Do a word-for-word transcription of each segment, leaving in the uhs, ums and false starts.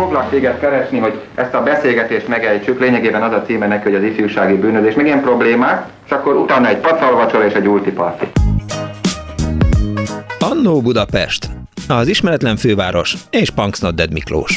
Foglak téged keresni, hogy ezt a beszélgetést megejtsük, lényegében az a címe neki, hogy az ifjúsági bűnözés, meg ilyen problémák, és akkor utána egy pacalvacsora és egy ultiparti. Annó Budapest, az ismeretlen főváros és Punks Not Dead Miklós.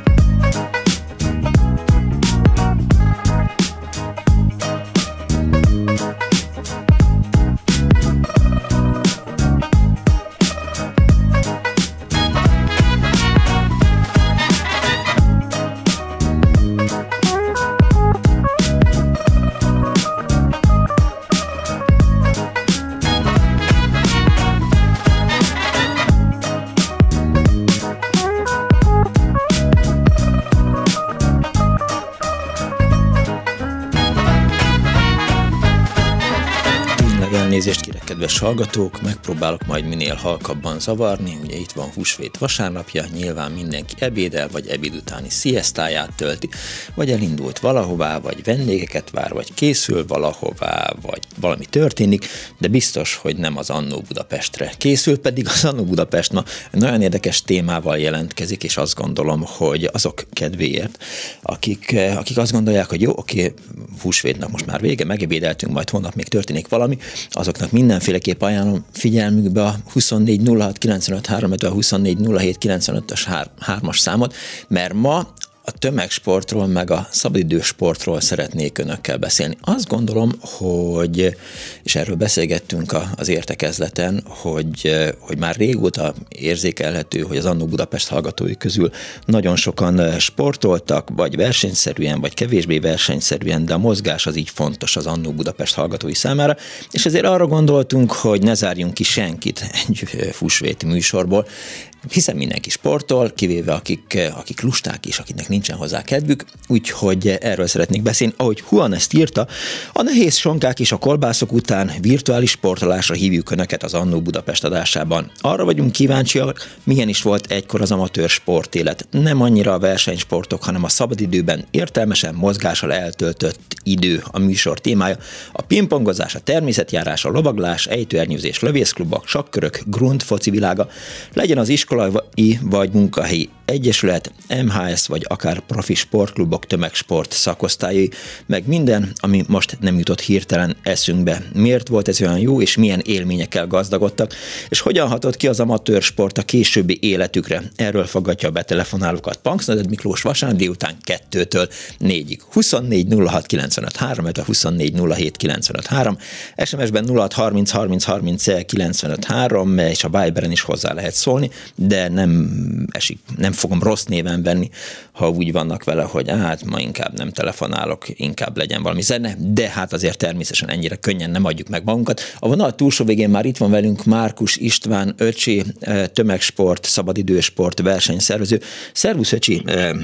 Elnézést kérek, kedves hallgatók, megpróbálok majd minél halkabban zavarni, ugye itt van húsvét vasárnapja, nyilván mindenki ebédel, vagy ebéd utáni sziesztáját tölti, vagy elindult valahová, vagy vendégeket vár, vagy készül valahová, vagy valami történik, de biztos, hogy nem az Annó Budapestre készül, pedig az Annó Budapest ma nagyon érdekes témával jelentkezik, és azt gondolom, hogy azok kedvéért, akik, akik azt gondolják, hogy jó, oké, húsvétnak most már vége, megebédeltünk, majd holnap még történik valami, azoknak mindenféleképp ajánlom figyelmükbe a huszonnégy nulla hat kilencvenöt három, illetve a huszonnégy nulla hét kilencvenötös hármas számot, mert ma a tömegsportról, meg a szabadidősportról szeretnék önökkel beszélni. Azt gondolom, hogy, és erről beszélgettünk az értekezleten, hogy, hogy már régóta érzékelhető, hogy az Annó Budapest hallgatói közül nagyon sokan sportoltak, vagy versenyszerűen, vagy kevésbé versenyszerűen, de a mozgás az így fontos az Annó Budapest hallgatói számára, és ezért arra gondoltunk, hogy ne zárjunk ki senkit egy húsvéti műsorból, hiszen mindenki sportol, kivéve akik, akik lusták is, akiknek nincsen hozzá kedvük, úgyhogy erről szeretnék beszélni. Ahogy Juan ezt írta, a nehéz sonkák és a kolbászok után virtuális sportolásra hívjuk önöket az Annó Budapest adásában. Arra vagyunk kíváncsiak, milyen is volt egykor az amatőr sportélet. Nem annyira a versenysportok, hanem a szabadidőben értelmesen mozgással eltöltött idő a műsor témája. A pingpongozás, a természetjárás, a lovaglás, ejtőernyőzés, lövészklubok, sakkörök, grunt, foci világa, legyen az iskolai vagy munkahelyi egyesület, em há es vagy akár profi sportklubok, tömegsport szakosztályai, meg minden, ami most nem jutott hirtelen eszünkbe. Miért volt ez olyan jó, és milyen élményekkel gazdagodtak, és hogyan hatott ki az amatőr sport a későbbi életükre? Erről fogadja a betelefonálókat Punks Not Dead Miklós vasárnap délután kettőtől négyig. huszonnégy nulla hat kilencvenöt három, illetve huszonnégy nulla hét kilencvenöt három, es em es-ben nulla hat harminc harminc harminc kilencvenöt három, és a Viberen is hozzá lehet szólni, de nem esik, nem fogom rossz néven venni, ha úgy vannak vele, hogy hát ma inkább nem telefonálok, inkább legyen valami zene, de hát azért természetesen ennyire könnyen nem adjuk meg magunkat. A vonal túlsó végén már itt van velünk Márkus István öcsi, tömegsport, szabadidősport versenyszervező. Szervusz öcsi!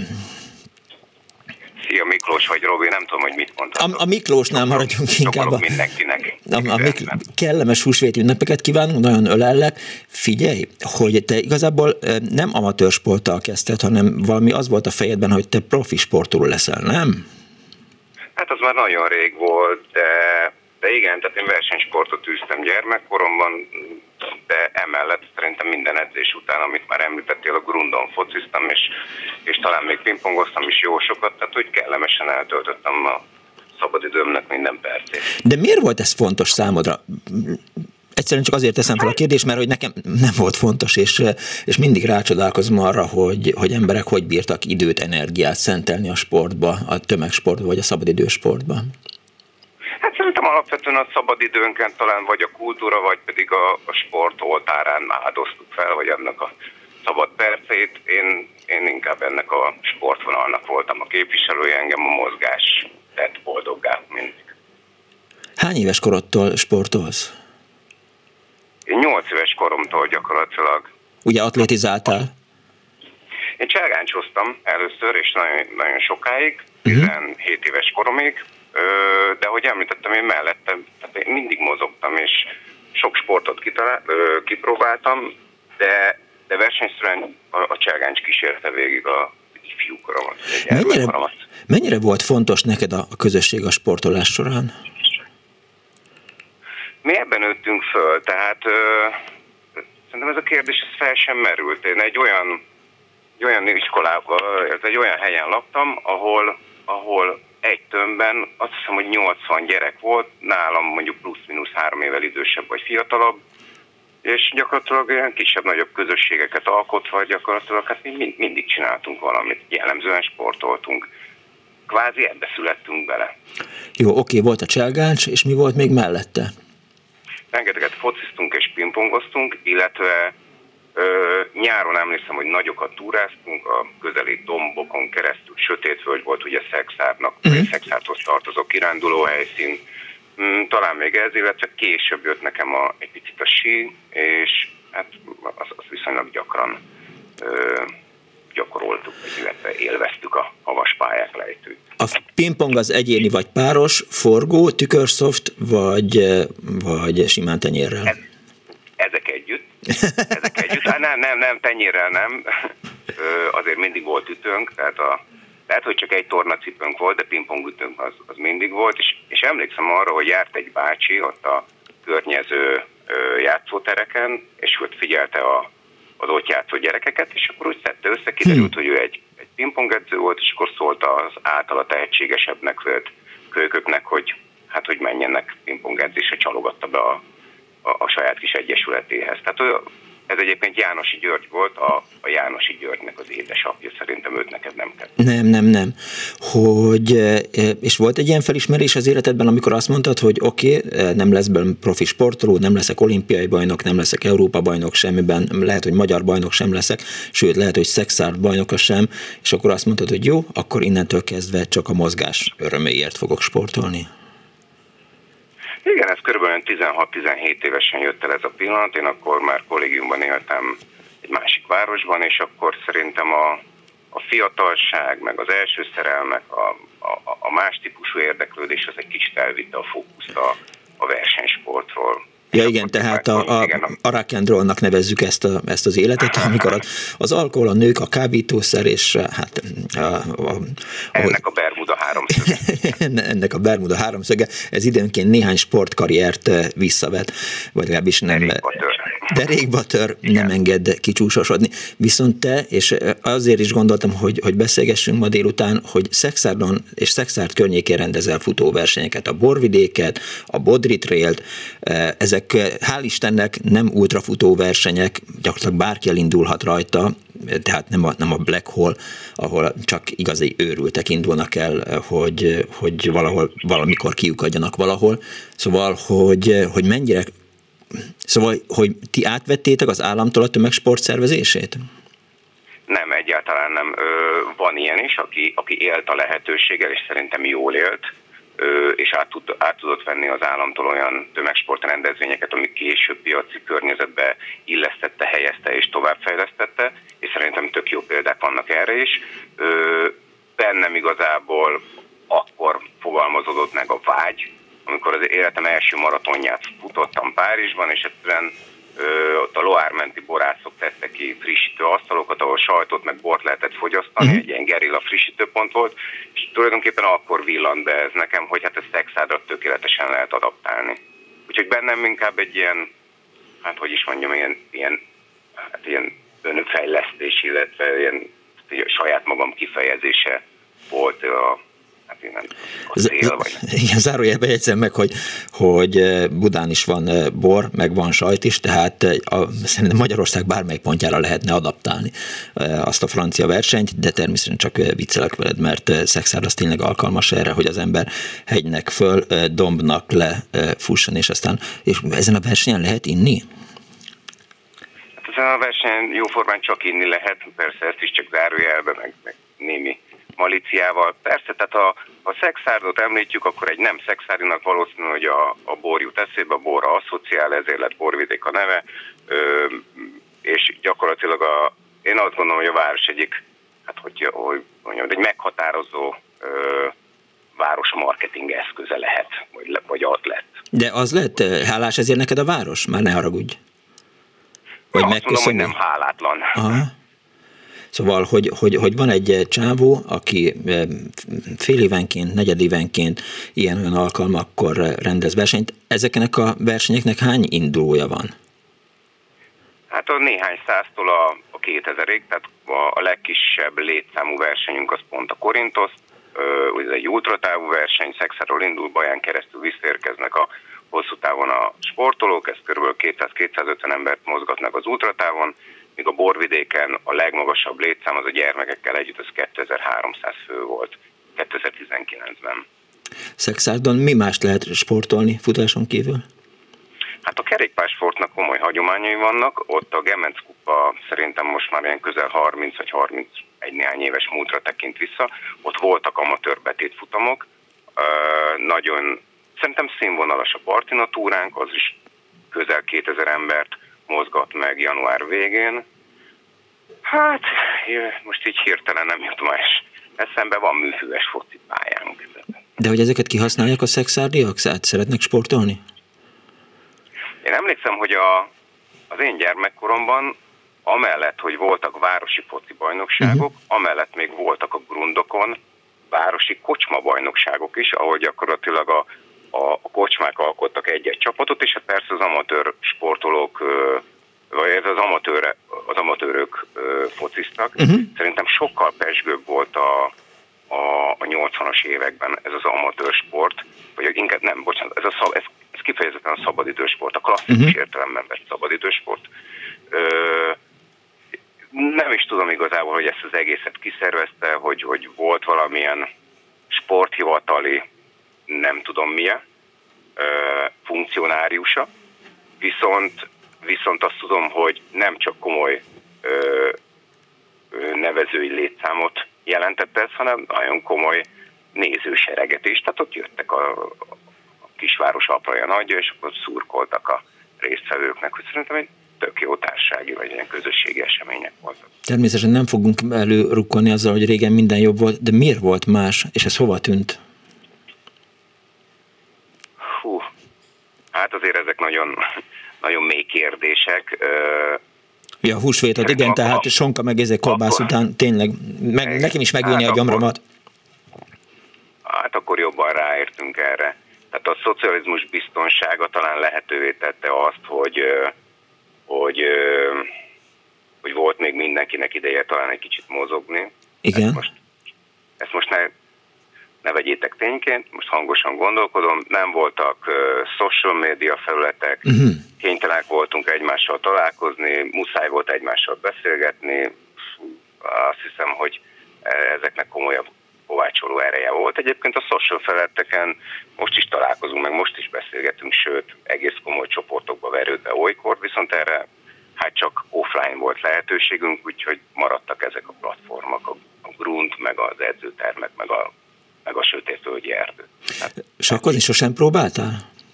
Szia Miklós vagy Robi, nem tudom, hogy mit mondhatok. A, a Miklósnál maradjunk inkább. A, mindenkinek. A, a Mikl- kellemes húsvéti ünnepeket kívánunk, nagyon ölellek. Figyelj, hogy te igazából nem amatőr sporttal kezdted, hanem valami az volt a fejedben, hogy te profi sportoló leszel, nem? Hát az már nagyon rég volt, de, de igen, tehát én versenysportot űztem gyermekkoromban, de emellett szerintem minden edzés után, amit már említettél, a grundon fociztam, és, és talán még pingpongoztam is jó sokat, tehát hogy kellemesen eltöltöttem a szabadidőmnek minden percét. De miért volt ez fontos számodra? Egyszerűen csak azért teszem fel a kérdést, mert hogy nekem nem volt fontos, és, és mindig rácsodálkozom arra, hogy, hogy emberek hogy bírtak időt, energiát szentelni a sportba, a tömegsportba, vagy a szabadidősportba. Hát szerintem alapvetően a szabadidőnken talán vagy a kultúra, vagy pedig a, a sport oltárán áldoztuk fel, vagy annak a szabad percét. Én, én inkább ennek a sportvonalnak voltam a képviselője, engem a mozgás tett boldoggá mindig. Hány éves korodtól sportolsz? Én nyolc éves koromtól gyakorlatilag. Ugye atlétizáltál? Én cselgáncsoztam először, és nagyon, nagyon sokáig, tizenhét éves koromig, de ahogy említettem, én mellettem, tehát én mindig mozogtam, és sok sportot kitalál, kipróbáltam, de, de versenyszerűen a, a cselgáncs kísérte végig a ifjúkoromat. Mennyire, mennyire volt fontos neked a, a közösség a sportolás során? Mi ebben nőttünk föl, tehát ö, szerintem ez a kérdés ez fel sem merült. Én egy olyan olyan iskolában, egy olyan helyen laktam, ahol, ahol egy tömbben azt hiszem, hogy nyolcvan gyerek volt, nálam mondjuk plusz-minusz három évvel idősebb vagy fiatalabb, és gyakorlatilag ilyen kisebb-nagyobb közösségeket alkotva gyakorlatilag hát mi mind, mindig csináltunk valamit, jellemzően sportoltunk. Kvázi ebbe születtünk bele. Jó, oké, volt a cselgáncs, és mi volt még mellette? Rengeteget fociztunk és pingpongoztunk, illetve ö, nyáron emlékszem, hogy nagyokat túráztunk, a közeli dombokon keresztül, Sötétvölgy volt ugye Szexárdnak, uh-huh. Szexárdhoz tartozó kiránduló helyszín. Talán még ez, illetve később jött nekem a, egy picit a sí, és hát azt az viszonylag gyakran ö, gyakoroltuk, illetve élveztük a havas pályák lejtőt. A pingpong az egyéni vagy páros, forgó, tükörszoft, vagy, vagy simán tenyérrel? Ez, ezek együtt. Ezek együtt. Hát nem, nem, nem, tenyérrel nem. Ö, azért mindig volt ütőnk, tehát a lehet, hogy csak egy tornacipőnk volt, de pingpongütőnk az, az mindig volt, és, és emlékszem arra, hogy járt egy bácsi ott a környező ö, játszótereken, és ott figyelte a, az ott játszó gyerekeket, és akkor úgy szedte össze, kiderült, hmm. hogy ő egy, egy pingpongedző volt, és akkor szólt az általa tehetségesebbnek vélt kölyköknek, hogy hát, hogy menjenek pingpongedzésre, csalogatta be a, a, a saját kis egyesületéhez. Tehát ez egyébként Jánosi György volt, a, a Jánosi Györgynek az édesapja, szerintem őt neked nem kell. Nem, nem, nem. Hogy, és volt egy ilyen felismerés az életedben, amikor azt mondtad, hogy oké, okay, nem lesz belőlem profi sportoló, nem leszek olimpiai bajnok, nem leszek Európa bajnok semmiben, lehet, hogy magyar bajnok sem leszek, sőt, lehet, hogy Szexárd bajnoka sem, és akkor azt mondtad, hogy jó, akkor innentől kezdve csak a mozgás öröméért fogok sportolni. Igen, ez körülbelül tizenhat-tizenhét évesen jött el ez a pillanat, én akkor már kollégiumban éltem egy másik városban, és akkor szerintem a, a fiatalság, meg az első szerelmek, a, a, a más típusú érdeklődés az egy kicsit elvitte a fókuszt a, a versenysportról. Ja igen, tehát a, a, a rock and rollnak nevezzük ezt, a, ezt az életet, amikor az, az alkohol, a nők, a kábítószer, és hát... A, a, ennek a Bermuda háromszöge. ennek a Bermuda háromszöge, ez időnként néhány sportkarriert visszavet, vagy legalábbis nem... Derékba tör, nem enged kicsúsosodni. Viszont te, és azért is gondoltam, hogy, hogy beszélgessünk ma délután, hogy Szexárdon és Szexárd környékén rendezel futóversenyeket, a Borvidéket, a Bodri Trailt, ezek hál' Istennek nem ultrafutó versenyek, gyakorlatilag bárki elindulhat rajta, tehát nem a, nem a Black Hole, ahol csak igazi őrültek indulnak el, hogy, hogy valahol, valamikor kiukadjanak valahol. Szóval, hogy, hogy mennyire Szóval, hogy ti átvettétek az államtól a tömegsport szervezését? Nem, egyáltalán nem. Van ilyen is, aki, aki élt a lehetőséggel, és szerintem jól élt, és át, tud, át tudott venni az államtól olyan tömegsport rendezvényeket, ami később piaci környezetbe illesztette, helyezte és továbbfejlesztette, és szerintem tök jó példák vannak erre is. Bennem igazából akkor fogalmazódott meg a vágy, amikor az életem első maratonját futottam Párizsban, és egyszerűen ö, ott a Loire menti borászok tettek ki frissítő asztalokat, ahol sajtot meg bort lehetett fogyasztani, uh-huh. egy ilyen gerilla frissítőpont volt, és tulajdonképpen akkor villant be ez nekem, hogy hát ezt Szexárdra tökéletesen lehet adaptálni. Úgyhogy bennem inkább egy ilyen, hát hogy is mondjam, ilyen, ilyen, hát ilyen önfejlesztés, illetve ilyen, ilyen saját magam kifejezése volt a Hát én nem a cél, vagy nem. Igen, zárójelben jegyzem meg, hogy, hogy Budán is van bor, meg van sajt is, tehát a, szerintem Magyarország bármely pontjára lehetne adaptálni azt a francia versenyt, de természetesen csak viccelek veled, mert Szexárd az tényleg alkalmas erre, hogy az ember hegynek föl, dombnak le fusson, és aztán, és ezen a versenyen lehet inni? Hát ezen a versenyen jóformán csak inni lehet, persze ezt is csak zárójelben, meg, meg némi malíciával. Persze, tehát ha a Szexárdot említjük, akkor egy nem szexárdinak valószínű, hogy a, a bor jut eszébe, a borra asszociál, ezért lett Borvidék a neve, ö, és gyakorlatilag a, én azt gondolom, hogy a város egyik, hát hogy, hogy mondjam, egy meghatározó ö, város marketing eszköze lehet, vagy, vagy az lett. De az lett, hálás ezért neked a város? Már ne haragudj. Vagy azt mondom, hogy nem hálátlan. Aha. Szóval, hogy, hogy, hogy van egy csávó, aki fél évenként, negyedévenként ilyen-olyan alkalmakkor rendez versenyt. Ezeknek a versenyeknek hány indulója van? Hát a néhány száztól a, a kétezerig, tehát a, a legkisebb létszámú versenyünk az pont a Korintosz, ez egy ultratávú verseny, Szexáról indul, Baján keresztül visszaérkeznek a hosszú távon a sportolók, ez kb. kétszáz-kétszázötven embert mozgatnak az ultratávon, míg a borvidéken a legmagasabb létszám az a gyermekekkel együtt, az kétezer-háromszáz fő volt kétezer-tizenkilencben. Szexárdon mi mást lehet sportolni futáson kívül? Hát a kerékpársportnak komoly hagyományai vannak, ott a Gemenc kupa szerintem most már ilyen közel harminc vagy harmincegy néhány éves múltra tekint vissza, ott voltak amatőr betétfutamok, nagyon, szerintem színvonalas a Partina túránk, az is közel kétezer embert mozgat meg január végén. Hát, most így hirtelen nem jut más eszembe, van műfüves focipályánk. De hogy ezeket kihasználják a szexárdiak? Szeretnek sportolni? Én emlékszem, hogy a, az én gyermekkoromban, amellett, hogy voltak városi foci bajnokságok, uh-huh. amellett még voltak a grundokon városi kocsma bajnokságok is, ahol gyakorlatilag a, a, a kocsmák alkottak egy-egy csapatot, és persze az amatőr sportolók, vagy ez az, amatőr, az amatőrök fociztak. Uh-huh. Szerintem sokkal pezsgőbb volt a, a, a nyolcvanas években ez az amatőr sport, vagy inkább nem, bocsánat, ez, a, ez, ez kifejezetten a szabadidősport, a klasszikus uh-huh. értelemben vett szabadidősport. Ö, nem is tudom igazából, hogy ezt az egészet kiszervezte, hogy, hogy volt valamilyen sporthivatali, nem tudom milyen, ö, funkcionáriusa, viszont, viszont azt tudom, hogy nem csak komoly ö, ö, nevezői létszámot jelentett ez, hanem nagyon komoly nézősereget is. Tehát ott jöttek a, a kisváros apraja nagyja, és akkor szurkoltak a résztvevőknek, hogy szerintem egy tök jó társasági vagy ilyen közösségi események voltak. Természetesen nem fogunk előrukkolni azzal, hogy régen minden jobb volt, de miért volt más, és ez hova tűnt? Hú, hát azért ezek nagyon, nagyon mély kérdések. Ja, a húsvétot, igen, akkor, tehát sonka meg ezek kolbász után tényleg, meg, nekem is megülni hát a gyomromat. Hát akkor jobban ráértünk erre. Tehát a szocializmus biztonsága talán lehetővé tette azt, hogy, hogy, hogy volt még mindenkinek ideje talán egy kicsit mozogni. Igen. Ezt most, ezt most ne, ne vegyétek tényként, most hangosan gondolkodom, nem voltak uh, social media felületek, uh-huh. kénytelenek voltunk egymással találkozni, muszáj volt egymással beszélgetni, azt hiszem, hogy ezeknek komolyabb kovácsoló ereje volt. Egyébként a social felületeken most is találkozunk, meg most is beszélgetünk, sőt, egész komoly csoportokba verődve olykor, viszont erre hát csak offline volt lehetőségünk, úgyhogy maradtak ezek a platformok, a Grund, meg az edzőtermek, meg a, meg a sötétföldi erdő. Hát, sakkozni sosem próbáltál?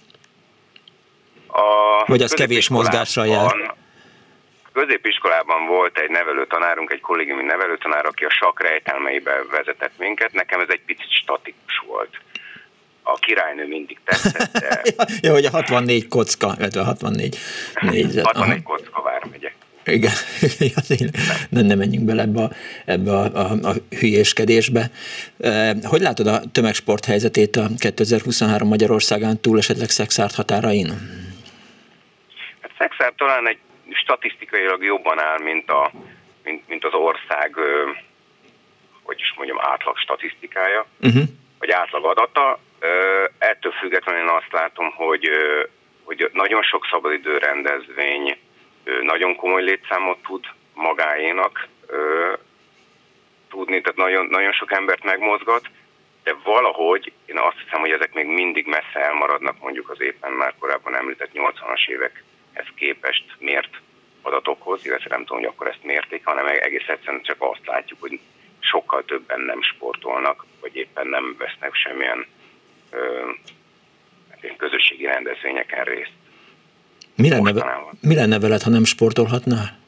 A Vagy az kevés mozgással jár? Középiskolában volt egy nevelőtanárunk, egy kollégiumi nevelőtanár, aki a sakk rejtelmeibe vezetett minket. Nekem ez egy picit statikus volt. A királynő mindig tetszett, de... ja, hogy a hatvannégy kocka, illetve a hatvannégy négyzet. hatvannégy kocka vármegye. Igen, nem, nem menjünk bele ebbe, a, ebbe a, a, a hülyéskedésbe. Hogy látod a tömegsport helyzetét a kétezer-huszonhárom Magyarországán túl, esetleg Szexárd határain? Hát Szexárd talán egy statisztikailag jobban áll, mint, a, mint, mint az ország, hogy is mondjam, átlag statisztikája, uh-huh. vagy átlag adata. Ettől függetlenül én azt látom, hogy, hogy nagyon sok szabadidő rendezvény nagyon komoly létszámot tud magáénak tudni, tehát nagyon, nagyon sok embert megmozgat, de valahogy én azt hiszem, hogy ezek még mindig messze elmaradnak mondjuk az éppen már korábban említett nyolcvanas évekhez képest mért adatokhoz, illetve nem tudom, hogy akkor ezt mérték, hanem egész egyszerűen csak azt látjuk, hogy sokkal többen nem sportolnak, vagy éppen nem vesznek semmilyen ö, közösségi rendezvényeken részt. Mi lenne, mi lenne veled, ha nem sportolhatnál?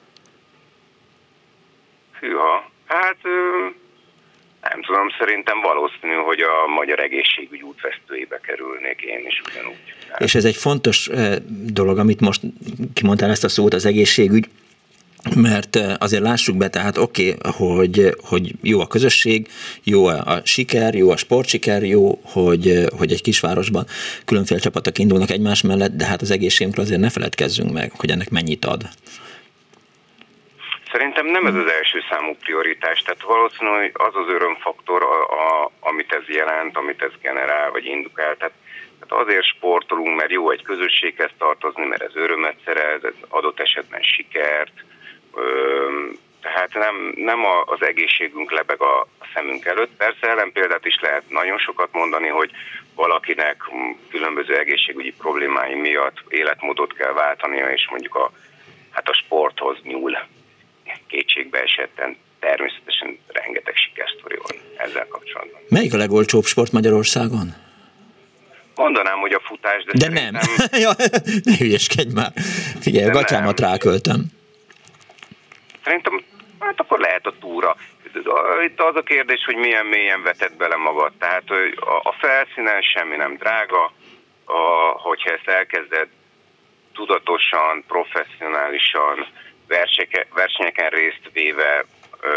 Hűha, hát ö, nem tudom, szerintem valószínű, hogy a magyar egészségügy útvesztőjébe kerülnék én is ugyanúgy. És ez egy fontos dolog, amit most kimondtál ezt a szót, az egészségügy. mert azért lássuk be, tehát oké, okay, hogy, hogy jó a közösség, jó a siker, jó a sportsiker, jó, hogy, hogy egy kisvárosban különféle csapatok indulnak egymás mellett, de hát az egészségünkről azért ne feledkezzünk meg, hogy ennek mennyit ad. Szerintem nem ez az első számú prioritás, tehát valószínűleg az az örömfaktor, a, a, amit ez jelent, amit ez generál, vagy indukál. Tehát, tehát azért sportolunk, mert jó egy közösséghez tartozni, mert ez örömet szerez, ez adott esetben sikert, tehát nem, nem az egészségünk lebeg a szemünk előtt. Persze ellenpéldát is lehet nagyon sokat mondani, hogy valakinek különböző egészségügyi problémái miatt életmódot kell váltania, és mondjuk a, hát a sporthoz nyúl. Kétségbe esetten természetesen rengeteg sikersztori van ezzel kapcsolatban. Melyik a legolcsóbb sport Magyarországon? Mondanám, hogy a futás, de, de szerintem... nem. ja, ne hülyeskedj már. Figyelj, a gatyámat ráköltem. Szerintem, hát akkor lehet a túra. Itt az a kérdés, hogy milyen mélyen veted bele magad. Tehát a felszínen semmi nem drága, a, hogyha ezt elkezded tudatosan, professzionálisan, versenyeken részt véve ö,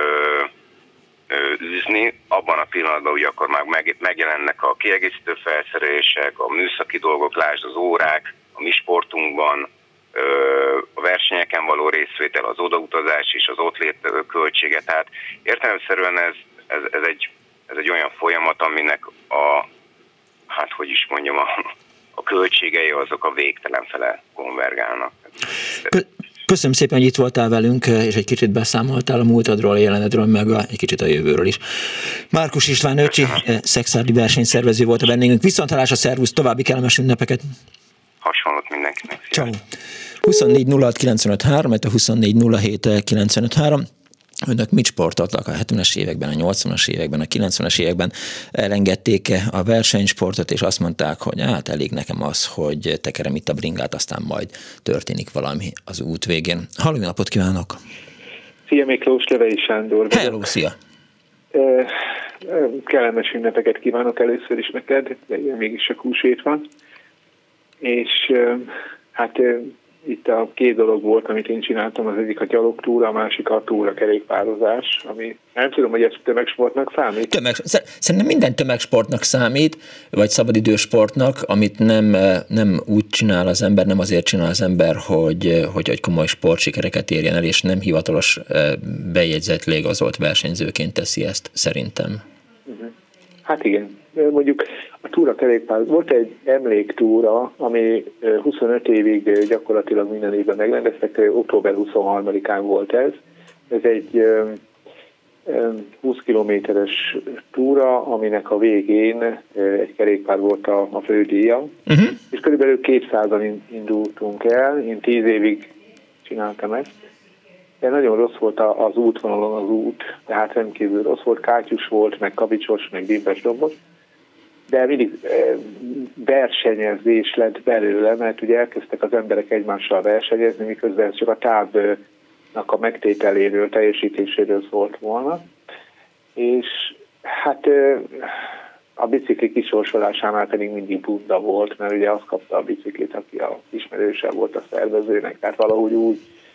ö, űzni, abban a pillanatban ugye akkor már meg, megjelennek a kiegészítő felszerelések, a műszaki dolgok, lásd az órák, a mi sportunkban, ö, a versenyeken való részvétel, az odautazás és az ott lét költsége. Tehát értelemszerűen ez, ez, ez, egy, ez egy olyan folyamat, aminek a, hát hogy is mondjam, a, a költségei azok a végtelen fele konvergálnak. Köszönöm szépen, hogy itt voltál velünk, és egy kicsit beszámoltál a múltadról, a jelenedről, meg a, egy kicsit a jövőről is. Márkus István Öcsi, szexárdi versenyszervező volt a vendégünk. Viszonthallásra, szervusz, további kellemes ünnepeket! Hasonlót mindenkinek. Ciao. huszonnégy nulla hat kilencvenöt három, a huszonnégy nulla hét kilencvenöt három. Önök mit sportoltak a hetvenes években, a nyolcvanas években, a kilencvenes években? Elengedték a versenysportot, és azt mondták, hogy hát elég nekem az, hogy tekerem itt a bringát, aztán majd történik valami az út végén. Halló, napot kívánok! Szia Miklós, Levei Sándor. Hello, szia! Kellemes ünnepeket kívánok először is neked, de mégis csak húsvét van. És hát itt a két dolog volt, amit én csináltam, az egyik a gyalogtúra, a másik a túra kerékpározás, ami nem tudom, hogy ez tömegsportnak számít. Tömeg, szerintem minden tömegsportnak számít, vagy szabadidősportnak, amit nem, nem úgy csinál az ember, nem azért csinál az ember, hogy, hogy, hogy komoly sportsikereket érjen el, és nem hivatalos bejegyzett légazolt versenyzőként teszi ezt, szerintem. Uh-huh. Hát igen, mondjuk a túra kerékpár, volt egy emléktúra, ami huszonöt évig gyakorlatilag minden évben megrendeztek, október huszonharmadikán volt ez. Ez egy húsz kilométeres túra, aminek a végén egy kerékpár volt a, a fődíja, uh-huh. és körülbelül kétszázan indultunk el, én tíz évig csináltam ezt. De nagyon rossz volt az útvonalon az út, tehát rendkívül rossz volt, kátyus volt, meg kavicsos, meg dimbes dombos, de mindig versenyezés lett belőle, mert ugye elkezdtek az emberek egymással versenyezni, miközben ez csak a távnak a megtételéről, teljesítéséről szólt volna. És hát a bicikli kisorsolásánál pedig mindig bunda volt, mert ugye azt kapta a biciklit, aki a ismerősebb volt a szervezőnek, tehát valahogy úgy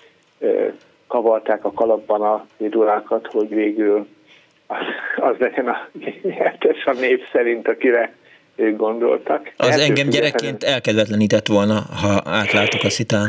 kavarták a kalapban a vidulákat, hogy végül az, az legyen a nyertes a név szerint, akire ők gondoltak. Az Ettől engem gyerekként elkedvetlenített volna, ha átlátok a szitán.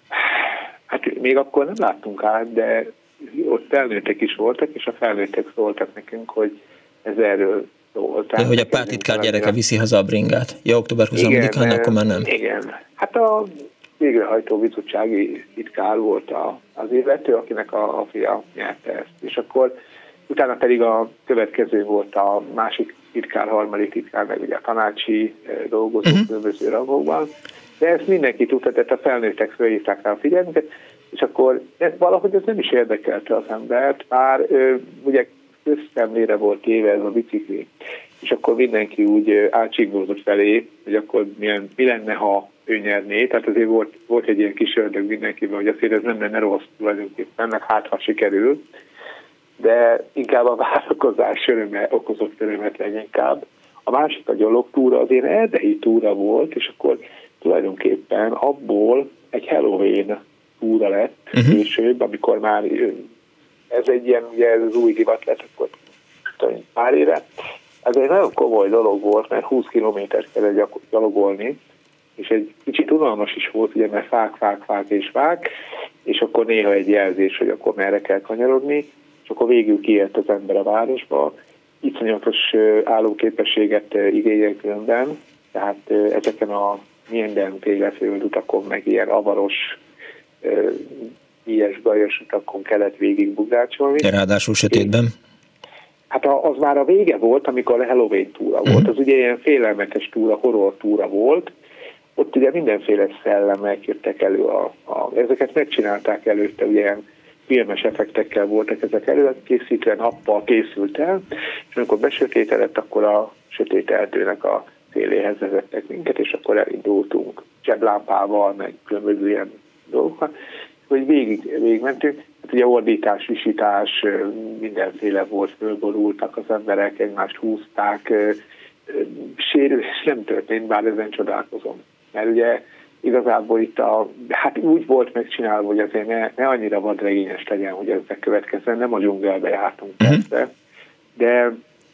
Hát még akkor nem láttunk át, de ott felnőttek is voltak, és a felnőttek szóltak nekünk, hogy ez erről szólt. De hogy a pártitkár gyereke viszi haza a bringát. Ja, október huszonharmadikán, akkor már nem. Igen. Hát a végrehajtó bizottsági titkár volt a, az illető, akinek a, a fia nyerte ezt. És akkor utána pedig a következő volt a másik titkár, harmadik titkár, meg ugye a tanácsi dolgozók uh-huh. különböző rangokban. De ezt mindenki tudta, tehát a felnőttek felhívták rá a figyelmüket, és akkor ez, valahogy ez nem is érdekelte az embert, bár ö, ugye közszemlére volt éve ez a bicikli, és akkor mindenki úgy átsigózott felé, hogy akkor milyen, mi lenne, ha ő nyerné, tehát azért volt, volt egy ilyen kis ördög mindenkiben, hogy azért ez nem lenne rossz tulajdonképpen, meg hát ha sikerül, de inkább a várakozás öröme okozott örömet leginkább. A másik a gyalogtúra, az ilyen erdei túra volt, és akkor tulajdonképpen abból egy Halloween túra lett uh-huh. később, amikor már ez egy ilyen, ugye ez az új divat lett, akkor pár éve. Ez egy nagyon komoly dolog volt, mert húsz kilométert kellett gyalogolni, és egy kicsit unalmas is volt, ugye, mert fák, fák, fák és fák, és akkor néha egy jelzés, hogy akkor merre kell kanyarodni, és akkor végül kiért az ember a városba. Iszonyatos állóképességet igényel különben, tehát ezeken a mindenféle földutakon, meg ilyen avaros, ilyes bajos utakon kellett végig bugdácsolni. Ráadásul sötétben? Hát az már a vége volt, amikor a Halloween túra volt. Uh-huh. Az ugye ilyen félelmetes túra, horror túra volt. Ott ugye mindenféle szellemek jöttek elő. A, a, ezeket megcsinálták előtte, ugye ilyen filmes effektekkel voltak ezek előkészítve, nappal készült el, és amikor besötétedett, akkor a sötét erdőnek a széléhez vezettek minket, és akkor elindultunk zseblámpával, meg különböző ilyen dolgokkal, hogy végig, végig mentünk. Hát ugye ordítás, visítás, mindenféle volt, fölborultak az emberek, egymást húzták, sérülés nem történt, bár ezen csodálkozom. Mert ugye igazából itt a, hát úgy volt megcsinálva, hogy azért ne, ne annyira vadregényes legyen, hogy ezek következzen, nem a dzsungelbe jártunk persze, de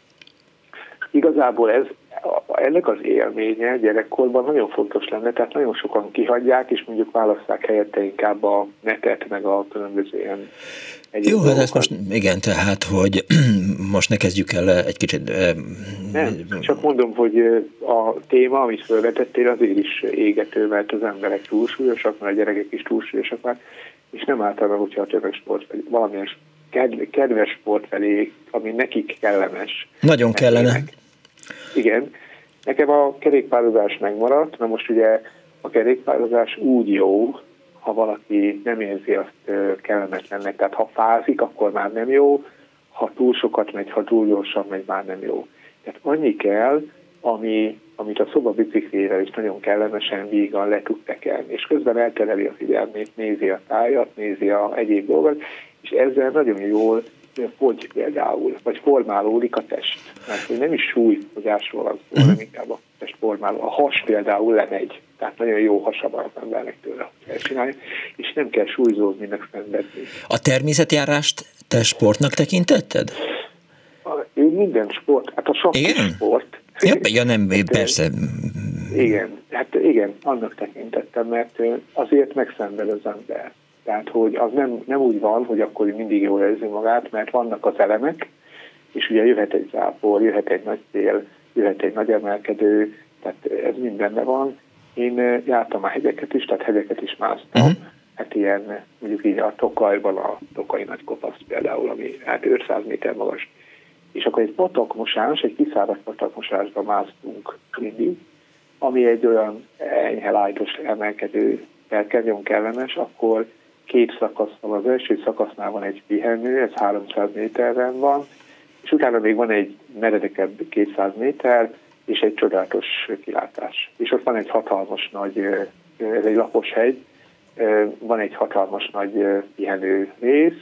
igazából ez, ennek az élménye gyerekkorban nagyon fontos lenne, tehát nagyon sokan kihagyják, és mondjuk választák helyette inkább a netet, meg a különböző ilyen egyéb Jó, hát dolgokat. ez most igen, tehát, hogy most ne kezdjük el egy kicsit... Nem, csak mondom, hogy a téma, amit felvetettél, azért is égető, mert az emberek túlsúlyosak, mert a gyerekek is túlsúlyosak már, és nem általában, hogyha a tömegsport, vagy valamilyen kedves sport felé, ami nekik kellemes. Nagyon kellene. Igen. Nekem a kerékpározás megmaradt, na most ugye a kerékpározás úgy jó, ha valaki nem érzi azt kellemetlennek, tehát ha fázik, akkor már nem jó, ha túl sokat megy, ha túl gyorsan megy, már nem jó. Tehát annyi kell, ami, amit a szobabiciklével is nagyon kellemesen vígan le tud tekerni, és közben eltereli a figyelmét, nézi a tájat, nézi a egyéb dolgot, és ezzel nagyon jól fogy például, vagy formálódik a test. Mert nem is súlyfogyásról van szó, hanem inkább a test formáló. A has például lemegy, tehát nagyon jó hasa van az embernek tőle, hogy elcsinálja, és nem kell súlyzózni, meg szenvedni. A természetjárást te sportnak tekintetted? Ő minden sport, hát a sok sport. Ja, ja nem, persze. Igen, hát igen, annak tekintettem, mert azért megszenved az ember. Tehát, hogy az nem, nem úgy van, hogy akkor mindig jól érzi magát, mert vannak az elemek, és ugye jöhet egy zápor, jöhet egy nagy szél, jöhet egy nagy emelkedő, tehát ez mind benne van. Én jártam a hegyeket is, tehát hegyeket is másztam. Uh-huh. Hát ilyen, mondjuk így a Tokajban, a Tokai nagy kopasz például, ami hát ötszáz méter magas. És akkor egy patakmosás, egy kiszáradt patakmosásba másztunk mindig, ami egy olyan enyhe lájtos emelkedő, nagyon kellemes, akkor két szakasz van. Az első szakasznál van egy pihenő, ez háromszáz méteren van, és utána még van egy meredekebb kétszáz méter, és egy csodálatos kilátás. És ott van egy hatalmas nagy, ez egy lapos hegy, van egy hatalmas nagy pihenő rész.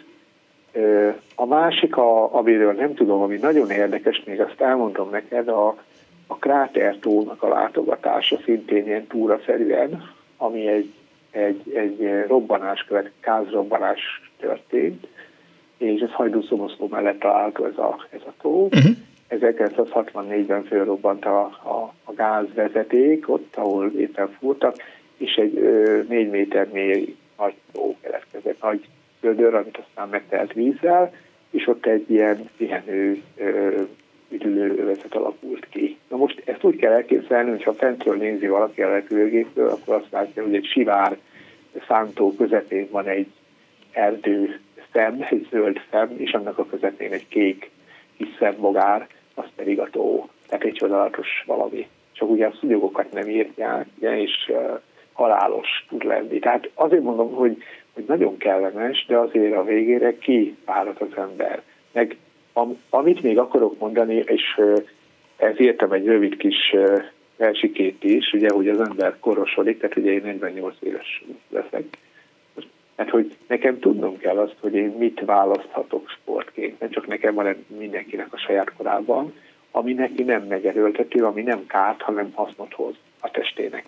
A másik, a, amiről nem tudom, ami nagyon érdekes, még azt elmondom neked, a, a Krátertónak a látogatása szintén ilyen túraszerűen, ami egy Egy, egy robbanás követ, gázrobbanás történt, és ez Hajdú-Szoboszló mellett található ez a, ez a tó. Uh-huh. ezerkilencszázhatvannégyben fölrobbant a, a, a gázvezeték ott, ahol éppen fúrtak, és egy ö, négy méter mély nagy tó keletkezett, nagy gödör, amit aztán megtelt vízzel, és ott egy ilyen pihenő ö, üdülőövezet alakult ki. Na most ezt úgy kell elképzelni, hogyha fentről nézi valaki a repülőgépről, akkor azt látja, hogy egy sivár szántó közepén van egy erdő szem, egy zöld szem, és annak a közepén egy kék kis szembogár, az pedig a tó. Tehát egy csodálatos valami. Csak ugye a szúnyogokat nem írják, ugye, és uh, halálos tud lenni. Tehát azért mondom, hogy, hogy nagyon kellemes, de azért a végére kifárad az ember. Meg Am, amit még akarok mondani, és ez írtam egy rövid kis versikét is, ugye, hogy az ember korosodik, tehát ugye én negyvennyolc éves leszek. Hát, hogy nekem tudnom kell azt, hogy én mit választhatok sportként, nem csak nekem, hanem mindenkinek a saját korában, ami neki nem megerőltető, ami nem kárt, hanem hasznot hoz a testének.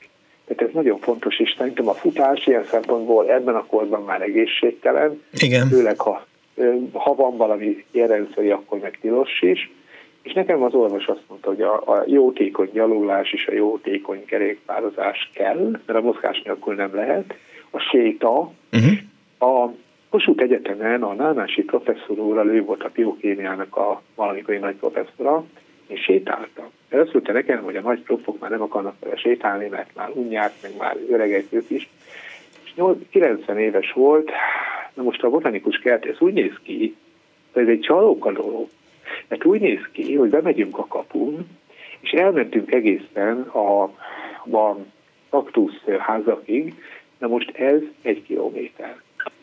Tehát ez nagyon fontos, és szerintem a futás ilyen szempontból ebben a korban már egészségtelen. Igen. Főleg, ha, ha van valami jellemzői, akkor meg tilos is. És nekem az orvos azt mondta, hogy a, a jótékony gyalogolás és a jótékony kerékpározás kell, mert a mozgás nélkül nem lehet. A séta, uh-huh. a Kossuth Egyetemen a Nánási professzor úrral, ő volt a biokémiának a valamikori nagy professzora, én sétáltam. Mert azt mondta nekem, hogy a nagy profok már nem akarnak vele sétálni, mert már unják, meg már öregek ők is. És kilencven éves volt, na most a botanikus kert, ez úgy néz ki, hogy ez egy csalóka. Mert úgy néz ki, hogy bemegyünk a kapun, és elmentünk egészen a, a kaktuszházakig, na most ez egy kilométer.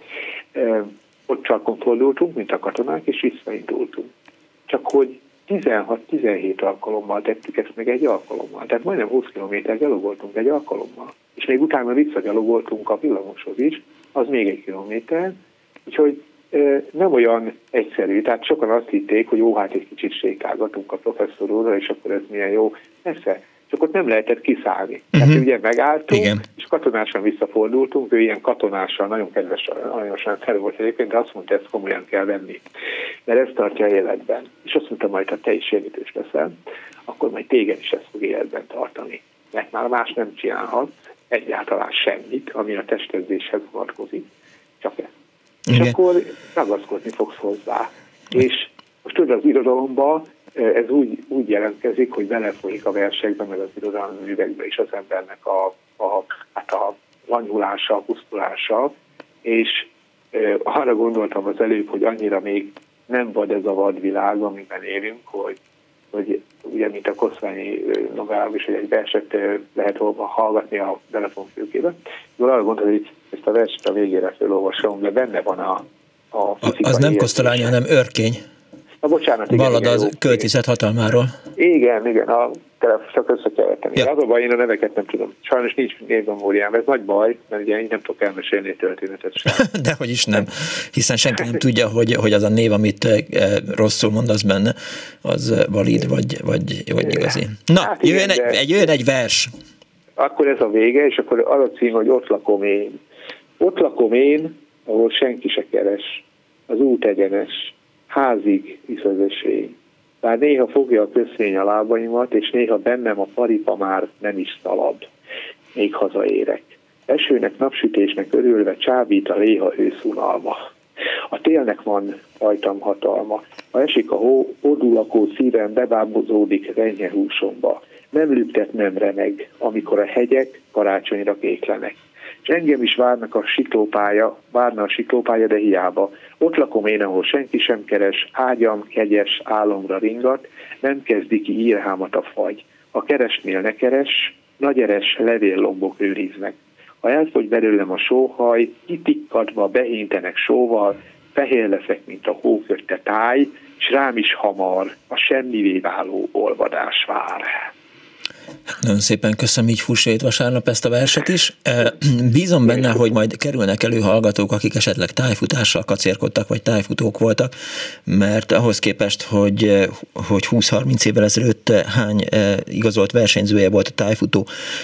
E, ott csak fordultunk, mint a katonák, és visszaindultunk. Csak hogy tizenhat-tizenhét alkalommal tettük ezt meg egy alkalommal. Tehát majdnem húsz kilométer gyalogoltunk egy alkalommal. És még utána visszagyalogoltunk a villamoshoz is, az még egy kilométer. Úgyhogy nem olyan egyszerű. Tehát sokan azt hitték, hogy jó, hát egy kicsit sétálgatunk a professzor úrra, és akkor ez milyen jó. Persze, csak ott nem lehetett kiszállni. Uh-huh. Tehát ugye megálltunk, igen. És katonásan visszafordultunk, ő ilyen katonással, nagyon kedves, nagyon fel volt egyébként, de azt mondta, ezt komolyan kell venni. Mert ez tartja a életben. És azt mondta, majd ha te is segítős leszel, akkor majd téged is ezt fog életben tartani. Mert már más nem csinálhatsz egyáltalán semmit, ami a testedzéshez vonatkozik, csak ez. És igen. Akkor ragaszkodni fogsz hozzá. És most tudod, az irodalomban ez úgy, úgy jelentkezik, hogy belefolyik a versekbe, meg az irodalmi művekbe is az embernek a, a, hát a lanyulása, a pusztulása, és e, arra gondoltam az előbb, hogy annyira még nem vad ez a vadvilág, amiben élünk, hogy, hogy ugye, mint a Kosztolányi novellában is, hogy egy verset lehet hallgatni a telefonfülkében. Jól arra gondoltam, hogy ezt a verset a végére felolvasom, de benne van a, a fizikai... Az nem Kosztolányi, hanem Örkény. Na, bocsánat, igen. Ballada az költészet hatalmáról. Igen, igen, a telefon csak össze kell tenni. Ja. Az a baj, én a neveket nem tudom. Sajnos nincs névmemóriám, ez nagy baj, mert ugye én nem tudok elmesélni történetet sem. Dehogy is nem, hiszen senki nem tudja, hogy, hogy az a név, amit rosszul mondasz benne, az valid, vagy, vagy, vagy igazi. Na, hát igen, jöjjön, egy, egy, jöjjön egy vers. Akkor ez a vége, és akkor az a cím, hogy ott lakom én. Ott lakom én, ahol senki se keres, az út egyenes, házig visz az esély. Bár néha fogja a köszvény a lábaimat, és néha bennem a paripa már nem is szalad. Még hazaérek. Esőnek, napsütésnek örülve csábít a léha őszunalma. A télnek van rajtam hatalma. Ha esik a hó, odulakó szívem bebábozódik renyhe húsomba. Nem lüktet, nem remeg, amikor a hegyek karácsonyra kéklenek. És engem is várnak a siklópálya, várna a siklópálya, de hiába. Ott lakom én, ahol senki sem keres, ágyam, kegyes, álomra ringat, nem kezdi ki írhámat a fagy. Ha keresnél, ne keres, nagyeres levéllombok őriznek. Ha elfogy belőlem a sóhaj, kitikkadva behintenek sóval, fehér leszek, mint a hókötte táj, s rám is hamar a semmivé váló olvadás vár. Nagyon szépen köszönöm így húsvét vasárnap ezt a verset is. Bízom benne, hogy majd kerülnek elő hallgatók, akik esetleg tájfutással kacérkodtak, vagy tájfutók voltak, mert ahhoz képest, hogy, hogy húsz-harminc évvel ezelőtt hány igazolt versenyzője volt a tájfutó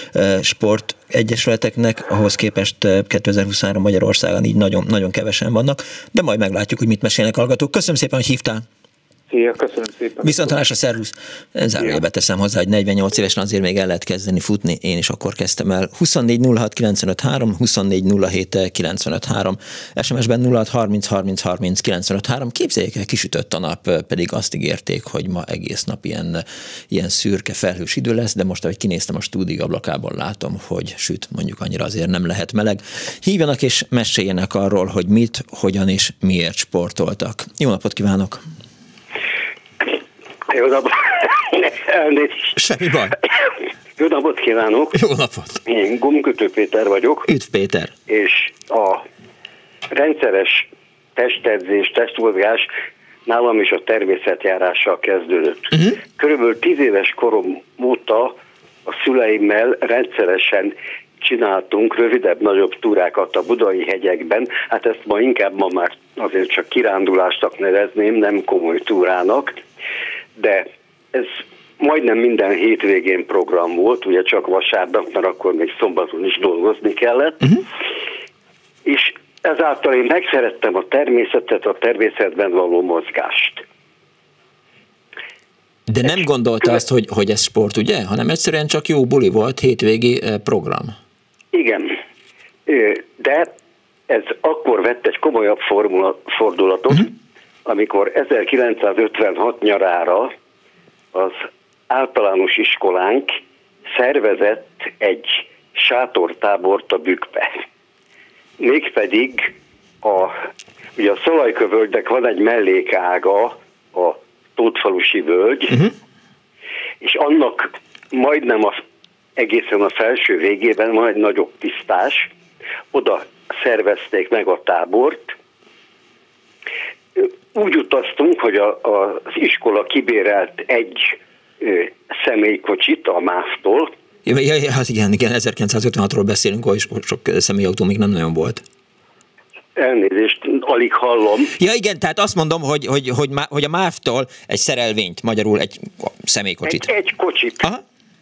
sport egyesületeknek, ahhoz képest kétezer-huszonhárom Magyarországon így nagyon, nagyon kevesen vannak, de majd meglátjuk, hogy mit mesélnek hallgatók. Köszönöm szépen, hogy hívtál. Szia, köszönöm szépen. Viszontlátásra, szervusz. Zárójelbe teszem hozzá, hogy negyvennyolc évesen azért még el lehet kezdeni futni, én is akkor kezdtem el. huszonnégy nulla hat kilencvenöt három, huszonnégy nulla hét kilencvenöt három, es em es-ben nulla hat harminc harminc harminc kilencvenöt három. Képzeljék el, kisütött a nap, pedig azt ígérték, hogy ma egész nap ilyen, ilyen szürke, felhős idő lesz, de most, ahogy kinéztem a stúdió ablakából, látom, hogy süt, mondjuk annyira azért nem lehet meleg. Hívjanak és meséljenek arról, hogy mit, hogyan és miért sportoltak. Jó napot kívánok! Jó napot! Semmi baj. Jó napot kívánok! Jó napot! Én Gumkötő Péter vagyok. Üdv Péter! És a rendszeres testedzés, testmozgás nálam is a természetjárással kezdődött. Uh-huh. Körülbelül tíz éves korom óta a szüleimmel rendszeresen csináltunk rövidebb-nagyobb túrákat a budai hegyekben. Hát ezt ma inkább ma már azért csak kirándulásnak nevezném, nem komoly túrának. De ez majdnem minden hétvégén program volt, ugye csak vasárnap, mert akkor még szombaton is dolgozni kellett, uh-huh. és ezáltal én megszerettem a természetet, a természetben való mozgást. De nem gondolta azt, hogy, hogy ez sport, ugye? Hanem egyszerűen csak jó buli volt, hétvégi program. Igen, de ez akkor vett egy komolyabb formula, fordulatot, uh-huh. amikor ezerkilencszázötvenhat nyarára az általános iskolánk szervezett egy sátortábort a Bükkbe. Mégpedig a, ugye a Szalajkövölgynek van egy mellékága, a Tótfalusi völgy, uh-huh. és annak majdnem a, egészen a felső végében van egy nagyobb tisztás, oda szervezték meg a tábort. Úgy utaztunk, hogy a, a, az iskola kibérelt egy ö, személykocsit a MÁV-tól. Ja, ja, hát igen, igen, ezerkilencszázötvenhatról beszélünk, és sok személyautó még nem nagyon volt. Elnézést, alig hallom. Ja igen, tehát azt mondom, hogy, hogy, hogy, hogy a MÁV-tól egy szerelvényt, magyarul egy személykocsit. Egy, egy kocsit. Aha.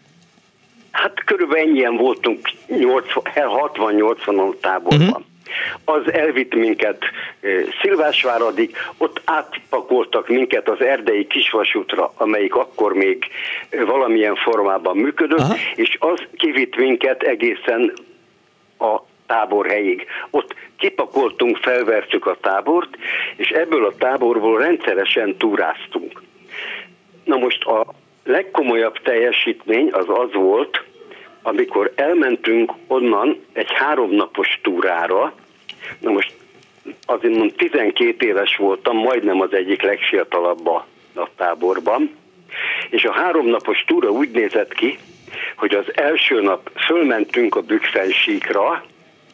Hát körülbelül ennyien voltunk hatvan-nyolcvan táborban. Uh-huh. Az elvitt minket Szilvásváradig, ott átpakoltak minket az erdei kisvasútra, amelyik akkor még valamilyen formában működött, aha. és az kivitt minket egészen a tábor helyig. Ott kipakoltunk, felvertük a tábort, és ebből a táborból rendszeresen túráztunk. Na most a legkomolyabb teljesítmény az az volt, amikor elmentünk onnan egy háromnapos túrára. Na most azért mondom, tizenkét éves voltam, majdnem az egyik legfiatalabb a, a táborban, és a háromnapos túra úgy nézett ki, hogy az első nap fölmentünk a Bükkfennsíkra,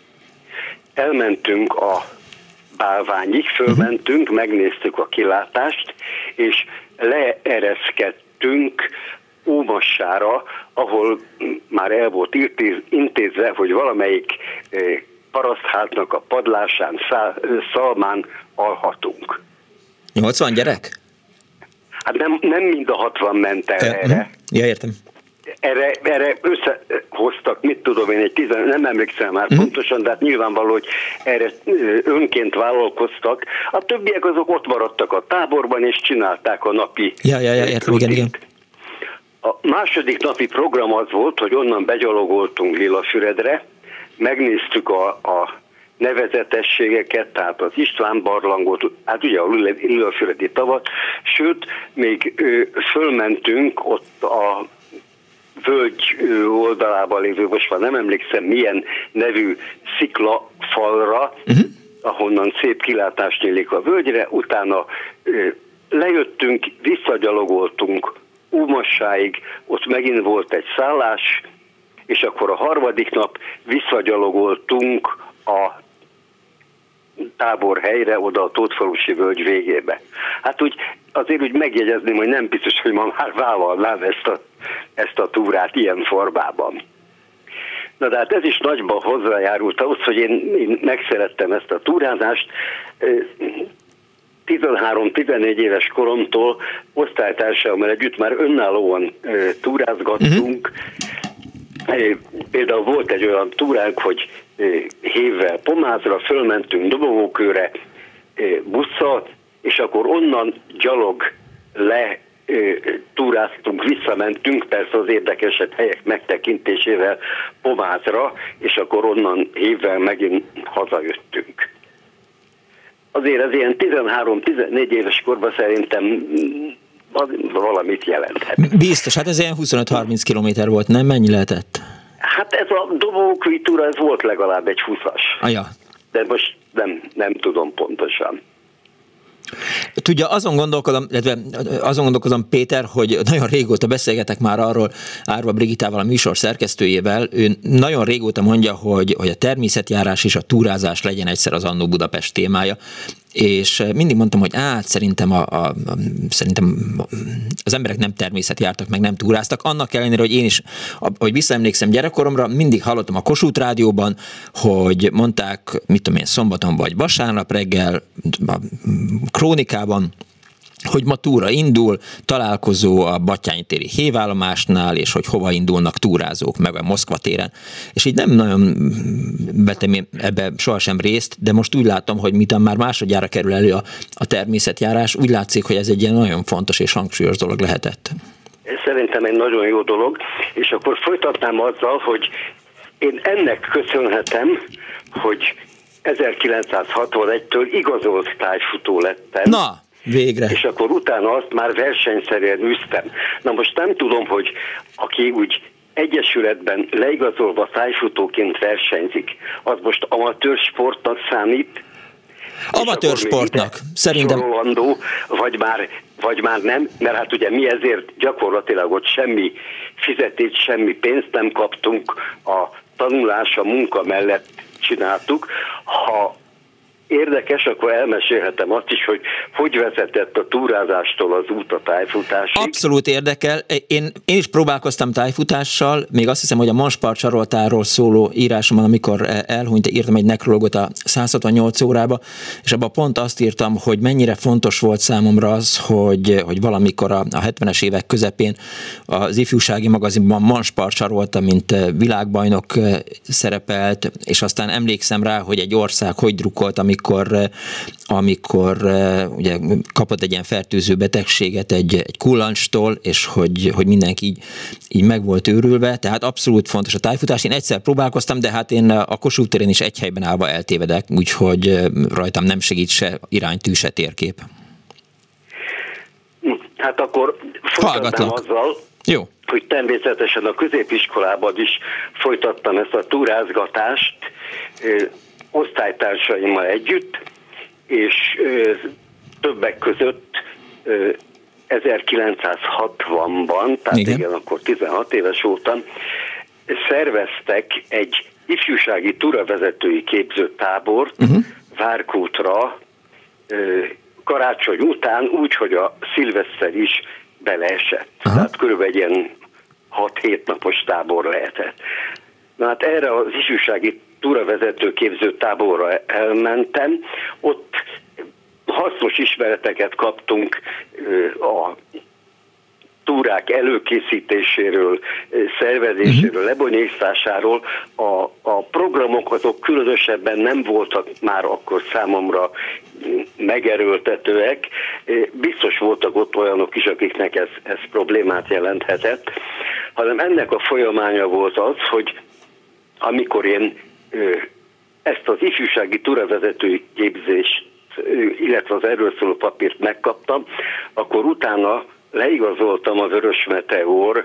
elmentünk a Bálványig, fölmentünk, megnéztük a kilátást, és leereszkedtünk Ómassára, ahol már el volt intézve, hogy valamelyik parasztháznak a padlásán, szalmán alhatunk. nyolcvan gyerek? Hát nem, nem mind a hatvan ment el ja, erre. Ja, értem. Erre, erre összehoztak, mit tudom én, egy tizen, nem emlékszem már uh-huh. pontosan, de hát nyilvánvaló, hogy erre önként vállalkoztak. A többiek azok ott maradtak a táborban, és csinálták a napi... Ja, ja, ja, értem, igen, igen. A második napi program az volt, hogy onnan begyalogoltunk Lilafüredre, megnéztük a, a nevezetességeket, tehát az István barlangot, hát ugye a Lilafüredi tavat, sőt, még ö, fölmentünk ott a völgy oldalában lévő, most már nem emlékszem milyen nevű sziklafalra, uh-huh. ahonnan szép kilátás nyílik a völgyre, utána ö, lejöttünk, visszagyalogoltunk Ómassáig, ott megint volt egy szállás, és akkor a harmadik nap visszagyalogoltunk a táborhelyre, oda a Tótfalusi völgy végébe. Hát úgy azért úgy megjegyezném, hogy nem biztos, hogy ma már vállalnám ezt a, ezt a túrát ilyen formában. Na de hát ez is nagyban hozzájárult ahhoz, hogy én, én megszerettem ezt a túrázást. tizenhárom-tizennégy éves koromtól osztálytársammal együtt már önállóan e, túrázgattunk. Uh-huh. E, például volt egy olyan túránk, hogy e, Hévvel Pomázra fölmentünk Dobogókőre e, busszal, és akkor onnan gyalog le e, túráztunk, visszamentünk, persze az érdekesebb helyek megtekintésével Pomázra, és akkor onnan Hévvel megint hazajöttünk. Azért ez ilyen tizenhárom-tizennégy éves korban szerintem az valamit jelenthet. Biztos, hát ez ilyen huszonöt-harminc kilométer volt, nem? Mennyi lehetett? Hát ez a Dobogókői túra, ez volt legalább egy húszas. Ah, ja. De most nem, nem tudom pontosan. Tudja, azon gondolkodom, azon gondolkozom, Péter, hogy nagyon régóta beszélgetek már arról Árva Brigitával, a műsor szerkesztőjével. Ő nagyon régóta mondja, hogy, hogy a természetjárás és a túrázás legyen egyszer az Annó Budapest témája. És mindig mondtam, hogy át szerintem, a, a, a, szerintem az emberek nem természet jártak, meg nem túráztak. Annak ellenére, hogy én is, hogy visszaemlékszem gyerekkoromra, mindig hallottam a Kossuth Rádióban, hogy mondták, mit tudom én, szombaton vagy vasárnap reggel, a Krónikában, hogy ma túra indul, találkozó a Batthyány téri hévállomásnál, és hogy hova indulnak túrázók, meg a Moszkva téren. És így nem nagyon vettem én ebbe sohasem részt, de most úgy látom, hogy miután már másodjára kerül elő a, a természetjárás, úgy látszik, hogy ez egy ilyen nagyon fontos és hangsúlyos dolog lehetett. Szerintem egy nagyon jó dolog, és akkor folytatnám azzal, hogy én ennek köszönhetem, hogy ezerkilencszázhatvanegytől igazolt tájfutó lettem. Na, végre. És akkor utána azt már versenyszerűen üztem. Na most nem tudom, hogy aki úgy egyesületben leigazolva tájfutóként versenyzik, az most amatőr sportnak számít? Amatőr sportnak. Szerintem. Sorolandó, vagy már, vagy már nem, mert hát ugye mi ezért gyakorlatilag ott semmi fizetést, semmi pénzt nem kaptunk, a tanulás, a munka mellett csináltuk. Ha érdekes, akkor elmesélhetem azt is, hogy hogy vezetett a túrázástól az út a tájfutásig. Abszolút érdekel. Én, én is próbálkoztam tájfutással, még azt hiszem, hogy a Manspart Saroltáról szóló írásomban, amikor elhunyt, írtam egy nekrológot a száz hatvannyolc órába, és abban pont azt írtam, hogy mennyire fontos volt számomra az, hogy, hogy valamikor a, a hetvenes évek közepén az ifjúsági magazinban Manspart Sarolta, mint világbajnok szerepelt, és aztán emlékszem rá, hogy egy ország hogy drukkolt, amikor amikor, amikor ugye kapott egy ilyen fertőző betegséget egy, egy kullancstól, és hogy, hogy mindenki így, így meg volt őrülve, tehát abszolút fontos a tájfutás. Én egyszer próbálkoztam, de hát én a Kossuth téren is egy helyben állva eltévedek, úgyhogy rajtam nem segít se iránytű, se térkép. Hát akkor folytatnám azzal, jó, hogy természetesen a középiskolában is folytattam ezt a túrázgatást, osztálytársaimmal együtt, és ö, többek között ö, ezerkilencszázhatvanban, tehát igen. igen, akkor tizenhat éves voltam, szerveztek egy ifjúsági túravezetői képzőtábort uh-huh. Várkútra ö, karácsony után, úgy, hogy a szilveszter is beleesett. Uh-huh. Tehát körülbelül egy ilyen hat-hét napos tábor lehetett. Na hát erre az ifjúsági túravezető képző táborra elmentem, ott hasznos ismereteket kaptunk a túrák előkészítéséről, szervezéséről, lebonyolításáról. A, a programok azok különösebben nem voltak már akkor számomra megerőltetőek. Biztos voltak ott olyanok is, akiknek ez, ez problémát jelenthetett, hanem ennek a folyamánya volt az, hogy amikor én ezt az ifjúsági túravezetői képzést, illetve az erről szóló papírt megkaptam, akkor utána leigazoltam a Vörös Meteor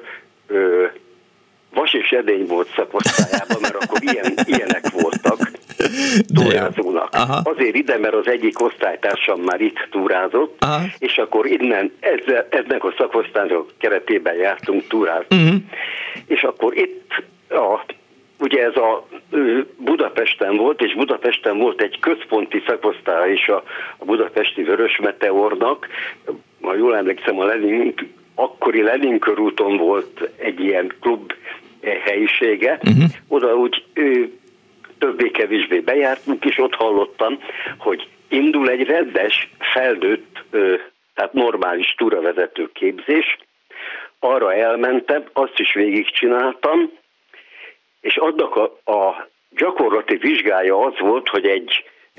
vas és edény volt szakosztályában, mert akkor ilyen, ilyenek voltak túrázónak. Azért ide, mert az egyik osztálytársam már itt túrázott, aha. és akkor innen ezzel, ennek a szakosztályok keretében jártunk túrázni. Uh-huh. És akkor itt a ugye ez a Budapesten volt, és Budapesten volt egy központi szakosztály is a, a budapesti Vörös Meteornak. Ha jól emlékszem, a Lenin, akkori Lenin körúton volt egy ilyen klub helyisége. Uh-huh. Oda úgy többé-kevésbé bejártunk, és ott hallottam, hogy indul egy rendes, felnőtt, tehát normális túravezető képzés. Arra elmentem, azt is végigcsináltam, és annak a, a gyakorlati vizsgája az volt, hogy egy e,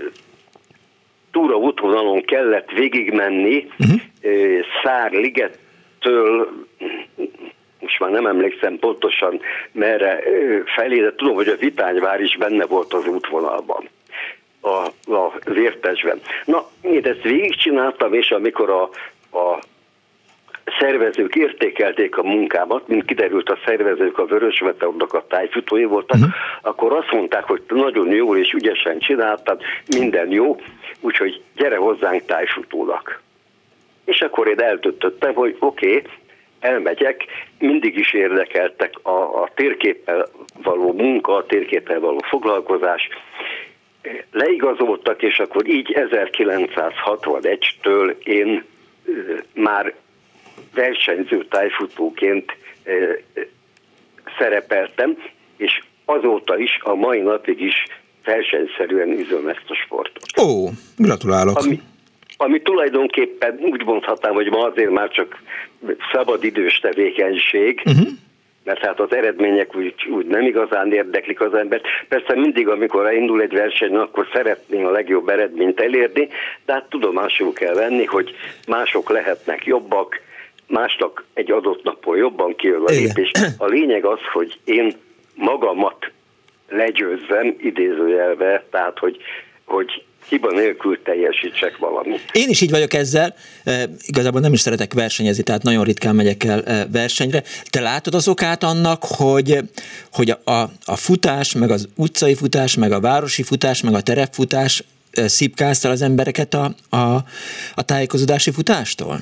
túra útvonalon kellett végigmenni uh-huh. e, Szárligettől, most már nem emlékszem pontosan merre e, felé, de tudom, hogy a Vitányvár is benne volt az útvonalban, a, a Vértesben. Na, én ezt végigcsináltam, és amikor a, a szervezők értékelték a munkámat, mint kiderült, a szervezők a Vörös Meteornak a tájfutói voltak, uh-huh. akkor azt mondták, hogy nagyon jól és ügyesen csináltad, minden jó, úgyhogy gyere hozzánk tájfutónak. És akkor én eltöltöttem, hogy oké, okay, elmegyek, mindig is érdekeltek a, a térképpel való munka, a térképpel való foglalkozás, leigazoltak, és akkor így ezerkilencszázhatvanegytől én már versenyző tájfutóként e, e, szerepeltem, és azóta is, a mai napig is versenyszerűen üzöm ezt a sportot. Ó, gratulálok! Ami, ami tulajdonképpen úgy mondhatnám, hogy ma azért már csak szabadidős tevékenység, uh-huh. mert hát az eredmények úgy, úgy nem igazán érdeklik az embert. Persze mindig, amikor elindul egy verseny, akkor szeretnénk a legjobb eredményt elérni, de hát tudomásul kell venni, hogy mások lehetnek jobbak, másnak egy adott napon jobban kijön a lépés. A lényeg az, hogy én magamat legyőzzem, idézőjelve, tehát hogy, hogy hiba nélkül teljesítsek valamit. Én is így vagyok ezzel, e, igazából nem is szeretek versenyezni, tehát nagyon ritkán megyek el e, versenyre. Te látod az okát annak, hogy, hogy a, a, a futás, meg az utcai futás, meg a városi futás, meg a terepfutás e, szipkázta az embereket a, a, a tájékozódási futástól?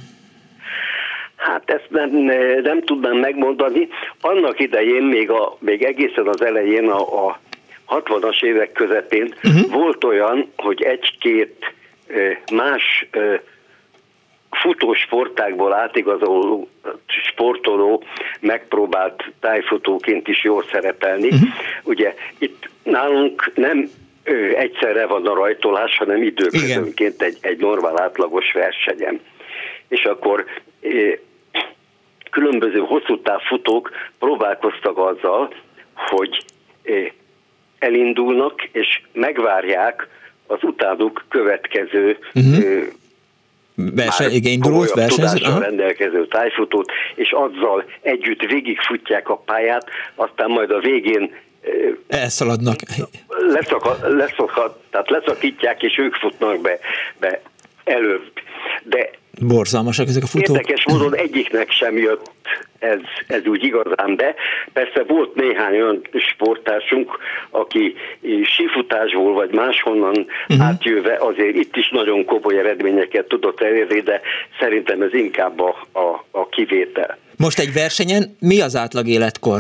Hát ezt nem, nem tudnám megmondani. Annak idején, még, a, még egészen az elején, a, a hatvanas évek közepén uh-huh. volt olyan, hogy egy-két más futósportákból átigazoló sportoló megpróbált tájfutóként is jól szerepelni. Uh-huh. Ugye itt nálunk nem egyszerre van a rajtolás, hanem időközönként egy, egy normál átlagos versenyen. És akkor különböző hosszú távfutók próbálkoztak azzal, hogy elindulnak, és megvárják az utánuk következő uh-huh. Verseny, igen, indulós tudással rendelkező tájfutót, és azzal együtt végigfutják a pályát, aztán majd a végén elszaladnak. Leszakad, leszakad, tehát leszakítják, és ők futnak be, be előbb. De borzalmasak ezek a futók. Érdekes módon egyiknek sem jött ez, ez úgy igazán be. Persze volt néhány olyan sportársunk, aki sífutásból vagy máshonnan uh-huh. átjöve azért itt is nagyon komoly eredményeket tudott elérni, de szerintem ez inkább a, a, a kivétel. Most egy versenyen mi az átlag életkor?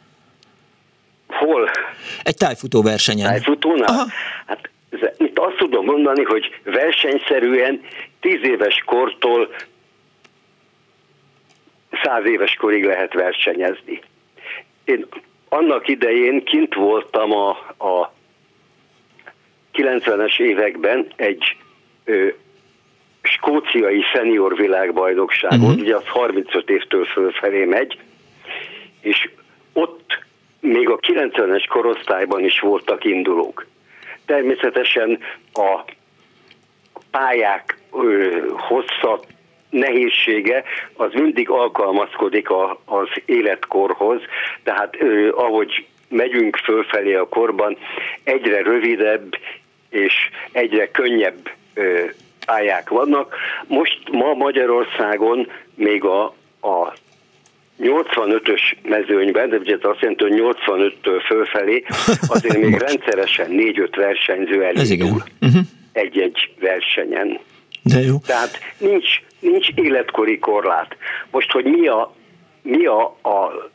Hol? Egy tájfutó versenyen. Tájfutónál? Aha. Hát itt azt tudom mondani, hogy versenyszerűen tíz éves kortól száz éves korig lehet versenyezni. Én annak idején kint voltam a, a kilencvenes években egy ö, skóciai szenior világbajnokságon, uh-huh. ugye az harmincöt évtől fölfelé megy, és ott még a kilencvenes korosztályban is voltak indulók. Természetesen a pályák ö, hossza, nehézsége az mindig alkalmazkodik a, az életkorhoz, tehát ö, ahogy megyünk fölfelé a korban, egyre rövidebb és egyre könnyebb ö, pályák vannak. Most ma Magyarországon még a, a nyolcvanötös mezőnyben, de ugye azt jelenti, hogy nyolcvanöttől fölfelé azért még rendszeresen négy-öt versenyző elindul uh-huh. egy-egy versenyen. De jó. Tehát nincs, nincs életkori korlát. Most, hogy mi a, mi a, a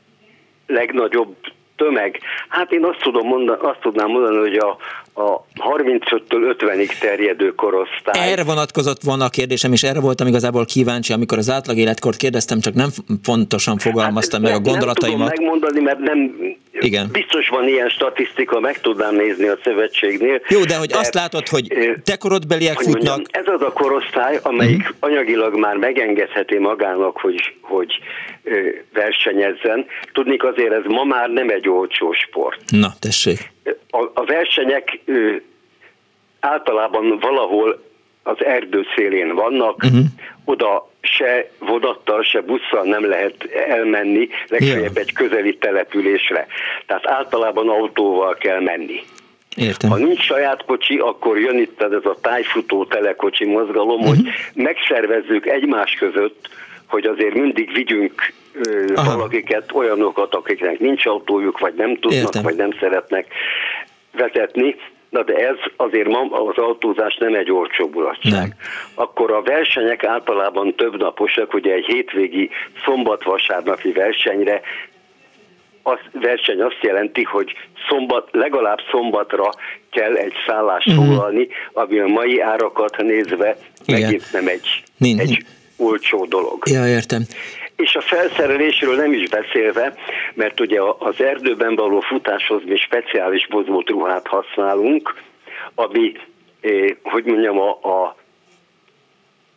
legnagyobb tömeg? Hát én azt tudom mondani, azt tudnám mondani, hogy a, a harmincöttől ötvenig terjedő korosztály. Erre vonatkozott volna a kérdésem, és erre voltam igazából kíváncsi, amikor az átlag életkort kérdeztem, csak nem pontosan fogalmaztam hát, meg a gondolataimat. Nem tudom megmondani, mert nem igen. biztos van ilyen statisztika, meg tudnám nézni a szövetségnél. Jó, de hogy de, azt látod, hogy te korodbeliek hogy futnak. Mondjam, ez az a korosztály, amelyik uh-huh. anyagilag már megengedheti magának, hogy, hogy ö, versenyezzen. Tudnék, azért ez ma már nem egy olcsó sport. Na, tessék. A, a versenyek ö, általában valahol az erdő szélén vannak, uh-huh. oda se vonattal, se busszal nem lehet elmenni, legfeljebb egy közeli településre. Tehát általában autóval kell menni. Értem. Ha nincs saját kocsi, akkor jön itt ez a tájfutó telekocsi mozgalom, uh-huh. hogy megszervezzük egymás között, hogy azért mindig vigyünk ö, valakiket, olyanokat, akiknek nincs autójuk, vagy nem tudnak, Értem. vagy nem szeretnek vezetni. Na de ez azért ma az autózás nem egy olcsó mulatság. Akkor a versenyek általában több naposak, ugye egy hétvégi szombat-vasárnapi versenyre, az verseny azt jelenti, hogy szombat, legalább szombatra kell egy szállást foglalni, ami a mai árakat nézve Igen. megint nem egy, egy olcsó dolog. Ja, értem. És a felszerelésről nem is beszélve, mert ugye az erdőben való futáshoz mi speciális mozgót ruhát használunk, ami, eh, hogy mondjam, a, a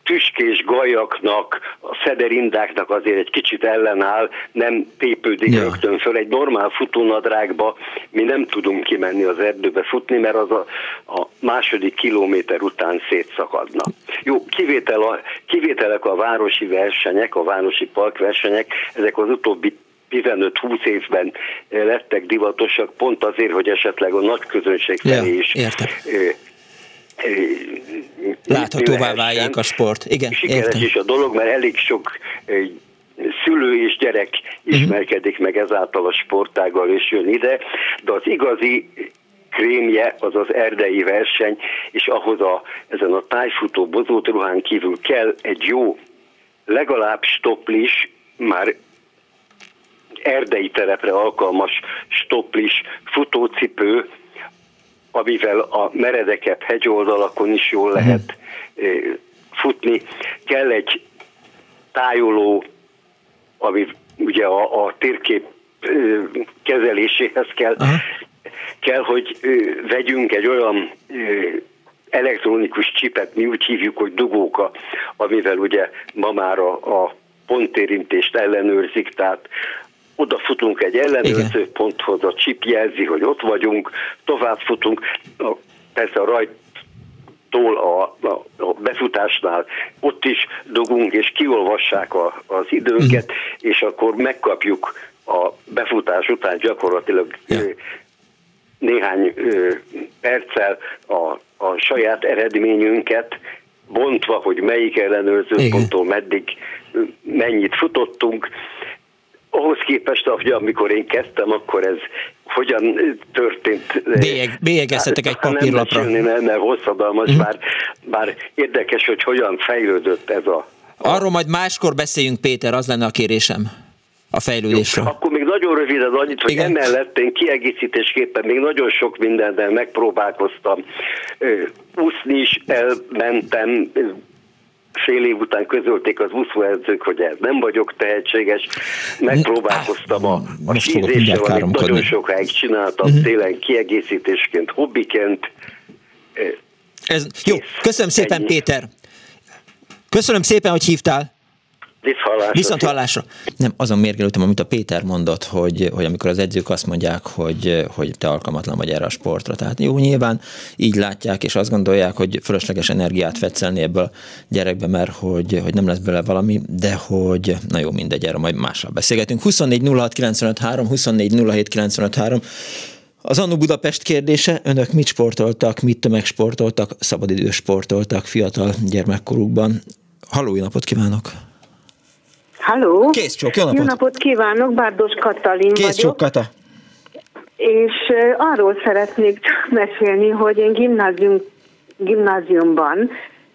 tüskés gajaknak, a szederindáknak azért egy kicsit ellenáll, nem tépődik ja. rögtön föl. Egy normál futónadrágba mi nem tudunk kimenni az erdőbe futni, mert az a, a második kilométer után szétszakadna. Jó, kivétel a, kivételek a városi versenyek, a városi parkversenyek, ezek az utóbbi tizenöt-húsz évben lettek divatosak, pont azért, hogy esetleg a nagy közönség felé is ja, láthatóvá váljék a sport. Igen, sikeres értem. is a dolog, mert elég sok szülő és gyerek ismerkedik uh-huh. meg ezáltal a sportággal, és jön ide, de az igazi krémje az az erdei verseny, és ahhoz a, ezen a tájfutó bozótruhán kívül kell egy jó, legalább stoplis, már erdei terepre alkalmas stoplis futócipő, amivel a meredekebb hegyoldalakon is jól lehet mm. futni. Kell egy tájoló, ami ugye a, a térkép kezeléséhez kell, Aha. kell, hogy vegyünk egy olyan elektronikus csipet, mi úgy hívjuk, hogy dugóka, amivel ugye ma már a, a pontérintést ellenőrzik, tehát oda futunk egy ellenőrző Igen. ponthoz, a chip jelzi, hogy ott vagyunk, tovább futunk, persze a rajttól a, a, a befutásnál ott is dugunk, és kiolvassák a, az időnket, uh-huh. és akkor megkapjuk a befutás után gyakorlatilag ja. néhány perccel a, a saját eredményünket, bontva, hogy melyik ellenőrző ponttól meddig mennyit futottunk. Ahhoz képest, hogy amikor én kezdtem, akkor ez hogyan történt. Bélyeg, bélyegeztetek egy papírlapra. Nem mesélni, mert hosszadalmas, mm. bár, bár érdekes, hogy hogyan fejlődött ez a... Arról majd máskor beszéljünk, Péter, az lenne a kérésem. A fejlődésről. Jó, akkor még nagyon röviden annyit, hogy Igen. emellett én kiegészítésképpen még nagyon sok mindennel megpróbálkoztam. Úszni is elmentem, fél év után közölték az úszóedzők, hogy ez nem vagyok tehetséges. Megpróbálkoztam a, a sízéssel, amit nagyon sokáig csináltam, uh-huh. télen kiegészítésként, hobbiként. Ez, jó, köszönöm szépen, ennyi. Péter. Köszönöm szépen, hogy hívtál. Viszont, Viszont hallásra. Nem, azon mérgelődtem, amit a Péter mondott, hogy, hogy amikor az edzők azt mondják, hogy, hogy te alkalmatlan vagy erre a sportra. Tehát jó, nyilván így látják, és azt gondolják, hogy fölösleges energiát fetszelni ebből a gyerekbe, mert hogy, hogy nem lesz bele valami, de hogy, na jó, mindegy, erről majd mással beszélgetünk. huszonnégy nulla hat kilencvenöt három, huszonnégy nulla hét kilencvenöt három. Az Annu Budapest kérdése, önök mit sportoltak, mit tömegsportoltak, szabadidős sportoltak fiatal gyermekkorukban? Halló, jó napot kívánok! Halló! Kész csók, jó napot! Jó napot kívánok, Bárdos Katalin Kész vagyok. csók, Kata! És uh, arról szeretnék mesélni, hogy én gimnázium, gimnáziumban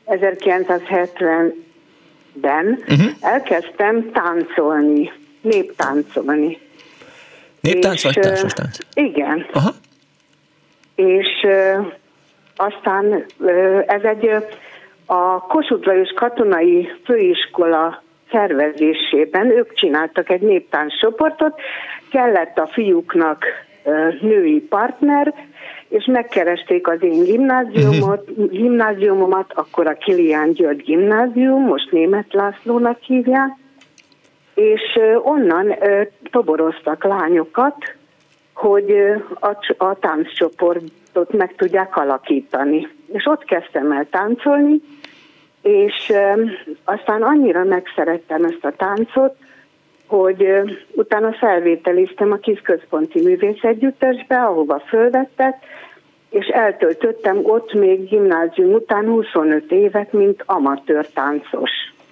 ezerkilencszázhetvenben uh-huh. elkezdtem táncolni, néptáncolni. Néptánc vagy társas tánc? Igen. Aha. És uh, aztán uh, ez egy uh, a Kossuth Lajos Katonai Főiskola szervezésében, ők csináltak egy néptánccsoportot, kellett a fiúknak uh, női partner, és megkeresték az én gimnáziumot, uh-huh. gimnáziumomat, akkor a Kilián György gimnázium, most Németh Lászlónak hívják, és uh, onnan uh, toboroztak lányokat, hogy uh, a, a tánccsoportot meg tudják alakítani. És ott kezdtem el táncolni, és uh, aztán annyira megszerettem ezt a táncot, hogy uh, utána felvételiztem a Kisközponti Művészegyüttesbe, ahova fölvettek, és eltöltöttem ott még gimnázium után huszonöt évet, mint amatőr táncos.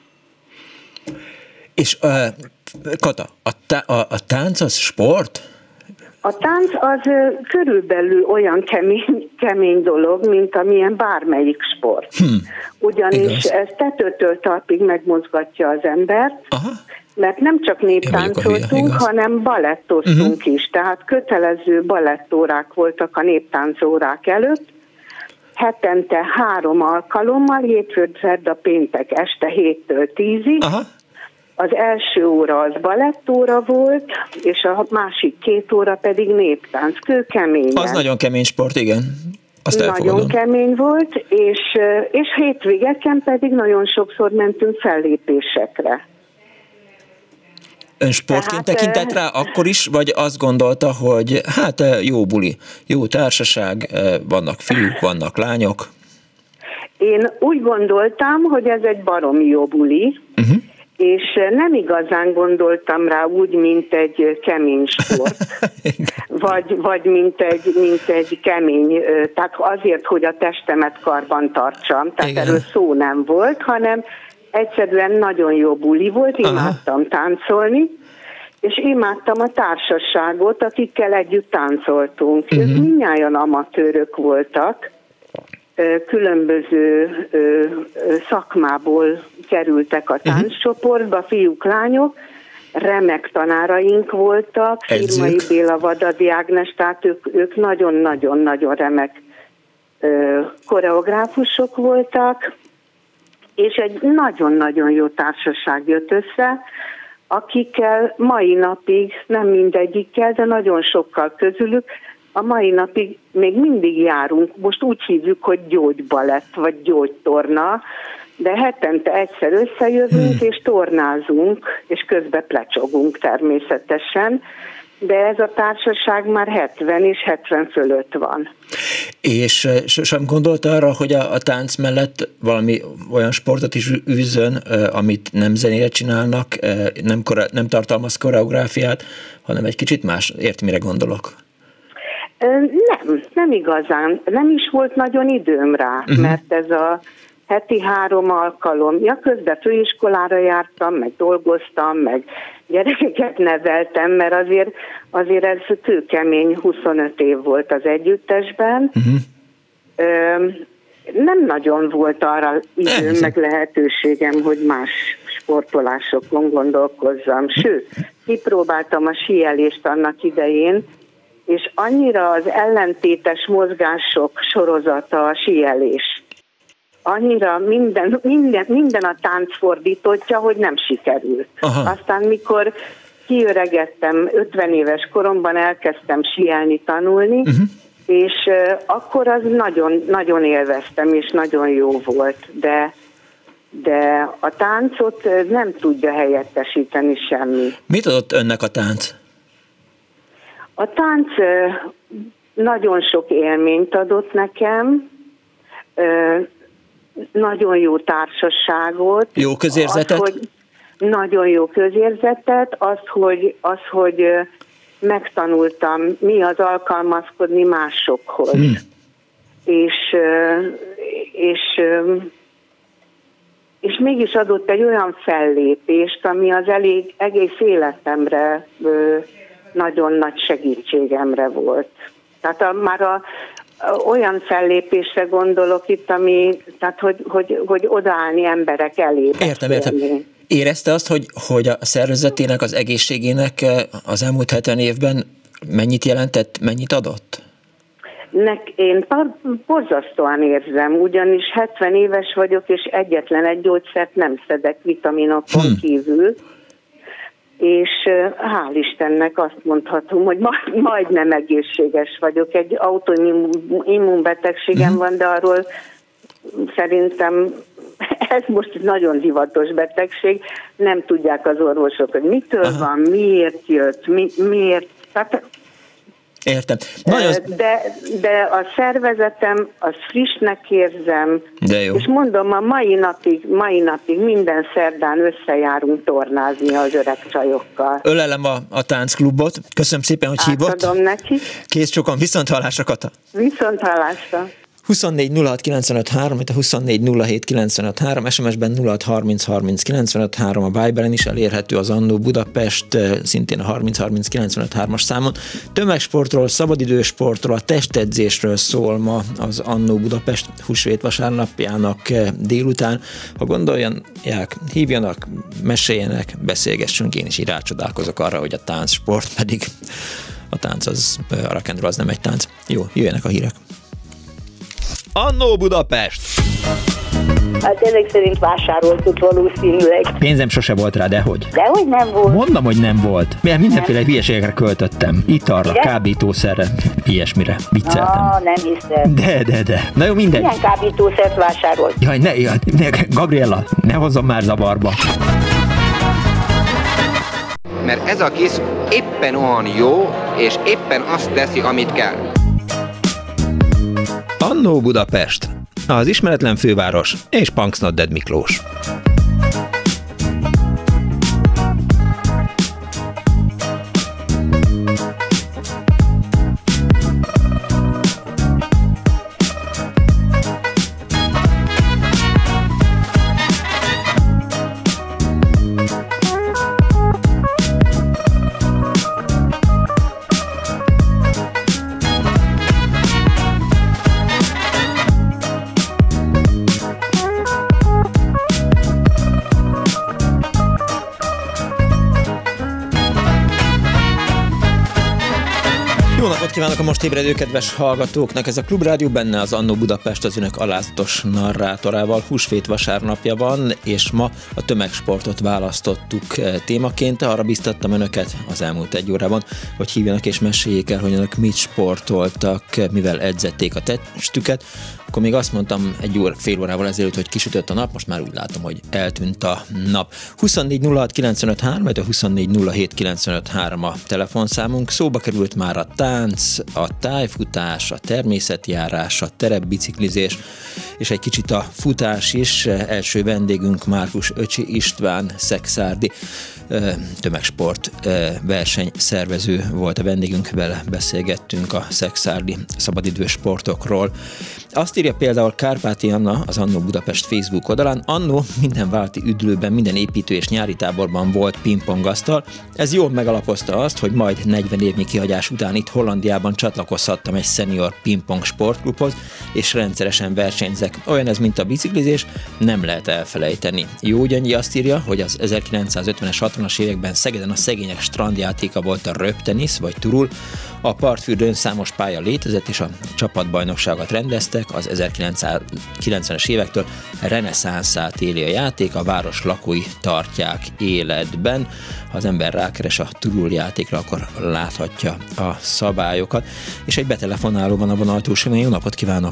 És uh, Kata, a, tá- a, a tánc az sport? A tánc az uh, körülbelül olyan kemény, kemény dolog, mint amilyen bármelyik sport. Hm. Ugyanis Igaz. ez tetőtől talpig megmozgatja az embert, Aha. mert nem csak néptáncoltunk, hanem balettoztunk uh-huh. is. Tehát kötelező balettórák voltak a néptáncórák előtt. Hetente három alkalommal, hétfőn, szerda, péntek este héttől tízig. Aha. Az első óra az balettóra volt, és a másik két óra pedig néptánc, kőkeményen. Az nagyon kemény sport, igen. Azt nagyon kemény volt, és, és hétvégeken pedig nagyon sokszor mentünk fellépésekre. Ön sportként Tehát, tekintett rá akkor is, vagy azt gondolta, hogy hát jó buli, jó társaság, vannak fiúk, vannak lányok? Én úgy gondoltam, hogy ez egy baromi jó buli, uh-huh. és nem igazán gondoltam rá úgy, mint egy kemény sport, vagy, vagy mint, egy, mint egy kemény, tehát azért, hogy a testemet karban tartsam, tehát Igen. erről szó nem volt, hanem egyszerűen nagyon jó buli volt, imádtam Aha. táncolni, és imádtam a társaságot, akikkel együtt táncoltunk. Uh-huh. Ők mindnyájan amatőrök voltak, különböző szakmából kerültek a tánccsoportba, fiúk, lányok, remek tanáraink voltak, Firmai Béla, Vadadi Ágnes, tehát ők, ők nagyon-nagyon-nagyon remek koreográfusok voltak, és egy nagyon-nagyon jó társaság jött össze, akikkel mai napig, nem mindegyikkel, de nagyon sokkal közülük, a mai napig még mindig járunk, most úgy hívjuk, hogy gyógybalett, vagy gyógytorna, de hetente egyszer összejövünk, hmm. és tornázunk, és közben plecsogunk természetesen, de ez a társaság már hetven és hetven fölött van. És sosem gondolta arra, hogy a, a tánc mellett valami olyan sportot is űzzön, amit nem zenére csinálnak, nem, nem tartalmaz koreográfiát, hanem egy kicsit más, érti, mire gondolok? Nem, nem igazán. Nem is volt nagyon időm rá, uh-huh. mert ez a heti három alkalom. Ja, közben főiskolára jártam, meg dolgoztam, meg gyerekeket neveltem, mert azért, azért ez kőkemény huszonöt év volt az együttesben. Uh-huh. Ö, nem nagyon volt arra időm, meg lehetőségem, hogy más sportolásokon gondolkozzam. Sőt, kipróbáltam a síelést annak idején, és annyira az ellentétes mozgások sorozata a síelés. Annyira minden, minden, minden a tánc fordítottja, hogy nem sikerült. Aha. Aztán mikor kiöregettem, ötven éves koromban elkezdtem síelni, tanulni, uh-huh. és uh, akkor az nagyon, nagyon élveztem, és nagyon jó volt, de, de a táncot nem tudja helyettesíteni semmi. Mit adott önnek a tánc? A tánc nagyon sok élményt adott nekem, nagyon jó társaságot. Jó közérzetet? Az, hogy nagyon jó közérzetet, az, hogy, az, hogy megtanultam, mi az alkalmazkodni másokhoz. Hmm. És, és, és mégis adott egy olyan fellépést, ami az elég, egész életemre nagyon nagy segítségemre volt. Tehát a, már a, a, olyan fellépésre gondolok itt, ami, tehát hogy, hogy, hogy odaállni emberek elé. Értem, értem. Érezte azt, hogy, hogy a szervezetének, az egészségének az elmúlt hetven évben mennyit jelentett, mennyit adott? Nek, én borzasztóan érzem, ugyanis hetven éves vagyok, és egyetlen egy gyógyszert nem szedek vitaminokon hmm. kívül, és hál' Istennek azt mondhatom, hogy majdnem egészséges vagyok. Egy autoimmunbetegségem van, de arról szerintem ez most nagyon divatos betegség. Nem tudják az orvosok, hogy mitől Aha. van, miért jött, mi, miért. Tehát, Értem. Nagyon... De, de a szervezetem, az frissnek érzem, de jó. És mondom, a mai napig, mai napig minden szerdán összejárunk tornázni az öreg csajokkal. Ölelem a, a táncklubot. Köszönöm szépen, hogy hívott. Átadom neki. Kész sokan. Viszont hallásra, Kata. Viszont hallásra. huszonnégy nulla hat kilencvenöt három, itt a huszonnégy nulla hét kilencvenöt három, es em es-ben nulla hat harminc harminc kilencvenöt három, a Viberen is elérhető az Annó Budapest, szintén a harminc harminc kilencvenöt hármas számon. Tömegsportról, szabadidősportról, a testedzésről szól ma az Annó Budapest húsvét vasárnapjának délután. Ha gondolják, hívjanak, meséljenek, beszélgessünk, én is így rácsodálkozok arra, hogy a táncsport pedig a tánc az, a rock and roll az nem egy tánc. Jó, jöjjenek a hírek. Annó Budapest! Hát ezek szerint vásároltuk valószínűleg. Pénzem sose volt rá, dehogy? Dehogy nem volt. Mondom, hogy nem volt. Mert mindenféle hülyeségekre költöttem. Italra, igen? Kábítószerre, ilyesmire. Vicceltem. Ah, nem hiszem. De, de, de. Na jó, mindegy. Milyen kábítószert vásárolt? Jaj, ne, jaj, ne, Gabriella, ne hozzon már zavarba. Mert ez a kis éppen olyan jó, és éppen azt teszi, amit kell. Annó Budapest, az ismeretlen főváros és Punksnodded Miklós. Kívánok a most ébredő kedves hallgatóknak! Ez a Klubrádió, benne az Annó Budapest az önök alázatos narrátorával. Húsvét vasárnapja van, és ma a tömegsportot választottuk témaként. Arra biztattam önöket az elmúlt egy órában, hogy hívjanak és meséljék el, hogy önök mit sportoltak, mivel edzették a testüket. Akkor még azt mondtam egy óra, fél órával ezelőtt, hogy kisütött a nap, most már úgy látom, hogy eltűnt a nap. huszonnégy nulla hat kilencvenöt három, vagy a huszonnégy nulla hét kilencvenöt három a telefonszámunk. Szóba került már a tánc, a tájfutás, a természetjárás, a terepbiciklizés, és egy kicsit a futás is. Első vendégünk Márkus Öcsi István, szekszárdi tömegsport versenyszervező volt a vendégünk, vele beszélgettünk a szekszárdi szabadidős sportokról. Azt írja például Kárpáti Anna az Annó Budapest Facebook oldalán: annó minden válti üdülőben, minden építő és nyári táborban volt pingpongasztal. Ez jól megalapozta azt, hogy majd negyven évnyi kihagyás után itt Hollandiában csatlakozhattam egy senior pingpong sportklubhoz, és rendszeresen versenyzek. Olyan ez, mint a biciklizés, nem lehet elfelejteni. Jó Gyöngyi azt írja, hogy az ezerkilencszázötvenes, hatvanas években Szegeden a szegények strandjátéka volt a röptenisz vagy turul. A partfürdőn számos pálya létezett, és a csapatbajnokságot rendeztek. Az ezerkilencszázkilencvenes évektől reneszánszát éli a játék, a város lakói tartják életben. Ha az ember rákeres a turul játékra, akkor láthatja a szabályokat. És egy betelefonáló van a vonal túlsó. Jó napot kívánok!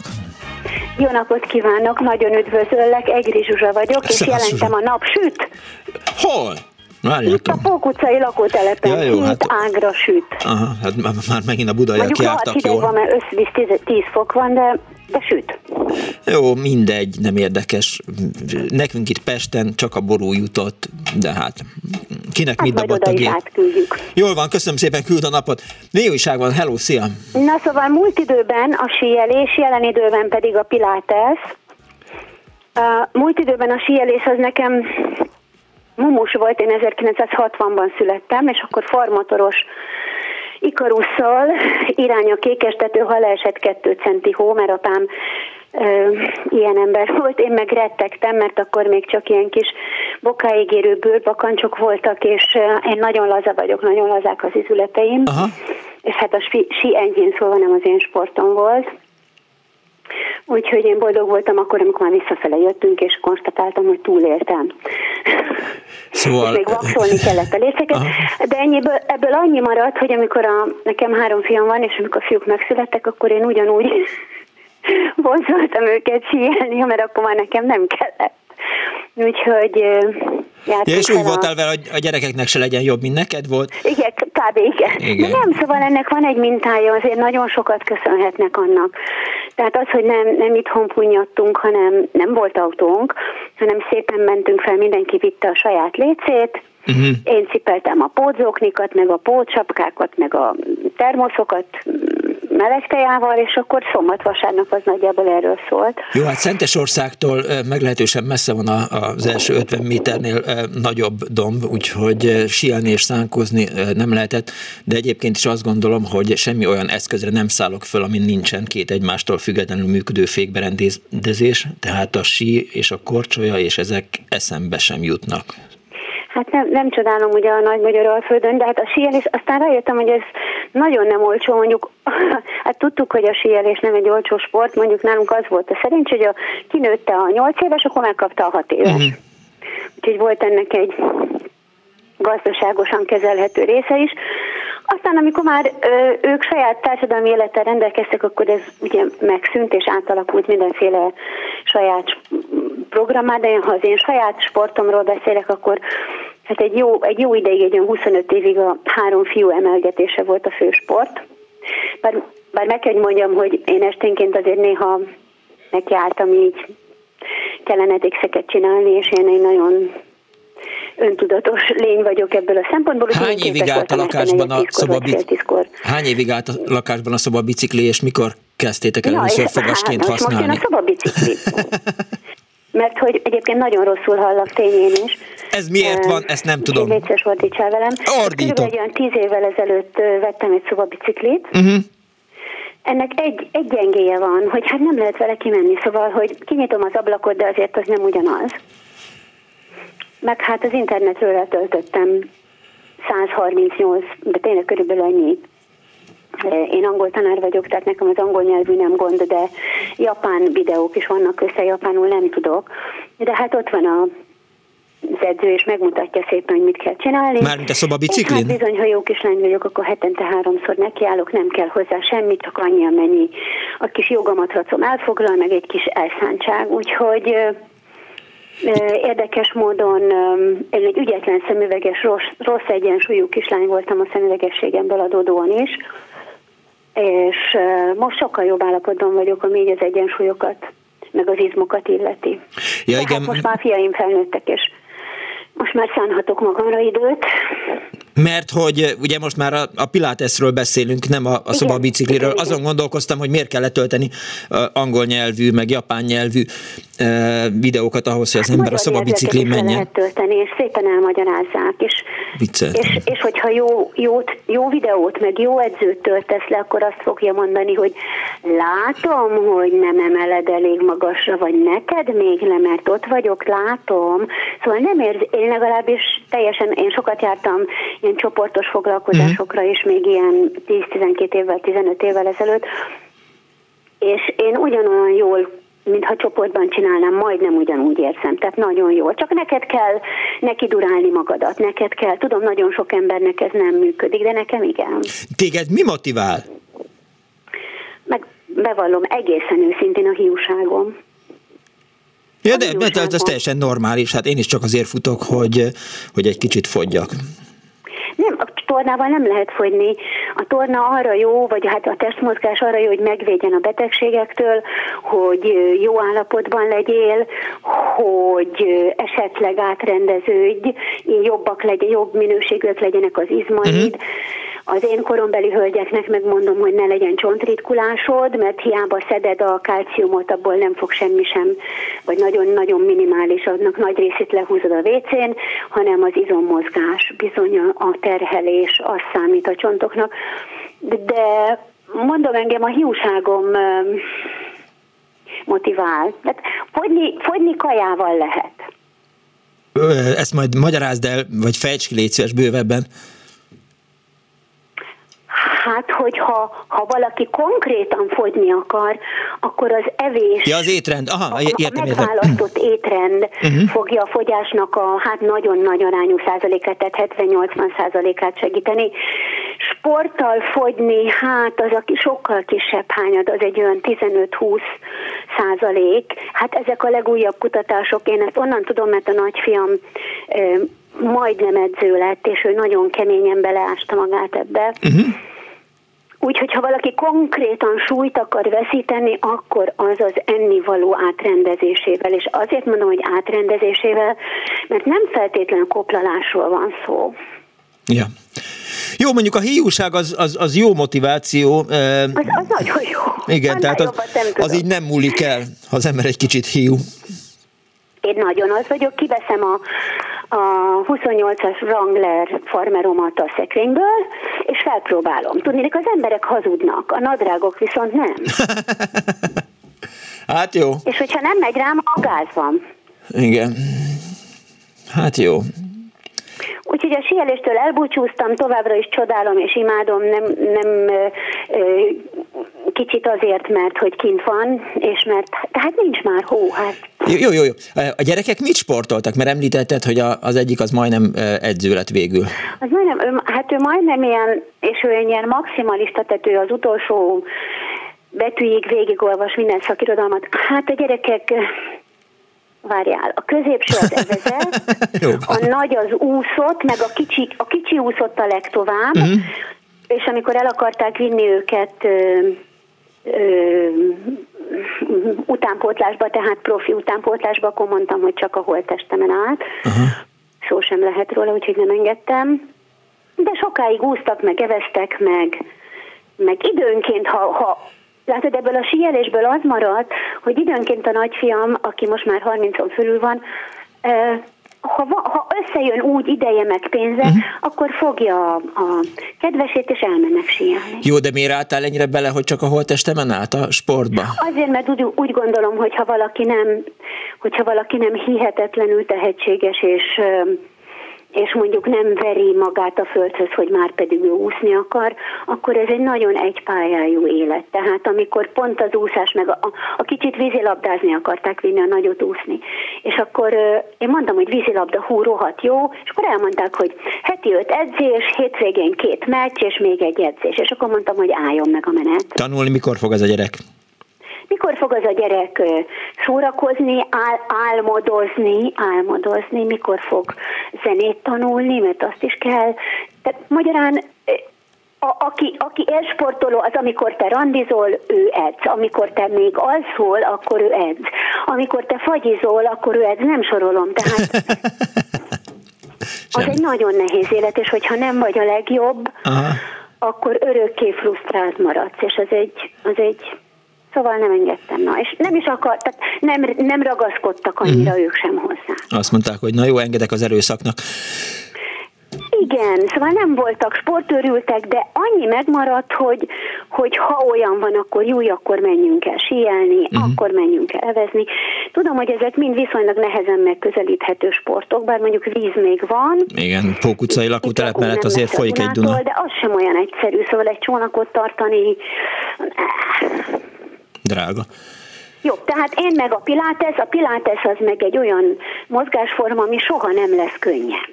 Jó napot kívánok, nagyon üdvözöllek, Egri Zsuzsa vagyok, és Szevasz, jelentem a nap süt. Hol? Itt a Pók utcai lakótelepen, ja, jó, hát ágra süt. Aha, hát már megint a budaiak jártak jól. Mondjuk van, mert összvisz tíz fok van, de, de süt. Jó, mindegy, nem érdekes. Nekünk itt Pesten csak a ború jutott, de hát kinek hát mit dobott a gép. Jól van, köszönöm szépen, küld a napot. Mi újság van? Hello, szia! Na szóval múlt időben a síelés, jelen időben pedig a pilates. Uh, múlt időben a síelés az nekem mumus volt, én ezerkilencszázhatvanban születtem, és akkor farmotoros Ikarusszal, irány a kékestető, ha leesett kettő centi hó, mert apám ö, ilyen ember volt, én meg rettegtem, mert akkor még csak ilyen kis bokáig érő bőrbakancsok voltak, és ö, én nagyon laza vagyok, nagyon lazák az izületeim, aha. És hát a sí, sí enyhén szólva nem az én sportom volt. Úgyhogy én boldog voltam akkor, amikor már visszafele jöttünk, és konstatáltam, hogy túléltem. Szóval... még vakszolni kellett a léceket. De ennyiből, ebből annyi maradt, hogy amikor a, nekem három fiam van, és amikor a fiúk megszülettek, akkor én ugyanúgy vonzoltam őket síelni, mert akkor már nekem nem kellett. Úgyhogy... Ja, és úgy voltál vele, hogy a gyerekeknek se legyen jobb, mint neked volt? Igen, kb. Igen. igen. De nem, szóval ennek van egy mintája, azért nagyon sokat köszönhetnek annak. Tehát az, hogy nem, nem itthon punnyadtunk, hanem nem volt autónk, hanem szépen mentünk fel, mindenki vitte a saját lécét, uh-huh. Én cipeltem a pótzóknikat, meg a pótsapkákat, meg a termoszokat meleg tejával, és akkor szombat-vasárnap az nagyjából erről szólt. Jó, hát Szentesországtól meglehetősen messze van az első ötven méternél nagyobb domb, úgyhogy síelni és szánkozni nem lehetett, de egyébként is azt gondolom, hogy semmi olyan eszközre nem szállok föl, amin nincsen két egymástól függetlenül működő fékberendezés, tehát a sí és a korcsolya, és ezek eszembe sem jutnak. Hát nem, nem csodálom ugye a Nagy-Magyaralföldön, de hát a síelés, aztán rájöttem, hogy ez nagyon nem olcsó, mondjuk, hát tudtuk, hogy a síelés nem egy olcsó sport, mondjuk nálunk az volt a szerencs, hogy a, kinőtte a nyolc éves, akkor megkapta a hat éves. Mm. Úgyhogy volt ennek egy gazdaságosan kezelhető része is. Aztán, amikor már ö, ők saját társadalmi élettel rendelkeztek, akkor ez ugye megszűnt és átalakult mindenféle saját programmá, de ha az én saját sportomról beszélek, akkor hát egy jó, egy jó ideig, egy olyan huszonöt évig a három fiú emelgetése volt a fősport. Bár, bár meg kell, hogy mondjam, hogy én esténként azért néha nekiálltam így kellenetékszeket csinálni, és én egy nagyon öntudatos lény vagyok ebből a szempontból. Hány évig állt a lakásban a szobabicikli? Hány évig állt a lakásban a szobabicikli, és mikor kezdtétek el először fogasként hát, használni? Most jön a szobabicikli. Mert hogy egyébként nagyon rosszul hallak, tényén is. Ez miért van? Ezt nem tudom. Létszes ordítsál velem. Ordítok. Egy olyan tíz évvel ezelőtt vettem egy szobabiciklit. Uh-huh. Ennek egy, egy gyengéje van, hogy hát nem lehet vele kimenni, szóval, hogy kinyitom az ablakot, de azért az nem ugyanaz. Meg hát az internetről letöltöttem száz harmincnyolc, de tényleg körülbelül annyi. Én angol tanár vagyok, tehát nekem az angol nyelvű nem gond, de japán videók is vannak össze, japánul nem tudok. De hát ott van a az edző, és megmutatja szépen, hogy mit kell csinálni. Mármint a szobabiciklin? Hát bizony, ha jó kislány vagyok, akkor hetente háromszor nekiállok, nem kell hozzá semmit, csak annyi, amennyi a kis jogamatracom elfoglal, meg egy kis elszántság. Úgyhogy érdekes módon én egy ügyetlen szemüveges, rossz, rossz egyensúlyú kislány voltam a szemüvegességemből adódóan is, és most sokkal jobb állapotban vagyok, ami így az egyensúlyokat, meg az izmokat illeti. Ja, igen. Hát most már fiaim felnőttek, és most már szánhatok magamra időt. Mert hogy ugye most már a, a Pilatesről beszélünk, nem a, a szobabicikliről. Igen, azon gondolkoztam, hogy miért kell letölteni angol nyelvű, meg japán nyelvű e, videókat ahhoz, hogy az ember a szobabiciklin menjen. Lehet tölteni, és szépen elmagyarázzák. És, és, és hogyha jó, jót, jó videót, meg jó edzőt töltesz le, akkor azt fogja mondani, hogy látom, hogy nem emeled elég magasra, vagy neked még le, mert ott vagyok, látom. Szóval nem érz, én legalábbis teljesen, én sokat jártam ilyen csoportos foglalkozásokra is, még ilyen tíz-tizenkét évvel, tizenöt évvel ezelőtt, és én ugyanolyan jól, mintha csoportban csinálnám, majdnem ugyanúgy érzem, tehát nagyon jól. Csak neked kell neki durálni magadat, neked kell, tudom, nagyon sok embernek ez nem működik, de nekem igen. Téged mi motivál? Meg bevallom, egészen őszintén a hiúságom. Ja, de, de ez teljesen normális, hát én is csak azért futok, hogy, hogy egy kicsit fogyjak. Nem, a tornával nem lehet fogyni. A torna arra jó, vagy hát a testmozgás arra jó, hogy megvédjen a betegségektől, hogy jó állapotban legyél, hogy esetleg átrendeződj, jobbak legyen, jobb minőségűek legyenek az izmaid. Uh-huh. Az én korombeli hölgyeknek megmondom, hogy ne legyen csontritkulásod, mert hiába szeded a kalciumot, abból nem fog semmi sem, vagy nagyon-nagyon minimális, annak nagy részét lehúzod a vécén, hanem az izommozgás, bizony a terhelés, az számít a csontoknak. De mondom, engem a hiúságom motivál. Tehát fogyni, fogyni kajával lehet. Ezt majd magyarázd el, vagy fejtsd ki, légy szíves bővebben. Hát, hogyha ha valaki konkrétan fogyni akar, akkor az evés, ja, az étrend. Aha, értem, a megválasztott értem. étrend uh-huh. fogja a fogyásnak a hát nagyon nagy arányú százalékát, tehát hetven-nyolcvan százalékát segíteni. Sporttal fogyni, hát az a sokkal kisebb hányad, az egy olyan tizenöt-húsz százalék. Hát ezek a legújabb kutatások, én ezt onnan tudom, mert a nagyfiam ö, majdnem edző lett, és ő nagyon keményen beleásta magát ebbe. Uh-huh. Úgyhogy ha valaki konkrétan súlyt akar veszíteni, akkor az az ennivaló átrendezésével. És azért mondom, hogy átrendezésével, mert nem feltétlenül koplalásról van szó. Ja. Jó, mondjuk a hiúság az, az, az jó motiváció. Az, az nagyon jó. Igen, annál tehát az, az így nem múlik el, ha az ember egy kicsit hiú. Én nagyon az vagyok, kiveszem a, a huszonnyolcas Wrangler farmeromat a szekrényből, és felpróbálom. Tudnék, az emberek hazudnak, a nadrágok viszont nem. Hát jó. És hogyha nem megy rám, a gáz van. Igen. Hát jó. Úgyhogy a síeléstől elbúcsúztam, továbbra is csodálom és imádom, nem, nem ö, ö, kicsit azért, mert hogy kint van, és mert tehát nincs már hó. Hát. Jó, jó, jó. A gyerekek mit sportoltak? Mert említetted, hogy az egyik az majdnem edző lett végül. Az majdnem, hát ő majdnem ilyen, és ő ilyen maximalista, tehát ő az utolsó betűig végigolvas minden szakirodalmat. Hát a gyerekek, várjál, a középső az eveze, a nagy az úszott, meg a kicsi, a kicsi úszott a legtovább, uh-huh. és amikor el akarták vinni őket ö, ö, utánpótlásba, tehát profi utánpótlásba, akkor mondtam, hogy csak a holttestemen állt. Uh-huh. Szó sem lehet róla, úgyhogy nem engedtem. De sokáig úsztak, meg eveztek, meg, meg időnként, ha, ha látod, ebből a síelésből az maradt, hogy időnként a nagyfiam, aki most már harmincon fölül van, ha, ha összejön úgy ideje meg pénze, uh-huh. akkor fogja a, a kedvesét, és elmennek síelni. Jó, de miért álltál ennyire bele, hogy csak a holttestemen állt a sportba? Azért, mert úgy, úgy gondolom, hogyha valaki nem, hogyha valaki nem hihetetlenül tehetséges, és és mondjuk nem veri magát a földhöz, hogy már pedig ő úszni akar, akkor ez egy nagyon egypályájú élet. Tehát amikor pont az úszás, meg a, a kicsit vízilabdázni akarták vinni, a nagyot úszni. És akkor én mondtam, hogy vízilabda, hú, rohadt jó, és akkor elmondták, hogy heti öt edzés, hétvégén két meccs, és még egy edzés. És akkor mondtam, hogy álljon meg a menet. Tanulni mikor fog ez a gyerek? Mikor fog az a gyerek szórakozni, ál, álmodozni, álmodozni, mikor fog zenét tanulni, mert azt is kell. Tehát magyarán, a, aki, aki élsportoló, az amikor te randizol, ő edz. Amikor te még alszol, akkor ő edz. Amikor te fagyizol, akkor ő edz. Nem sorolom, tehát az egy nagyon nehéz élet, és hogyha nem vagy a legjobb, aha. akkor örökké frusztrált maradsz, és az egy... Az egy Szóval nem engedtem, na, és nem is akar, tehát nem, nem ragaszkodtak annyira mm. ők sem hozzá. Azt mondták, hogy na jó, engedek az erőszaknak. Igen, szóval nem voltak sportőrültek, de annyi megmaradt, hogy, hogy ha olyan van, akkor jó, akkor menjünk el síelni, mm. akkor menjünk el evezni. Tudom, hogy ezek mind viszonylag nehezen megközelíthető sportok, bár mondjuk víz még van. Igen, Pók utcai lakótelep mellett azért folyik egy Duna. De az sem olyan egyszerű, szóval egy csónakot tartani... Drága. Jó, tehát én meg a pilates, a pilates az meg egy olyan mozgásforma, ami soha nem lesz könnyebb.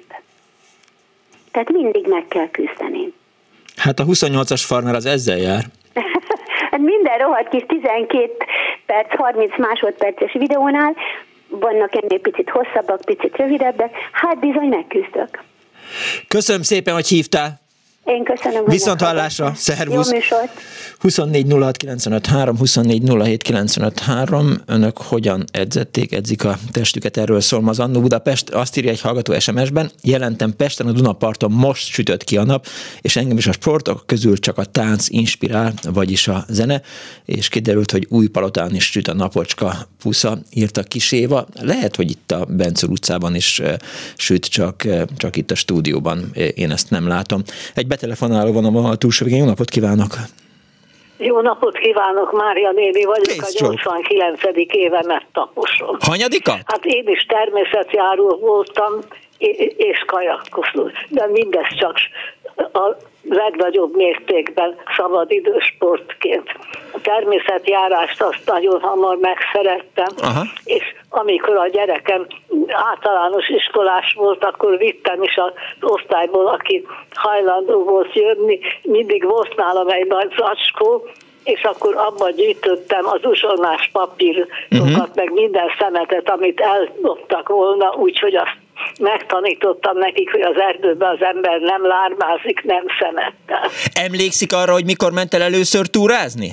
Tehát mindig meg kell küzdeni. Hát a huszonnyolcas farmer az ezzel jár. Hát minden rohadt kis tizenkét perc, harminc másodperces videónál vannak ennél picit hosszabbak, picit rövidebbek, hát bizony megküzdök. Köszönöm szépen, hogy hívtál. Én köszönöm. Viszont hallásra, szervusz. Jó műsort. huszonnégy nulla hat kilencvenöt három, huszonnégy nulla hét kilencvenöt három. Önök hogyan edzették, edzik a testüket? Erről szól az Annó Budapest. Azt írja egy hallgató es em es-ben, jelentem Pesten a Dunaparton, most sütött ki a nap, és engem is a sportok közül csak a tánc inspirál, vagyis a zene, és kiderült, hogy Újpalotán is süt a napocska pusza, írta Kis Éva. Lehet, hogy itt a Bencel utcában is süt, csak, csak itt a stúdióban én ezt nem látom. Egy betelefonáló van a túlsó végén. Jó napot kívánok! Jó napot kívánok, Mária néni vagyok, Pész a nyolcvankilencedik évemet taposom. Hanyadika? Hát én is természetjáró voltam, és kajakkozó, de mindez csak a legnagyobb mértékben szabadidősportként. A természetjárást azt nagyon hamar megszerettem, aha. és amikor a gyerekem általános iskolás volt, akkor vittem is az osztályból, aki hajlandó volt jönni, mindig volt nálam egy nagy zacskó, és akkor abban gyűjtöttem az uzsonnás papírokat, uh-huh. meg minden szemetet, amit elloptak volna, úgyhogy azt megtanítottam nekik, hogy az erdőben az ember nem lármázik, nem szemettel. Emlékszik arra, hogy mikor ment el először túrázni?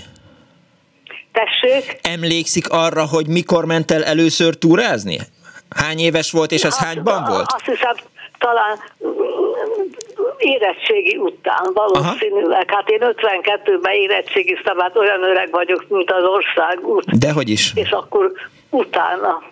Tessék? Emlékszik arra, hogy mikor ment el először túrázni? Hány éves volt, és az hányban volt? Azt hiszem, talán érettségi után valószínűleg. Aha. Hát én ötvenkettőben érettségiztem, hát olyan öreg vagyok, mint az országút. Dehogy is. És akkor utána,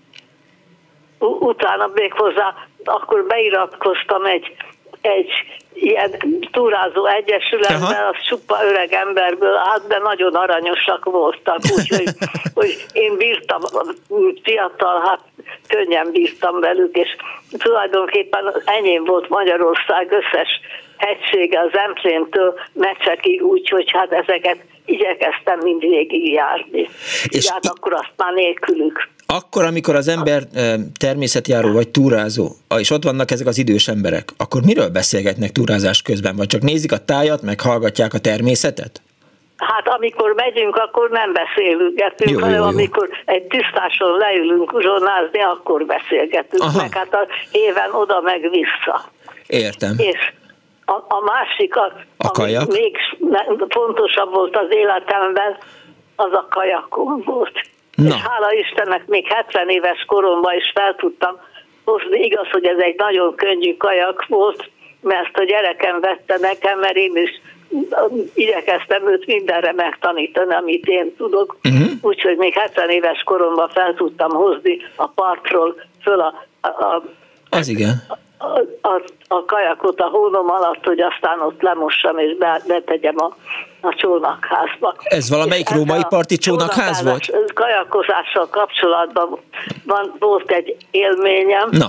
u- utána még hozzá, akkor beiratkoztam egy, egy ilyen túrázó egyesületben, az csupa öreg emberből állt, de nagyon aranyosak voltak, úgyhogy hogy én bírtam, fiatal, hát könnyen bírtam velük, és tulajdonképpen enyém volt Magyarország összes hegysége az Empléntől Mecsekig, úgyhogy hát ezeket igyekeztem mind végigjárni. És hát akkor azt már nélkülük. Akkor, amikor az ember természetjáró vagy túrázó, és ott vannak ezek az idős emberek, akkor miről beszélgetnek túrázás közben? Vagy csak nézik a tájat, meg hallgatják a természetet? Hát amikor megyünk, akkor nem beszélgetünk, jó, hanem jó, jó. amikor egy tisztáson leülünk uzsonázni, akkor beszélgetünk, aha. meg hát az éven oda meg vissza. Értem. És a, a másik, a, a kajak? ami még fontosabb volt az életemben, az a kajakon volt. Na. És hála Istennek még hetven éves koromban is fel tudtam hozni. Igaz, hogy ez egy nagyon könnyű kajak volt, mert a gyerekem vette nekem, mert én is igyekeztem őt mindenre megtanítani, amit én tudok. Uh-huh. Úgyhogy még hetven éves koromban fel tudtam hozni a partról föl a, a, a, az igen. A, a, a kajakot a hónom alatt, hogy aztán ott lemossam és betegyem a, a csónakházba. Ez valamelyik és római parti csónakház volt? Kajakozással kapcsolatban van, volt egy élményem. Na.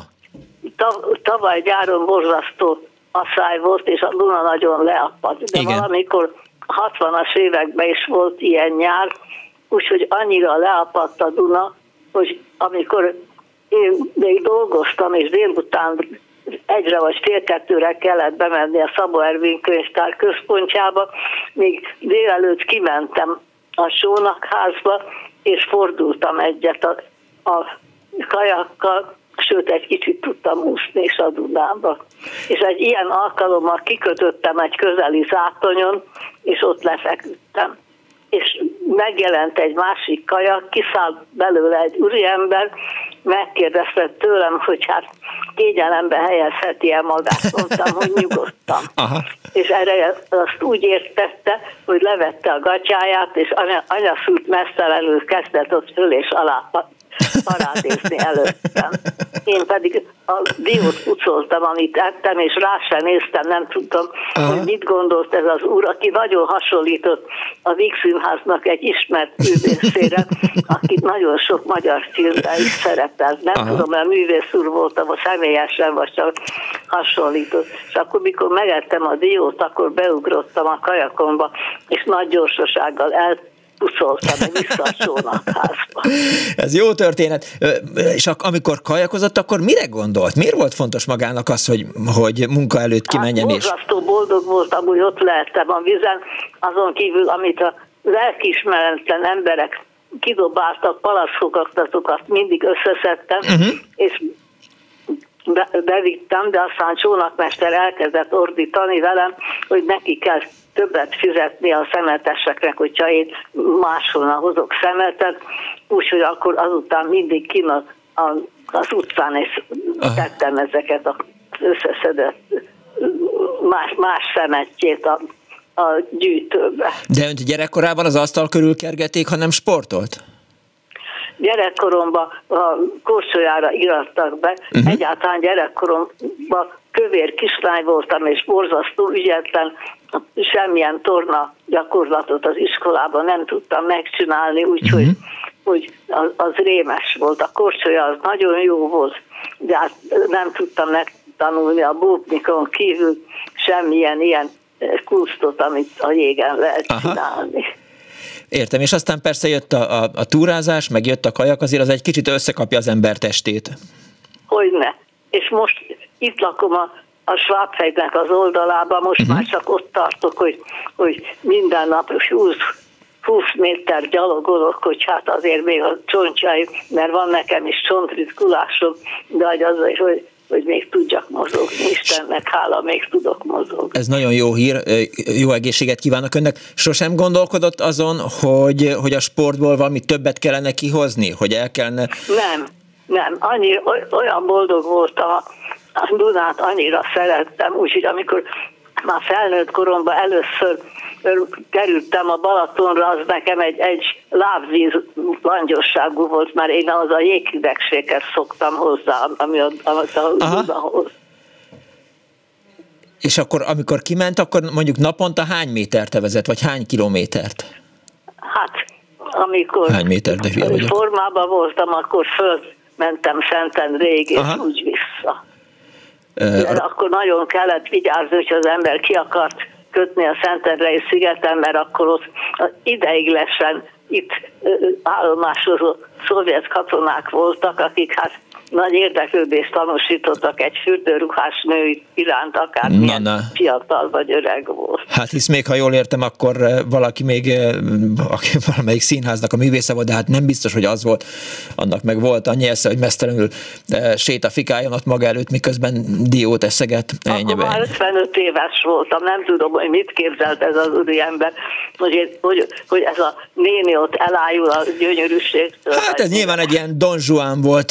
Tavaly gyáron borzasztó asszály volt, és a Duna nagyon leapadt. De igen. Valamikor hatvanas években is volt ilyen nyár, úgyhogy annyira leapadt a Duna, hogy amikor én még dolgoztam, és délután egyre vagy fél kettőre kellett bemenni a Szabó Ervin könyvtár központjába, még délelőtt kimentem a csónakházba, és fordultam egyet a, a kajakkal, sőt, egy kicsit tudtam úszni is a Dunába. És egy ilyen alkalommal kikötöttem egy közeli zátonyon, és ott lefeküdtem. És megjelent egy másik kajak, kiszállt belőle egy úriember, megkérdezte tőlem, hogy hát kényelembe helyezheti-e magát, mondtam, hogy nyugodtan. Aha. És erre azt úgy értette, hogy levette a gatyáját, és anya, anyaszült mesztelenül kezdett ott föl és alá parádézni előttem. Én pedig a diót pucoltam, amit ettem, és rá sem néztem, nem tudtam, aha. hogy mit gondolt ez az úr, aki nagyon hasonlított a Víg Színháznak egy ismert művészére, akit nagyon sok magyar filmben is szerepelt. Nem aha. tudom, mert művész úr voltam, a személyesen, vagy csak hasonlított. És akkor, mikor megettem a diót, akkor beugrottam a kajakomba, és nagy gyorsasággal el pucoltam vissza a csónakházba. Ez jó történet. És amikor kajakozott, akkor mire gondolt? Miért volt fontos magának az, hogy, hogy munka előtt kimenjen? Hát borzasztó boldog voltam, hogy ott lehettem a vizen, azon kívül, amit a lelkiismeretlen emberek kidobáltak, palaszfogaktatókat mindig összeszedtem, uh-huh. és be, bevittem, de aztán csónakmester elkezdett ordítani velem, hogy neki kell többet fizetni a szemeteseknek, hogyha én máshonnan hozok szemetet, úgyhogy akkor azután mindig kint az utcán is tettem ezeket az összeszedett más, más szemetjét a, a gyűjtőbe. De önt gyerekkorában az asztal körül kergették, ha nem sportolt? Gyerekkoromban a korcsolyára irattak be, uh-huh. egyáltalán gyerekkoromban kövér kislány voltam, és borzasztó ügyetlen, semmilyen torna gyakorlatot az iskolában nem tudtam megcsinálni, úgyhogy uh-huh. hogy az, az rémes volt. A korcsolya az nagyon jó volt, de hát nem tudtam megtanulni a bóknikon kívül semmilyen ilyen kusztot, amit a jégen lehet aha. csinálni. Értem, és aztán persze jött a, a, a túrázás, meg jött a kajak, azért az egy kicsit összekapja az ember testét. Hogyne. És most itt lakom a, a Svábhegynek az oldalában, most uh-huh. már csak ott tartok, hogy, hogy minden nap húsz méter gyalogolok, hogy hát azért még a csontjaim, mert van nekem is csontritkulásom, de az, hogy hogy még tudjak mozogni, Istennek hála, még tudok mozogni. Ez nagyon jó hír, jó egészséget kívánok önnek. Sosem gondolkodott azon, hogy, hogy a sportból valami többet kellene kihozni, hogy el kellene... Nem, nem, annyi, olyan boldog voltam, a, a Dunát annyira szerettem, úgyhogy amikor már felnőtt koromban először kerültem a Balatonra, az nekem egy, egy lábvíz langyosságú volt, mert én az a jégidegséghez szoktam hozzá, ami a, a Dunahoz. És akkor, amikor kiment, akkor mondjuk naponta hány métert vezet, vagy hány kilométert? Hát, amikor hány méter, de hülye vagyok. Formában voltam, akkor fölmentem Szentendréig, és aha. úgy vissza. vissza. De uh, akkor nagyon kellett vigyázni, hogy az ember ki akart kötni a Szentendrei szigeten, mert akkor ott ideiglenesen itt állomásozó szovjet katonák voltak, akik hát nagy érdeklődést tanúsítottak egy fürdőruhás nő iránt, akármilyen na, na. fiatal vagy öreg volt. Hát hisz még, ha jól értem, akkor valaki még, aki valamelyik színháznak a művésze volt, de hát nem biztos, hogy az volt. Annak meg volt annyi esze, hogy mesztelenül sétafikáljon ott maga előtt, miközben diót eszeget. Akkor már ötvenöt éves voltam, nem tudom, hogy mit képzelt ez az úriember, hogy, hogy, hogy ez a néni ott elájul a gyönyörűségtől. Hát ez nyilván egy ilyen Don Juan volt.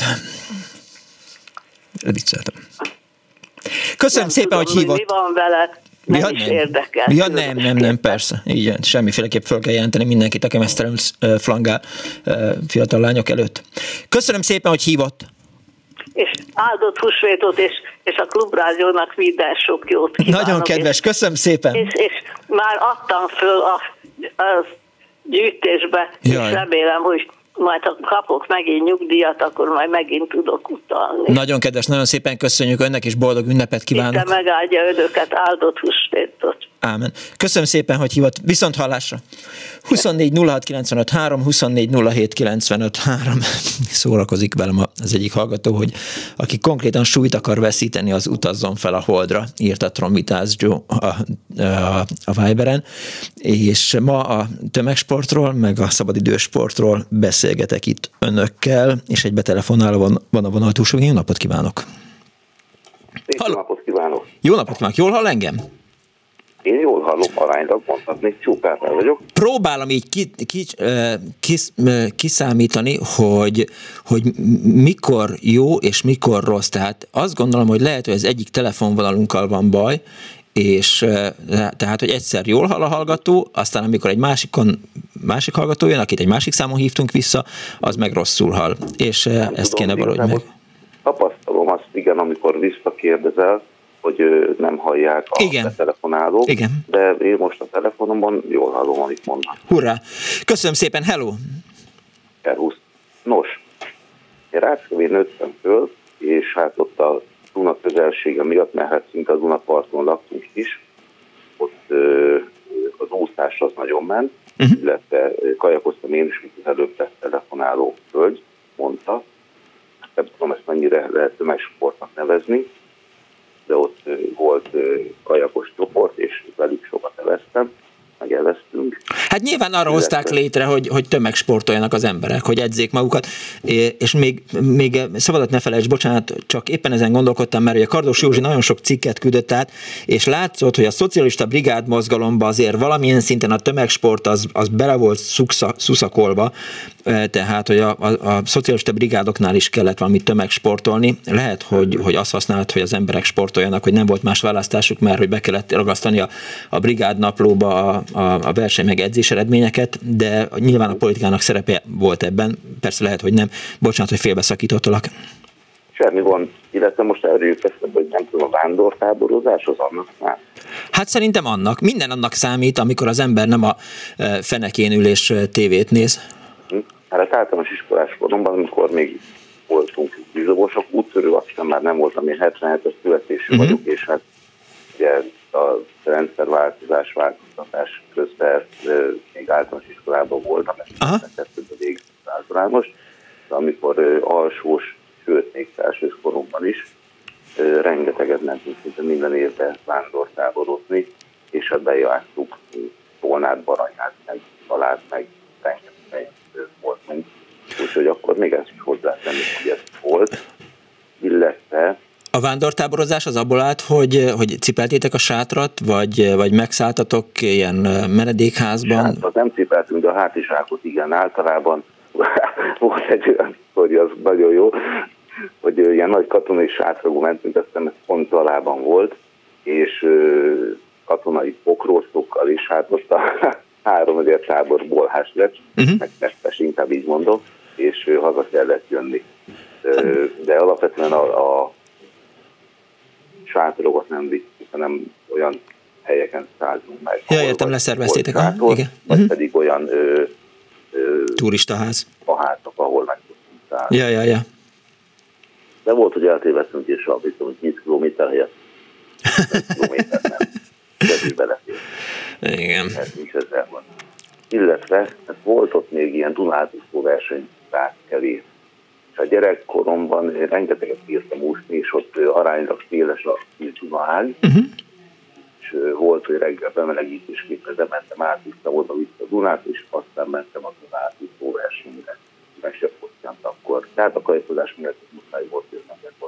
Vicceltem. Köszönöm nem szépen, tudom, hogy hívott. Mi van vele, nem ja, is nem. érdekel. Ja, nem, nem, nem, persze. Igen, semmiféleképp föl kell jelenteni mindenkit, aki mesztelenül flangál fiatal lányok előtt. Köszönöm szépen, hogy hívott. És áldott húsvétot, és, és a Klubrádiónak minden sok jót kívánok. Nagyon kedves, köszönöm szépen. És, és már adtam föl a, a gyűjtésbe, Jaj. és remélem, hogy majd ha kapok megint nyugdíjat, akkor majd megint tudok utalni. Nagyon kedves, nagyon szépen köszönjük önnek, és boldog ünnepet kívánok. Isten megáldja önöket, áldott húsvétot. Ámen. Köszönöm szépen, hogy hívott. Viszont hallásra. huszonnégy nulla hat kilencvenöt három, huszonnégy nulla hét kilencvenöt három. Szórakozik velem az egyik hallgató, hogy aki konkrétan súlyt akar veszíteni, az utazzon fel a Holdra, írta Trombitász Joe a, a, a Viberen. És ma a tömegsportról, meg a szabadidősportról beszélgetek itt önökkel, és egy betelefonáló van, van a vonal túlsó. Jó napot kívánok! Jó napot kívánok! Jó napot kívánok! Jól hall engem? Én jól hallom, aránylag mondhatni, csúpárnál vagyok. Próbálom így ki, ki, kis, kiszámítani, hogy, hogy mikor jó és mikor rossz. Tehát azt gondolom, hogy lehet, hogy az egyik telefonvonalunkkal van baj, és tehát, hogy egyszer jól hall a hallgató, aztán amikor egy másikon, másik hallgató jön, akit egy másik számon hívtunk vissza, az meg rosszul hall. És nem ezt tudom, kéne valahogy meg... Tapasztalom azt, igen, amikor visszakérdezel, hogy nem hallják a igen. telefonálók, igen. de én most a telefonomban jól hallom, amit mondanak. Hurrá! Köszönöm szépen, hello! Szervusz! Nos, én Ráckevén nőttem föl, és hát ott a Duna közelsége miatt, mert hát szinte a Dunaparton laktunk is, ott ö, az úszás az nagyon ment, uh-huh. illetve kajakoztam én is, mint az előbb tett telefonáló hölgy mondta. Nem tudom, ezt mennyire lehet tömegsportnak nevezni, de ott volt kajakos csoport, és velük sokat eveztem, meg eveztünk. Hát nyilván arra hozták létre, hogy, hogy tömegsportoljanak az emberek, hogy edzék magukat, és még, még szabadat ne felejtsd, bocsánat, csak éppen ezen gondolkodtam, mert ugye Kardos Józsi nagyon sok cikket küldött át, és látszott, hogy a szocialista brigád mozgalomba azért valamilyen szinten a tömegsport az, az bele volt szuksa, szuszakolva, tehát, hogy a, a, a szocialista brigádoknál is kellett valamit tömegsportolni. Lehet, hogy, hogy azt használt, hogy az emberek sportoljanak, hogy nem volt más választásuk, mert hogy be kellett ragasztani a, a brigád naplóba a, a, a verseny meg edzés eredményeket, de nyilván a politikának szerepe volt ebben. Persze lehet, hogy nem. Bocsánat, hogy félbeszakítottalak. Semmi van, illetve most erről jut eszembe, hogy nem tudom, a vándortáborozás az annak már. Hát szerintem annak. Minden annak számít, amikor az ember nem a fenekén ül és tévét néz. Hát általános iskolás koromban, amikor még voltunk bizobosok, úttörő, azt hiszem már nem voltam, én hetvenhetes születésű uh-huh. vagyok, és hát ugye a rendszerváltozás, változtatás közben még általános iskolában voltam, ezt kettőben végig általános, de amikor alsós, sőt még felsős koromban is, rengeteget mentünk szinte minden évben vándortáborozni, és hát bejártuk Tolnát, Baranyát, meg Talát, meg rengeteg voltunk. Úgyhogy akkor még ezt is hozzátenni, hogy ez volt, illetve a vándortáborozás az abból állt, hogy, hogy cipeltétek a sátrat, vagy, vagy megszálltatok ilyen menedékházban? Sátrat nem cipeltünk, de a hátizsákot igen, általában volt egy olyan, hogy az nagyon jó, hogy ilyen nagy katonai sátragú mentünk, aztán ez pont Zalában volt, és katonai pokrószokkal is, hát most a három ezer tábor bolhás lett, uh-huh. meg testes, inkább így mondom, és haza kellett jönni. De alapvetően a, a sátrokat nem vittük, hanem olyan helyeken szálltunk meg. Ja, értem, leszerveztétek. Sátor, igen. Vagy uh-huh. pedig olyan ö, ö, turistaház. A házak, ahol meg tudtunk szállni. Ja, ja, ja. De volt, hogy eltévedtünk, és a biztos tíz kilométer helyett kilométer nem. Ez is belefér. Igen. Ez nincs ezzel van. Illetve hát volt ott még ilyen Dunátúszó verseny Rákkelé. És a gyerekkoromban rengeteget írtam úszni, és ott aránylag széles a Dunaág. Uh-huh. És volt, hogy reggel bemelegítésképpen, de mentem átúsztam oda-vissza a Dunát, és aztán mentem a Dunátúszó versenyre. Meg se fosztjant akkor. Tehát a kajkodás miatt muszáj volt, hogy nem lett.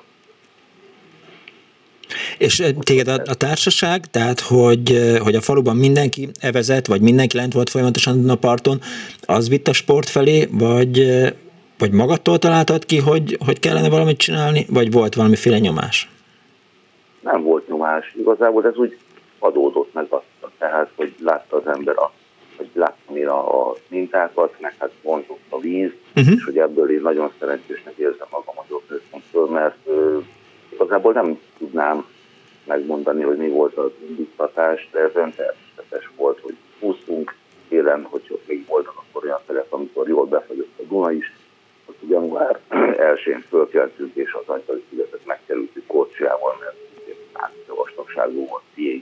És téged a, a társaság, tehát hogy, hogy a faluban mindenki evezett, vagy mindenki lent volt folyamatosan a parton, az vitt a sport felé, vagy, vagy magadtól találtad ki, hogy, hogy kellene valamit csinálni, vagy volt valamiféle nyomás? Nem volt nyomás. Igazából ez úgy adódott meg azt. Tehát, hogy látta az ember, a, hogy láttam én a, a mintákat, meg hát vonzott a víz, uh-huh. és hogy ebből én nagyon szerencsésnek érzem magam a gyógyszerpontból, mert ö, igazából nem tudnám megmondani, hogy mi volt az indítatás, de ez olyan természetes volt, hogy húztunk télen, hogy ott még voltak akkor olyan felett, amikor jól befagyott a Duna is, ott január elsőjén fölkeltünk, és az Angyali szigetet megkerültük Korcsiával, mert a vastagságú volt jég,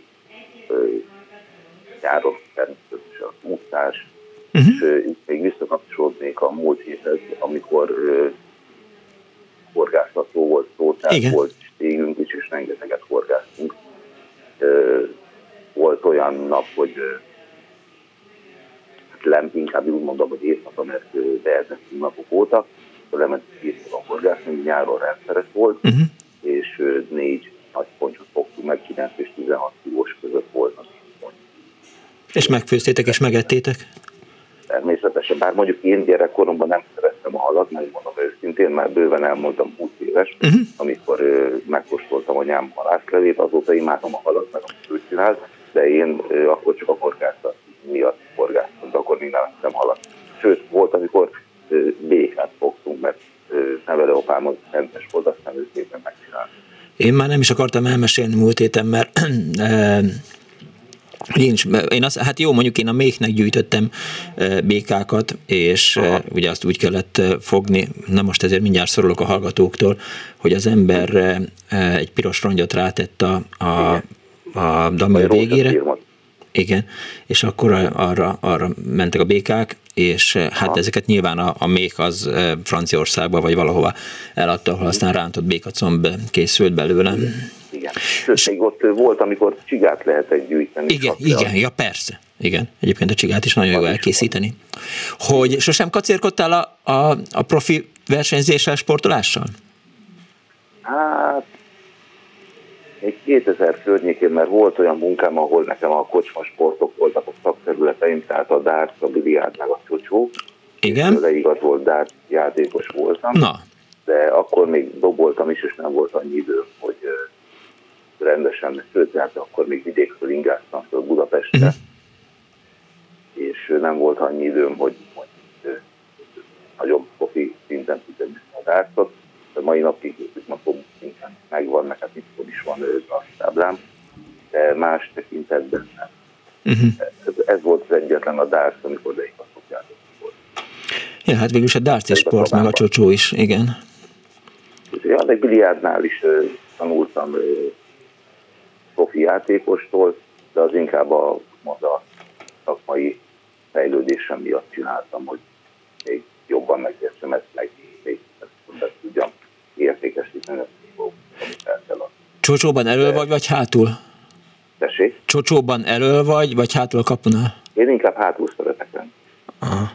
nyáron természetesen a musztás, uh-huh. és itt még visszakapcsolódnék a múlt héthez, amikor horgászató volt szó, tehát volt stégünk is, és rengeteget horgáztunk. Volt olyan nap, hogy nem inkább úgy mondom, hogy éjszaka, mert beeltettünk napok voltak, lementünk éjszaka horgászni, nyáron rendszeres volt, uh-huh. és négy nagy poncsot fogtunk meg, kilenc és tizenhat kilós között voltak. És megfőztétek és megettétek? Természetesen, bár mondjuk én gyerekkoromban nem szerettem a halat, megmondom őszintén, már bőven elmondtam húsz éves, uh-huh. amikor uh, megkóstoltam anyám halászlevét, azóta imádom a halat, meg amit ő csinált, de én uh, akkor csak a horgászat miatt horgásztam, de akkor még nem ettem halat. Sőt, volt, amikor uh, békát fogtunk, mert uh, nevelőapám az rendes volt, aztán ő szépen megcsinálta. Én már nem is akartam elmesélni múlt héten, mert Én, is, én azt, hát jó, mondjuk én a méhnek gyűjtöttem békákat, és Aha. ugye azt úgy kellett fogni, na most ezért mindjárt szorulok a hallgatóktól, hogy az ember egy piros rongyot rátett a, a, a damő végére. Igen, és akkor arra, arra mentek a békák, és hát Aha. ezeket nyilván a, a méh az Franciaországba vagy valahova eladta, ahol aztán rántott békacomb készült belőle. Igen. Sőt, még ott volt, amikor csigát lehetett gyűjteni. Igen, igen, a... ja persze. Igen, egyébként a csigát is nagyon jó elkészíteni. Hogy sosem kacérkodtál a, a, a profi versenyzéssel, sportolással? Hát, még kétezer környékén, mert volt olyan munkám, ahol nekem a kocsmasportok voltak a szakterületeim, tehát a darts, a biliárd, meg a csocsó. Igen. Tőle igaz volt, darts játékos voltam. Na. De akkor még doboltam is, és nem volt annyi idő, hogy rendesen, sőt, hát akkor még vidékről ingáztam föl Budapestre, uh-huh. és nem volt annyi időm, hogy, hogy nagyon profi szinten tudjam a dárcot, de mai napig napom szinten megvan, meg hát itt is van a táblám, de más tekintetben nem. Uh-huh. Ez, ez volt az egyetlen a dárc, amikor deikasztok játék volt. Ja, hát végülis a dárc és sport, meg a csocsó is, igen. Ja, de biliárdnál is uh, tanultam uh, profi játékostól, de az inkább a, a szakmai fejlődésem miatt csináltam, hogy még jobban megértsem ezt, meg még ezt tudjam értékesíteni, amit el kell adni. Csocsóban elől vagy, vagy hátul? Tessék? Csocsóban elől vagy, vagy hátul a kapunál? Én inkább hátul szeretek lenni. Aha.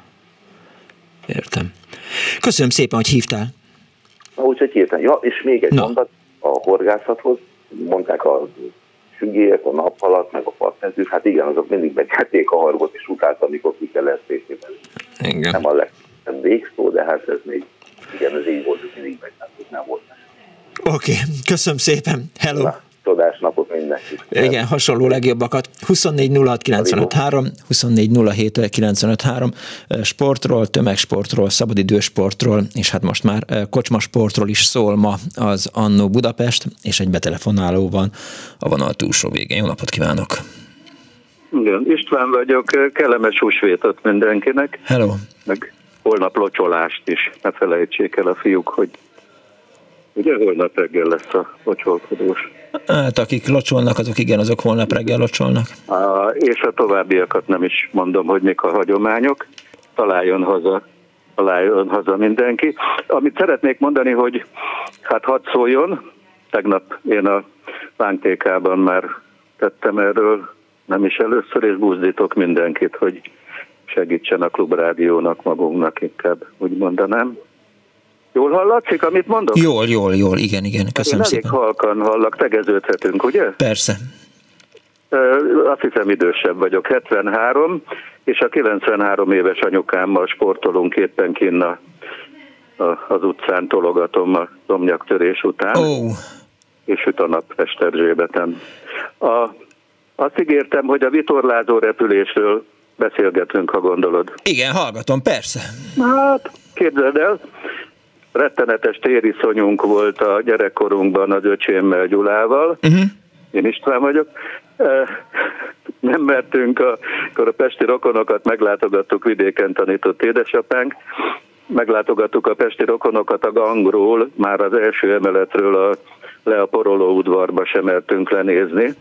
Értem. Köszönöm szépen, hogy hívtál. Na, úgyhogy hirtelen. Ja, és még egy Na. mondat a horgászathoz. Mondták a sügélyek, a naphalat, meg a partmezők. Hát igen, azok mindig megnyerték a hargot, és utáltam, amikor ki kell ezt részében. Nem a legszebb végszó, de hát ez még, igen, ez így volt, hogy mindig megnyerték, nem volt. Oké, okay. Köszönöm szépen. Hello. Na, csodás napot mindenki. Igen, hasonló legjobbakat. huszonnégy nulla hat kilencvenöt három, huszonnégy nulla hét kilencvenöt három sportról, tömegsportról, szabadidősportról, és hát most már kocsmasportról is szól ma az Annó Budapest, és egy betelefonáló van a vonal túlsó végén. Jó napot kívánok! Igen, István vagyok, kellemes húsvétot mindenkinek. Hello! Meg holnap locsolást is, ne felejtsék el a fiúk, hogy Ugye holnap reggel lesz a locsolkodós. Hát akik locsolnak, azok igen, azok holnap reggel locsolnak. A, és a továbbiakat nem is mondom, hogy mik a hagyományok. Találjon haza, találjon haza mindenki. Amit szeretnék mondani, hogy hát hadd szóljon, tegnap én a Pánktékában már tettem erről, nem is először, és buzdítok mindenkit, hogy segítsen a Klubrádiónak, magunknak inkább, úgy mondanám. Jól hallatszik, amit mondok? Jól, jól, jól, igen, igen, köszönöm én szépen. Elég halkan hallak, tegeződhetünk, ugye? Persze. Azt hiszem idősebb vagyok, hetvenhárom, és a kilencvenhárom éves anyukámmal sportolunk éppen kinn a, a, az utcán, tologatom a domnyaktörés után. Oh. És süt a nap Eszterzsébeten. A, azt ígértem, hogy a vitorlázó repülésről beszélgetünk, ha gondolod. Igen, hallgatom, persze. Hát, képzeld el, rettenetes tériszonyunk volt a gyerekkorunkban az öcsémmel, Gyulával. Uh-huh. Én István vagyok. Nem mertünk, a, akkor a pesti rokonokat meglátogattuk, vidéken tanított édesapánk. Meglátogattuk a pesti rokonokat a gangról, már az első emeletről a, le a Poroló udvarba sem mertünk lenézni.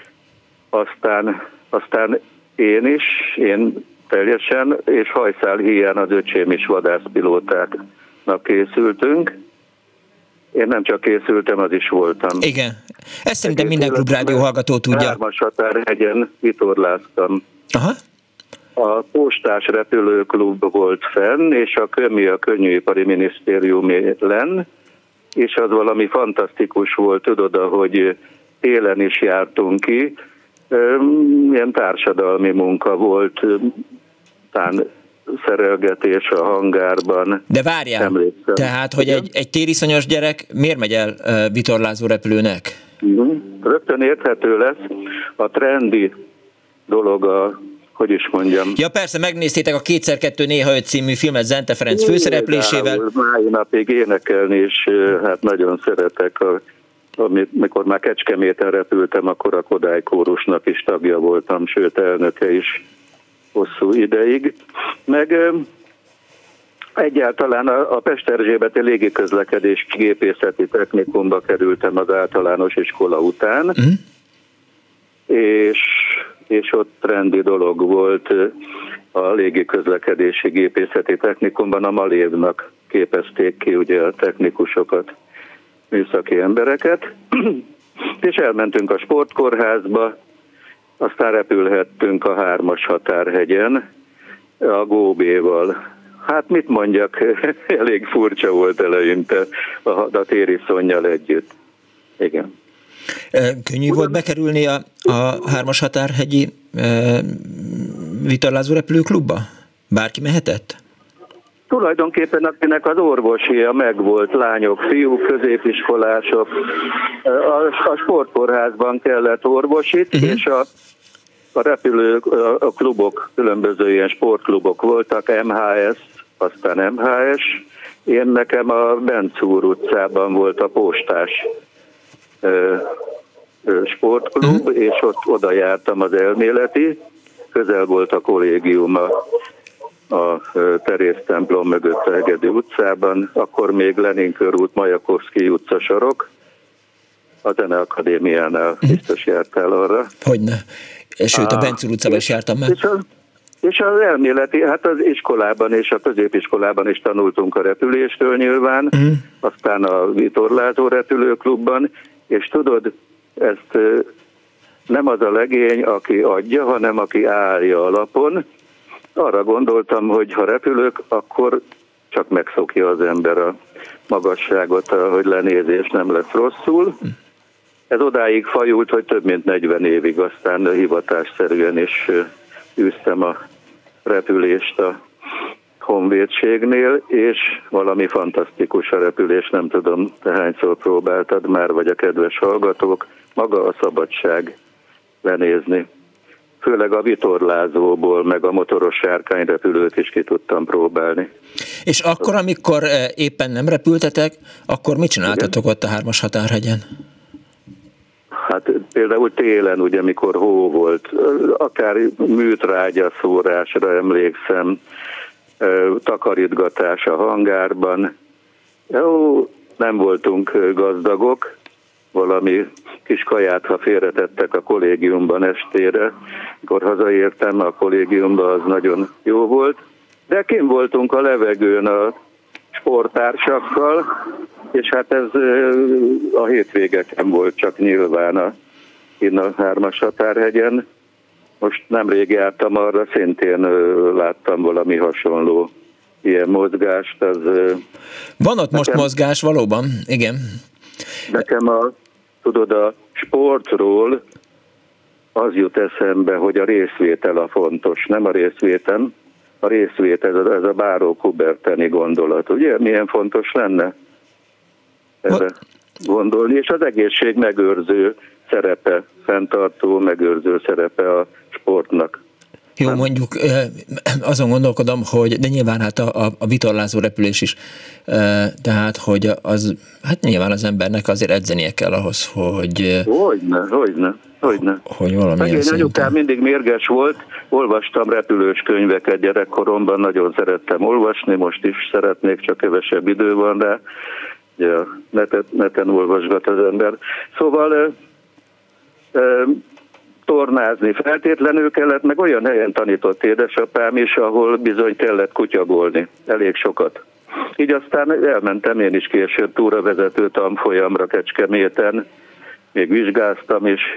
Aztán, aztán én is, én teljesen, és hajszál híján az öcsém is vadászpilótáknak készültünk. Én nem csak készültem, az is voltam. Igen. Ezt szerintem minden Klubrádió hallgató tudja. Hármas határhegyen vitorláztam. Aha. A postás repülőklub volt fenn, és a Kömi, a Könnyűipari Minisztérium len, és az valami fantasztikus volt, tudod, ahogy télen is jártunk ki, ilyen társadalmi munka volt, tán szerelgetés a hangárban. De várjál, emlékszem. Tehát, hogy egy, egy tériszonyos gyerek miért megy el uh, vitorlázó repülőnek? Uh-huh. Rögtön érthető lesz a trendi dolog, a, hogy is mondjam. Ja persze, megnéztétek a Kétszer kettő néha öt című filmet Zente Ferenc főszereplésével. Máj napig énekelni, és hát nagyon szeretek a amikor már Kecskeméten repültem, akkor a Kodály kórusnak is tagja voltam, sőt elnöke is hosszú ideig. Meg egyáltalán a Pesterzsébeti légiközlekedés gépészeti technikumba kerültem az általános iskola után, mm. és, és ott rendi dolog volt a légiközlekedési gépészeti technikumban, a Malévnak képezték ki ugye a technikusokat, műszaki embereket, és elmentünk a sportkórházba, aztán repülhettünk a hármas határhegyen a Góbéval. Hát mit mondjak, elég furcsa volt eleinte a, a tériszonnyal együtt. Igen. Könnyű volt bekerülni a, a hármas határhegyi e, vitorlázó repülőklubba? Bárki mehetett? Tulajdonképpen akinek az orvosia megvolt, lányok, fiúk, középiskolások, a, a sportkórházban kellett orvosit, uh-huh. és a, a repülők, a, a klubok, különböző ilyen sportklubok voltak, em há es, aztán em há es. Én nekem a Bencúr utcában volt a postás ö, ö, sportklub, uh-huh. és ott oda jártam az elméleti, közel volt a kollégium a a Terész templom mögött a Hegedű utcában, akkor még Lenin körút, Majakovszky utca sorok, a Zeneakadémiánál biztos jártál arra. Hogyne. Sőt, a Bencúr utcában is jártam már. És, a, és az elméleti, hát az iskolában és a középiskolában is tanultunk a repüléstől nyilván, uh-huh. aztán a vitorlázó repülőklubban, és tudod, ezt nem az a legény, aki adja, hanem aki állja alapon. Arra gondoltam, hogy ha repülök, akkor csak megszokja az ember a magasságot, hogy lenézés nem lesz rosszul. Ez odáig fajult, hogy több mint negyven évig, aztán hivatásszerűen is űztem a repülést a honvédségnél, és valami fantasztikus a repülés, nem tudom, te hányszor próbáltad már, vagy a kedves hallgatók, maga a szabadság lenézni. Főleg a vitorlázóból, meg a motoros sárkányrepülőt is ki tudtam próbálni. És akkor, amikor éppen nem repültetek, akkor mit csináltatok Igen? ott a hármas határhegyen? Hát például télen, ugye, mikor hó volt, akár műtrágyaszórásra emlékszem, takarítgatás a hangárban. Jó, nem voltunk gazdagok, valami kis kaját, ha félretettek a kollégiumban estére, akkor hazaértem a kollégiumban, az nagyon jó volt, de kint voltunk a levegőn a sporttársakkal, és hát ez a hétvégeken volt csak nyilván a, innen a hármas határhegyen. Most nemrég jártam arra, szintén láttam valami hasonló ilyen mozgást. Az, Van ott nekem, most mozgás, valóban, igen. Nekem a, tudod, a sportról az jut eszembe, hogy a részvétel a fontos, nem a részvétem, a részvét, ez a, ez a Báró Kuberteni gondolat. Ugye milyen fontos lenne erre gondolni, és az egészség megőrző szerepe, fenntartó, megőrző szerepe a sportnak. Jó, mondjuk azon gondolkodom, hogy, de nyilván hát a, a vitorlázó repülés is, tehát, hogy az, hát nyilván az embernek azért edzenie kell ahhoz, hogy... Hogyne, hogyne, hogyne. Hogy valamilyen szinten. Anyukám mindig mérges volt, olvastam repülős könyveket gyerekkoromban, nagyon szerettem olvasni, most is szeretnék, csak kevesebb idő van rá, ugye a neten, neten olvasgat az ember. Szóval... E, e, tornázni feltétlenül kellett, meg olyan helyen tanított édesapám is, ahol bizony kellett kutyagolni, elég sokat. Így aztán elmentem én is később túravezető tanfolyamra Kecskeméten, még vizsgáztam is,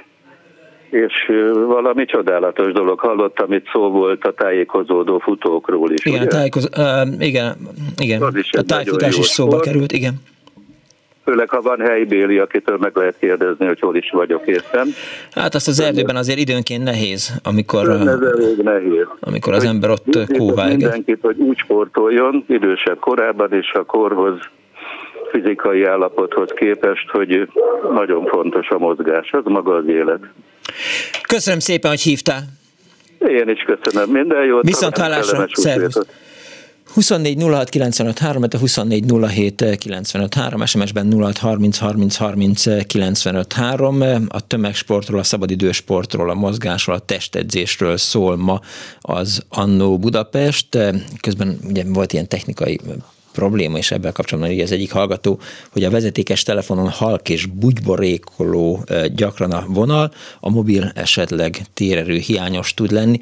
és valami csodálatos dolog hallottam, itt szó volt a tájékozódó futókról is. Igen, tájékoz... uh, igen, igen. a tájfutás is szóba sport. került, igen. Főleg, ha van helybéli, akitől meg lehet kérdezni, hogy hol is vagyok éppen. Hát azt az erdőben azért időnként nehéz, amikor, ez elég nehéz. amikor az hogy ember ott kóváig. Mindenkit, hogy úgy sportoljon idősebb korában, és a korhoz, fizikai állapothoz képest, hogy nagyon fontos a mozgás, az maga az élet. Köszönöm szépen, hogy hívtál. Én is köszönöm, minden jót. Viszont hallásra, szervusz. huszonnégy nulla hat kilencvenöt három, a huszonnégy nulla hét kilencvenöt három, es em es-ben nulla hat harminc harminc harminc kilencvenöt három. A tömegsportról, a szabadidősportról, a mozgásról, a testedzésről szól ma az Annó Budapest. Közben ugye volt ilyen technikai probléma, és ebben kapcsolatban ugye az egyik hallgató, hogy a vezetékes telefonon halk és bugyborékoló gyakran a vonal, a mobil esetleg térerő hiányos tud lenni.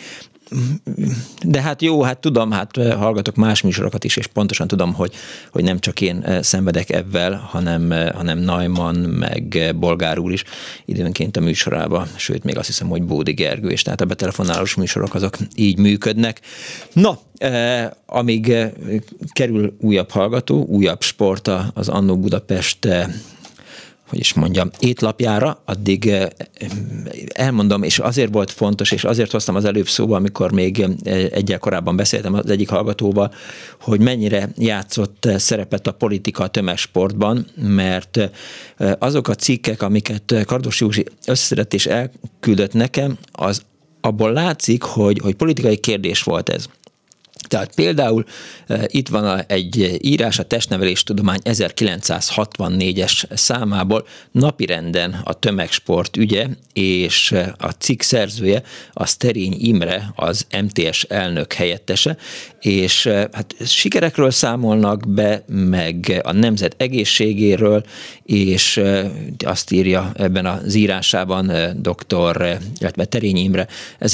De hát jó, hát tudom, hát hallgatok más műsorokat is, és pontosan tudom, hogy, hogy nem csak én szenvedek ebben, hanem, hanem Neumann, meg Bolgár úr is időnként a műsorába, sőt, még azt hiszem, hogy Bódi Gergő, és tehát a betelefonálós műsorok azok így működnek. Na, eh, amíg kerül újabb hallgató, újabb sport az Annó Budapest eh, hogy is mondjam, étlapjára, addig elmondom, és azért volt fontos, és azért hoztam az előbb szóba, amikor még egyel korábban beszéltem az egyik hallgatóval, hogy mennyire játszott szerepet a politika a tömegsportban, mert azok a cikkek, amiket Kardos Józsi összeszedett és elküldött nekem, az abból látszik, hogy, hogy politikai kérdés volt ez. Tehát például e, itt van egy írás, a Testneveléstudomány ezerkilencszázhatvannégyes számából, napirenden a tömegsport ügye, és a cikk szerzője a Szterény Imre, az em té es elnök helyettese, és hát sikerekről számolnak be, meg a nemzet egészségéről, és azt írja ebben az írásában doktor, illetve Terényi Imre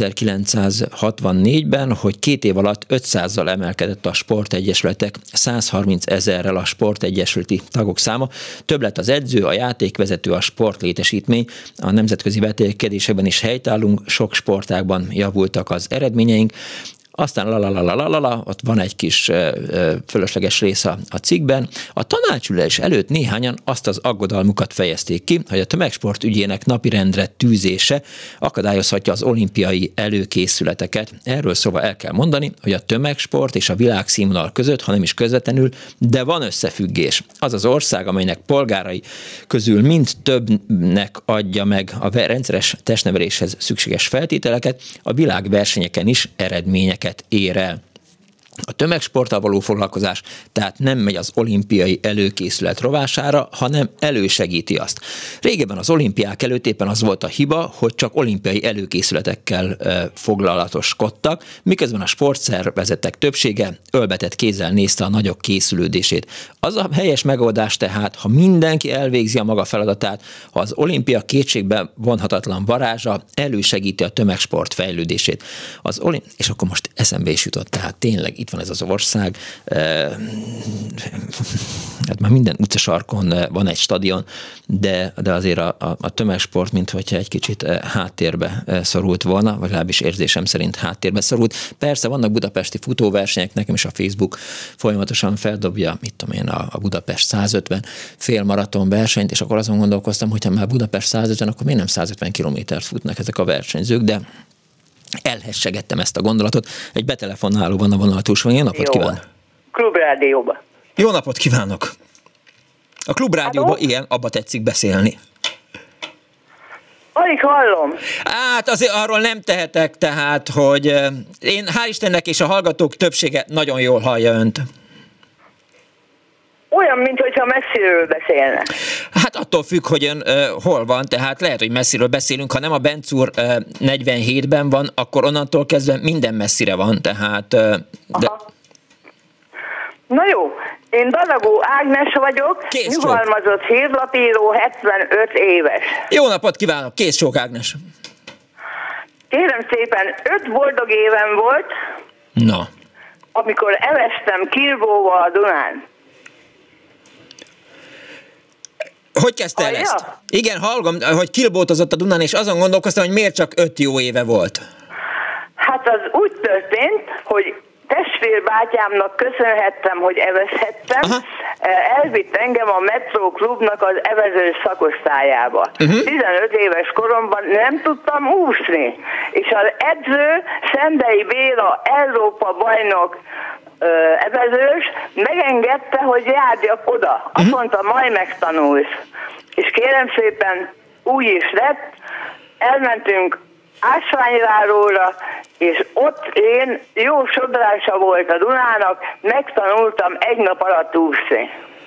ezerkilencszázhatvannégyben, hogy két év alatt ötszázzal emelkedett a sportegyesületek, százharminc ezerrel a sportegyesületi tagok száma, több lett az edző, a játékvezető, a sportlétesítmény, a nemzetközi vetélkedésekben is helytállunk, sok sportágban javultak az eredményeink. Aztán lalalalalala, ott van egy kis ö, ö, fölösleges rész a, a cikkben. A tanácsülés előtt néhányan azt az aggodalmukat fejezték ki, hogy a tömegsport ügyének napirendre tűzése akadályozhatja az olimpiai előkészületeket. Erről szóval el kell mondani, hogy a tömegsport és a világszínvonal között, ha nem is közvetlenül, de van összefüggés. Az az ország, amelynek polgárai közül mind többnek adja meg a rendszeres testneveléshez szükséges feltételeket, a világversenyeken is eredmények ér el. a tömegsporttal való foglalkozás tehát nem megy az olimpiai előkészület rovására, hanem elősegíti azt. Régebben az olimpiák előtt éppen az volt a hiba, hogy csak olimpiai előkészületekkel e, foglalatoskodtak, miközben a sportszervezetek többsége ölbetett kézzel nézte a nagyok készülődését. Az a helyes megoldás tehát, ha mindenki elvégzi a maga feladatát, ha az olimpia kétségbe vonhatatlan varázsa elősegíti a tömegsport fejlődését. Az olim... És akkor most eszembe is jutott, tehát tényleg itt van ez az ország, hát már minden utcasarkon van egy stadion, de, de azért a, a, a tömegsport, mint hogyha egy kicsit háttérbe szorult volna, vagy legalábbis érzésem szerint háttérbe szorult. Persze vannak budapesti futóversenyek, nekem is a Facebook folyamatosan feldobja, mit tudom én, a, a Budapest százötven félmaraton versenyt, és akkor azon gondolkoztam, hogyha már Budapest százötven, akkor miért nem százötven kilométert futnak ezek a versenyzők, de elhessegettem ezt a gondolatot. Egy betelefonáló van a vonal túlsón. Jó napot kívánok! Klubrádióba. Jó napot kívánok! A Klubrádióba, igen, abba tetszik beszélni. Alig hallom. Hát azért arról nem tehetek, tehát, hogy én hál' Istennek és a hallgatók többsége nagyon jól hallja önt. Olyan, mintha messziről beszélne. Hát attól függ, hogy ön uh, hol van, tehát lehet, hogy messziről beszélünk. Ha nem a Bencúr uh, negyvenhétben van, akkor onnantól kezdve minden messzire van, tehát... Uh, de... Na jó, én Danagó Ágnes vagyok, Kész nyugalmazott hírlapíró, hetvenöt éves. Jó napot kívánok, kész csók Ágnes. Kérem szépen, öt boldog éven volt, Na. amikor evesztem Kilbóval a Dunán. Hogy kezdte el ezt? Igen, hallom, hogy kilbótozott a Dunán, és azon gondolkoztam, hogy miért csak öt jó éve volt. Hát az úgy történt, hogy testvérbátyámnak köszönhettem, hogy evezhettem. Aha. Elvitt engem a Metro Klubnak az evezős szakosztályába. Uh-huh. tizenöt éves koromban nem tudtam úszni. És az edző, Szendei Béla, Európa bajnok evezős, megengedte, hogy járjak oda. Azt uh-huh. mondta, majd megtanulsz. És kérem szépen, úgy is lett, elmentünk Ásványráróra, és ott én jó sodrása volt a Dunának, megtanultam egy nap alatt úszni.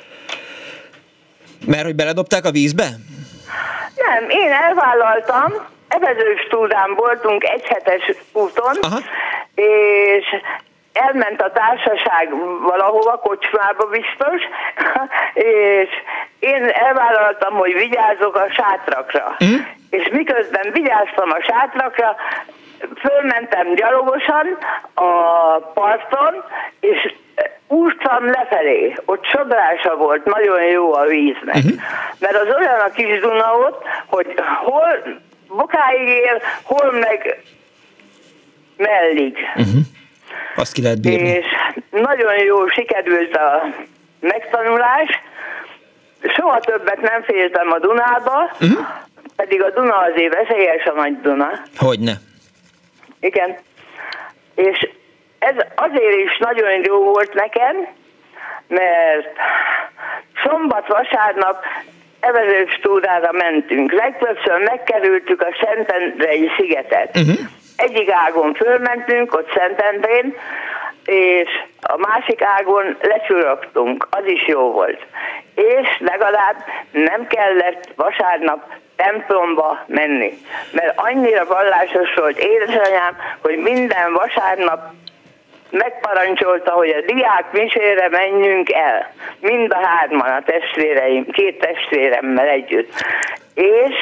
Mert hogy beledobták a vízbe? Nem, én elvállaltam, evezős túrán voltunk egy hetes úton, aha. és elment a társaság valahova, kocsmába biztos, és én elvállaltam, hogy vigyázzok a sátrakra. Mm. És miközben vigyáztam a sátrakra, fölmentem gyalogosan a parton, és úsztam lefelé. Ott sodrása volt, nagyon jó a víznek. Uh-huh. Mert az olyan a kis Duna ott, hogy hol bokáig ér, hol meg mellig. Uh-huh. Azt ki lehet bírni. És nagyon jól sikerült a megtanulás. Soha többet nem féltem a Dunába, uh-huh. pedig a Duna azért veszélyes, a Nagy Duna. Hogyne. Igen. És ez azért is nagyon jó volt nekem, mert szombat-vasárnap evezős túrára mentünk. Legtöbbször megkerültük a Szentendrei szigetet. Uh-huh. Egyik ágon fölmentünk, ott Szentendrén, és a másik ágon lecsúrogtunk. Az is jó volt. És legalább nem kellett vasárnap templomba menni. Mert annyira vallásos volt édesanyám, hogy minden vasárnap megparancsolta, hogy a diák misére menjünk el. Mind a hárman, a testvéreim, két testvéremmel együtt. És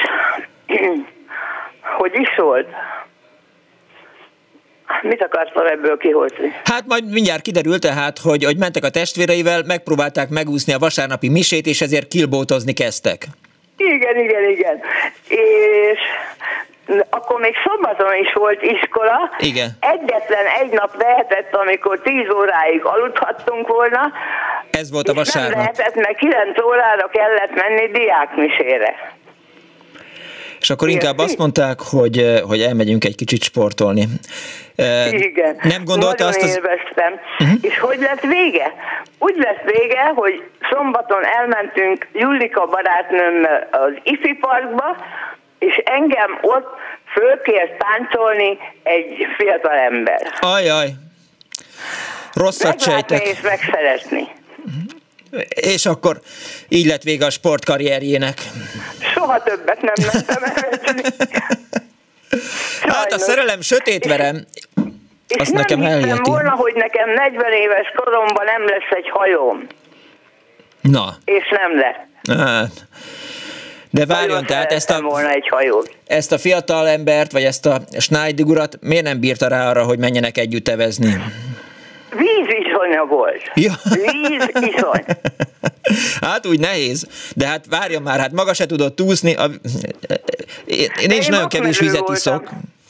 hogy is volt? Mit akartam ebből kihozni? Hát majd mindjárt kiderült tehát, hogy, hogy mentek a testvéreivel, megpróbálták megúszni a vasárnapi misét, és ezért kilbótozni kezdtek. Igen, igen, igen. És akkor még szombaton is volt iskola. Igen. Egyetlen egy nap lehetett, amikor tíz óráig aludhattunk volna. Ez volt a vasárnap. Nem lehetett, mert kilenc órára kellett menni diákmisére. És akkor inkább azt mondták, hogy, hogy elmegyünk egy kicsit sportolni. Igen. Nem gondolta Nagyon azt az... élveztem. Uh-huh. És hogy lett vége? Úgy lett vége, hogy szombaton elmentünk Julika barátnőmmel az ifi parkba, és engem ott fölkért táncolni egy fiatal ember. Ajaj. Rosszat sejtek. És megszeretni. És akkor így lett vége a sportkarrierjének. Soha többet nem mentem eredni. Hát a szerelem sötétverem, és azt nem nekem hittem eljeti. volna, hogy nekem negyven éves koromban nem lesz egy hajóm. Na. És nem lett. Hát. De várjon, tehát ezt a, volna egy hajót. ezt a fiatal embert, vagy ezt a Schneider urat miért nem bírta rá arra, hogy menjenek együtt evezni? Víziszonya volt. Ja. Víziszony. Hát úgy nehéz, de hát várjon már, hát maga se tudott úszni. A... Én, én is nagyon kevés vizet iszok.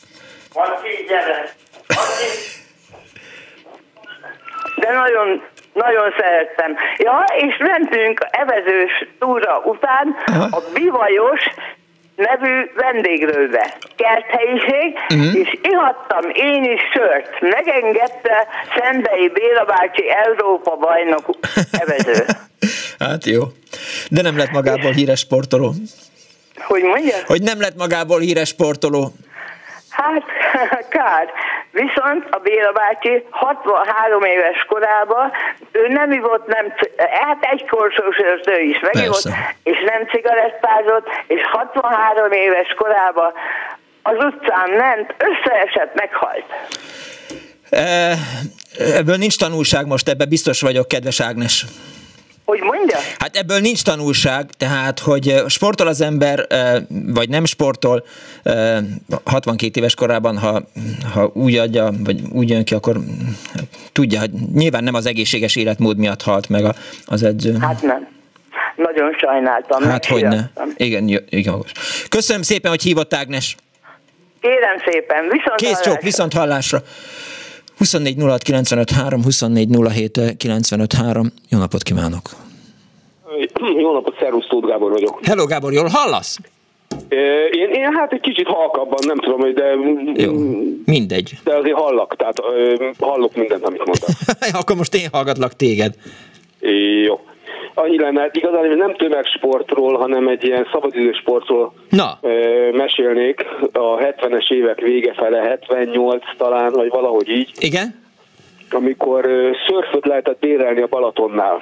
De nagyon, nagyon szerettem. Ja, és mentünk evezős túra után a Bivajos nevű vendéglőbe, kerthelyiség, uh-huh. és ihattam én is sört. Megengedte Szendei Béla bácsi Európa bajnok evező. Hát jó. De nem lett magából híres sportoló. Hogy mondja? Hogy nem lett magából híres sportoló. Hát, kár. Viszont a Béla bácsi hatvanhárom éves korában ő nem ivott, nem, hát egy korsós sört ő is megivott, és nem cigarettázott, és hatvanhárom éves korában az utcán ment, összeesett, meghalt. Ebből nincs tanulság most, ebben biztos vagyok, kedves Ágnes. Hogy mondja? Hát ebből nincs tanulság, tehát, hogy sportol az ember, vagy nem sportol, hatvankét éves korában, ha, ha úgy adja, vagy úgy jön ki, akkor tudja, hogy nyilván nem az egészséges életmód miatt halt meg az edző. Hát nem. Nagyon sajnáltam. Hát hogyne. Igen, igen. Köszönöm szépen, hogy hívott, Ágnes. Kérem szépen, viszont Kész csók, viszont hallásra. huszonnégy nulla hat kilencvenöt három, huszonnégy nulla hét kilencvenöt három. Jó napot kívánok! Jó napot, szervusz, Tóth Gábor vagyok. Hello, Gábor, jól hallasz? Én, én hát egy kicsit halkabban, nem tudom, de... Jó, mindegy. De azért hallak, tehát hallok mindent, amit mondasz. Akkor most én hallgatlak téged. Jó. Annyi lenne, hát igazán nem tömegsportról, hanem egy ilyen szabadidősportról Na. mesélnék. A hetvenes évek vége fele, hetvennyolc talán, vagy valahogy így. Igen? Amikor szörföt lehetett bérelni a Balatonnál.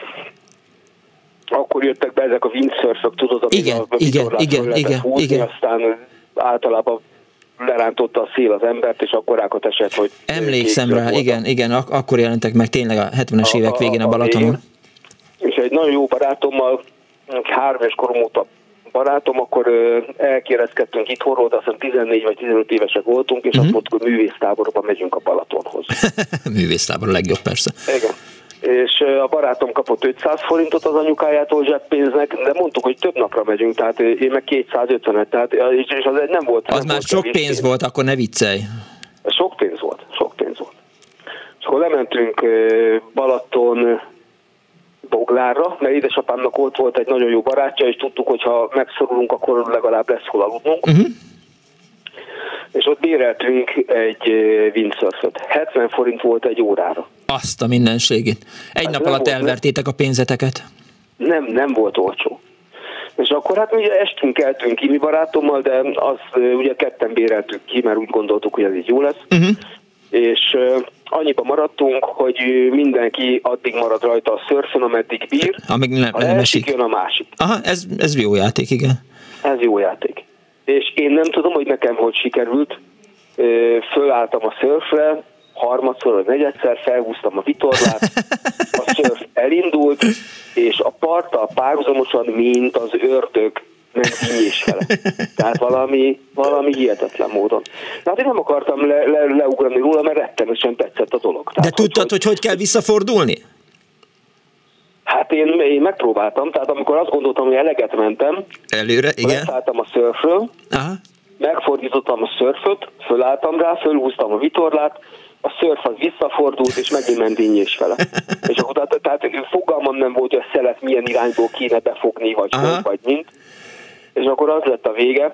Akkor jöttek be ezek a windsurfök, tudod, amit igen, a, a igen, igen, igen, húzni, igen. Aztán általában lerántotta a szél az embert, és akkor rákat esett, hogy... Emlékszem rá, igen, igen, ak- akkor jelentek meg tényleg a hetvenes évek végén a Balatonon. És egy nagyon jó barátommal, három éves korom óta barátom, akkor elkérezkedtünk itthonról, de aztán tizennégy vagy tizenöt évesek voltunk, és uh-huh. azt mondtuk, hogy művésztáborban megyünk a Balatonhoz. Művésztábor a legjobb, persze. Igen. És a barátom kapott ötszáz forintot az anyukájától zseppénznek, de mondtuk, hogy több napra megyünk, tehát én meg kétszázötvenet, tehát, és az nem volt... Az nem már volt sok pénz pénz volt, akkor ne viccelj. Sok pénz volt, sok pénz volt. És akkor lementünk Balaton Boglárra, mert édesapámnak ott volt egy nagyon jó barátja, és tudtuk, hogy ha megszorulunk, akkor legalább lesz hol aludnunk. Uh-huh. És ott béreltünk egy windsurföt. hetven forint volt egy órára. Azt a mindenségét. Egy hát nap alatt volt, elvertétek a pénzeteket? Nem, nem volt olcsó. És akkor hát mi estünk, eltünk ki mi barátommal, de azt ugye ketten béreltük ki, mert úgy gondoltuk, hogy ez így jó lesz. Uh-huh. És uh, annyiba maradtunk, hogy mindenki addig marad rajta a szörfön, ameddig bír. Amíg nem, a nem esik. Jön a másik. Aha, ez, ez jó játék, igen. Ez jó játék. És én nem tudom, hogy nekem hogy sikerült. Fölálltam a szörfre, harmadszor vagy negyedszer, felhúztam a vitorlát, a szörf elindult, és a parttal párhuzamosan, mint az ördög, ment így és fele. Tehát valami, valami hihetetlen módon. Hát én nem akartam le, le, leugrani róla, mert rettenesen tetszett a dolog. Tehát, de tudtad, hogy, hogy hogy kell visszafordulni? Hát én, én megpróbáltam, tehát amikor azt gondoltam, hogy eleget mentem, előre, igen. Leszálltam a szörfről, aha. Megfordítottam a szörföt, fölálltam rá, fölhúztam a vitorlát, a szörf az visszafordult, és megint ment innyés fele. És akkor tehát, tehát fogalmam nem volt, hogy a szelet milyen irányból kéne befogni, vagy hogy, vagy mint. És akkor az lett a vége,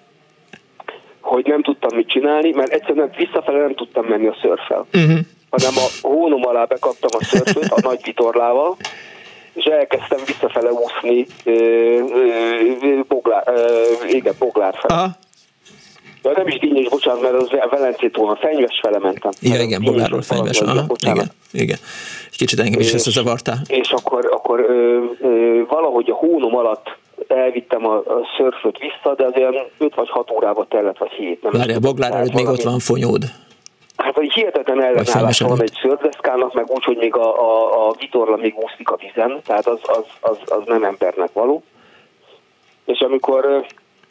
hogy nem tudtam mit csinálni, mert egyszerűen visszafele nem tudtam menni a szörffel. Uh-huh. Hanem a hónom alá bekaptam a szörföt a nagy vitorlával, és elkezdtem visszafele úszni, boglár, igen, boglár fel. Ja, nem is Dinnyés, bocsánat, mert az Velencétól a Fenyves fele mentem. Ja, igen, Boglárról Fenyves, aha, igen, igen. Egy kicsit engem is összezavartál. És akkor, akkor ö, ö, valahogy a hónom alatt elvittem a, a szörföt vissza, de azért öt vagy hat órába tellett, vagy hét. Várjál, Boglár előtt még ott van Fonyód. Hát vagy hihetetlen ellenállás van egy szördeszkának, meg úgy, hogy még a, a, a vitorla még úszik a vizen, tehát az, az, az, az nem embernek való. És amikor ö,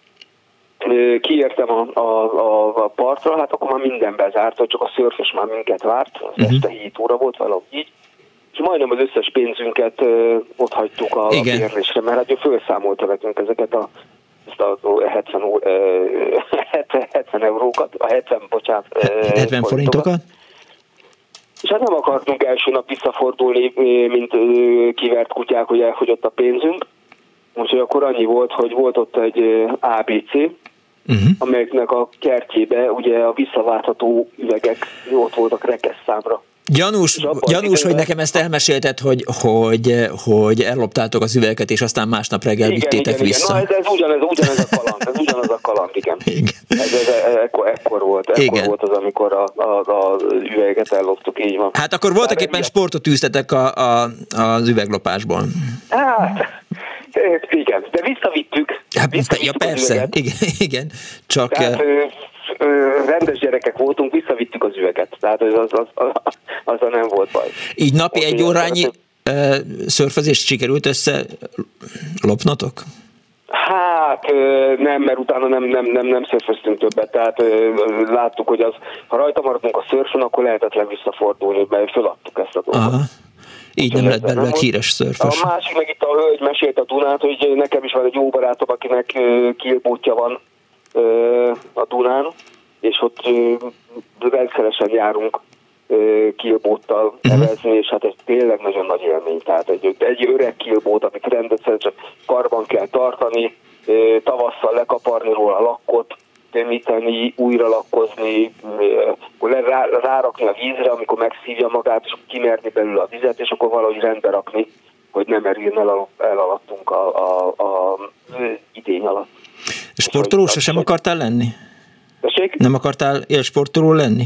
ö, kiértem a, a, a, a partra, hát akkor már minden bezárt, csak a szörfös már minket várt, az uh-huh. este hét óra volt, valahogy így. És majdnem az összes pénzünket ö, ott hagytuk a, a bérlésre, mert hát felszámolta nekünk ezeket a, ezt a hetven, ö, hetven eurókat, a hetven, bocsánat, ö, hetven forintokat. És hát nem akartunk első nap visszafordulni, mint ö, kivert kutyák, hogy elfogyott a pénzünk. Úgyhogy akkor annyi volt, hogy volt ott egy á bé cé, uh-huh. amelyeknek a kertjébe ugye a visszaváltható üvegek ott voltak rekeszszámra. Gyanús, gyanús hogy nekem ezt elmesélted, hogy, hogy, hogy elloptátok az üvegeket, és aztán másnap reggel igen, vittétek igen, vissza. Igen. Na, ez, ez, ugyanez, ugyanez a kaland, ez ugyanaz a kaland, igen. igen. Ez, ez, ez ekkor, ekkor volt, ekkor igen. volt az, amikor a, a, a üvegeket elloptuk, így van. Hát akkor voltak éppen ilyen... sportot űztetek a, a, az üveglopásból. Hát, igen, de visszavittük. Hát, visszavittük ja persze, igen, igen, csak... Tehát, rendes gyerekek voltunk, visszavittük az üveget. Tehát az, az, az, az, azzal nem volt baj. Így napi Most egy órányi uh, szörfözést sikerült össze lopnatok? Hát nem, mert utána nem, nem, nem, nem szörföztünk többet. Tehát láttuk, hogy az, ha rajta maradunk a szörfön, akkor lehetetlen visszafordulni, mert föladtuk ezt a dolgot. Aha. Így nem lett belőle híres szörfös. A másik meg itt a hölgy mesélt a Dunát, hogy nekem is van egy jó barátom, akinek kilbótja van a Dunán, és ott rendszeresen járunk kilbóttal nevezni, és hát ez tényleg nagyon nagy élmény. Tehát egy, egy öreg kilbót, amit rendesen csak karban kell tartani, tavasszal lekaparni róla a lakkot, tömíteni, újra lakkozni, rá, rárakni a vízre, amikor megszívja magát, és kimerni belőle a vizet, és akkor valahogy rendbe rakni, hogy nem erjön el, el alattunk a, a, a idény alatt. Sportoló se sem akartál lenni? Tessék? Nem akartál élsportoló lenni?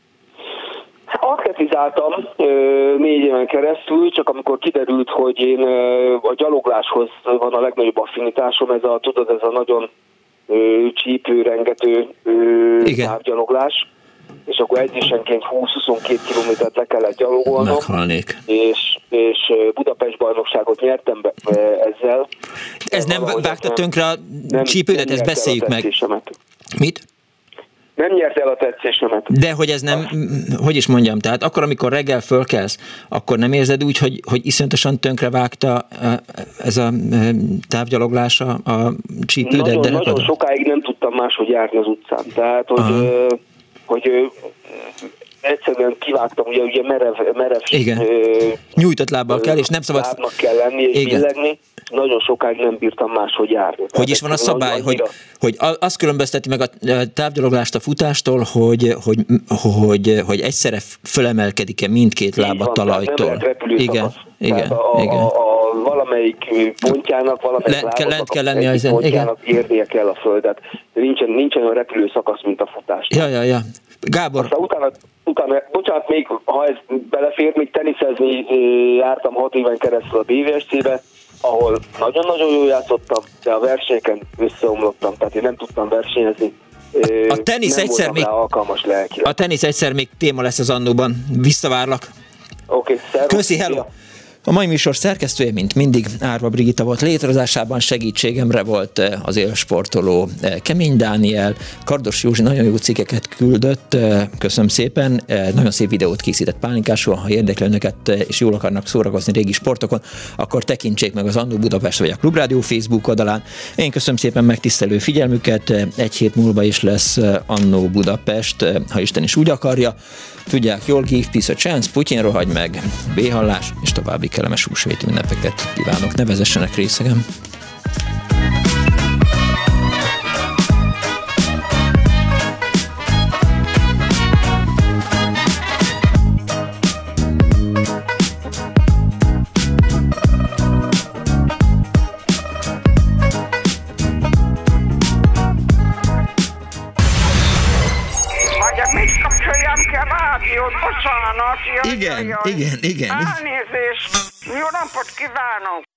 Atletizáltam négy éven keresztül, csak amikor kiderült, hogy én a gyalogláshoz van a legnagyobb affinitásom, ez a, tudod, ez a nagyon csípő, rengető távgyaloglás, és akkor edzésenként húsz-huszonkettő kilométert le kellett gyalogolnom. Meghalnék. És, és Budapest bajnokságot nyertem be, ezzel. Ez nem vágta tönkre a csípődet, ezt beszéljük meg. Mit? Nem nyert el a tetszésemet. De hogy ez nem, hogy is mondjam, tehát akkor, amikor reggel fölkelsz, akkor nem érzed úgy, hogy, hogy iszonyatosan tönkre vágta ez a távgyaloglás a csípődet? Nagyon, nagyon sokáig nem tudtam máshogy járni az utcán. Tehát, hogy, ö, hogy ö, egyszerűen kivágtam, ugye, ugye merev, merev igen. Ö, nyújtott lábbal kell, és nem szabad... Lábnak kell lenni, és igen. billegni. Nagyon sokáig nem bírtam máshogy járni. Hogy Tehát is van a szabály, hogy, hogy azt különbözteti meg a távgyaloglást a futástól, hogy, hogy, hogy, hogy egyszerre fölemelkedik-e mindkét láb a talajtól. Igen, igen, a, igen. A, a valamelyik pontjának, valamelyik lent, lábnak lent kell lenni a ezen, pontjának igen. érnie kell a földet. Nincsen, nincsen olyan repülő szakasz, mint a futás. Ja, ja, ja. Gábor. Aztán utána, utána, bocsánat, még ha ez belefér, még teniszezni jártam hat éven keresztül a bé vé es cé-be, ahol nagyon-nagyon jól játszottam, de a versenyeken összeomlottam, tehát én nem tudtam versenyezni. A, a tenisz nem egyszer még alkalmas lelkileg. A tenisz egyszer még téma lesz az Annóban. Visszavárlak. Oké, okay, szervusz. Köszi, hello. A mai műsor szerkesztője, mint mindig, Árva Brigitta volt. Létrehozásában segítségemre volt az élsportoló Kemény Dániel. Kardos Józsi nagyon jó cikkeket küldött, köszönöm szépen. Nagyon szép videót készített Pálinkásról. Ha érdekli önöket és jól akarnak szórakozni régi sportokon, akkor tekintsék meg az Annó Budapest vagy a Klubrádió Facebook oldalán. Én köszönöm szépen megtisztelő figyelmüket. Egy hét múlva is lesz Annó Budapest, ha Isten is úgy akarja. Tudják jól, give peace a chance, Putyinról hagy meg, B-hallás, és további kellemes húsvéti ünnepeket kívánok, ne vezessenek részegen. bocsánat. Jaj, igen, jaj, igen, igen. Elnézést. Jó napot kívánok.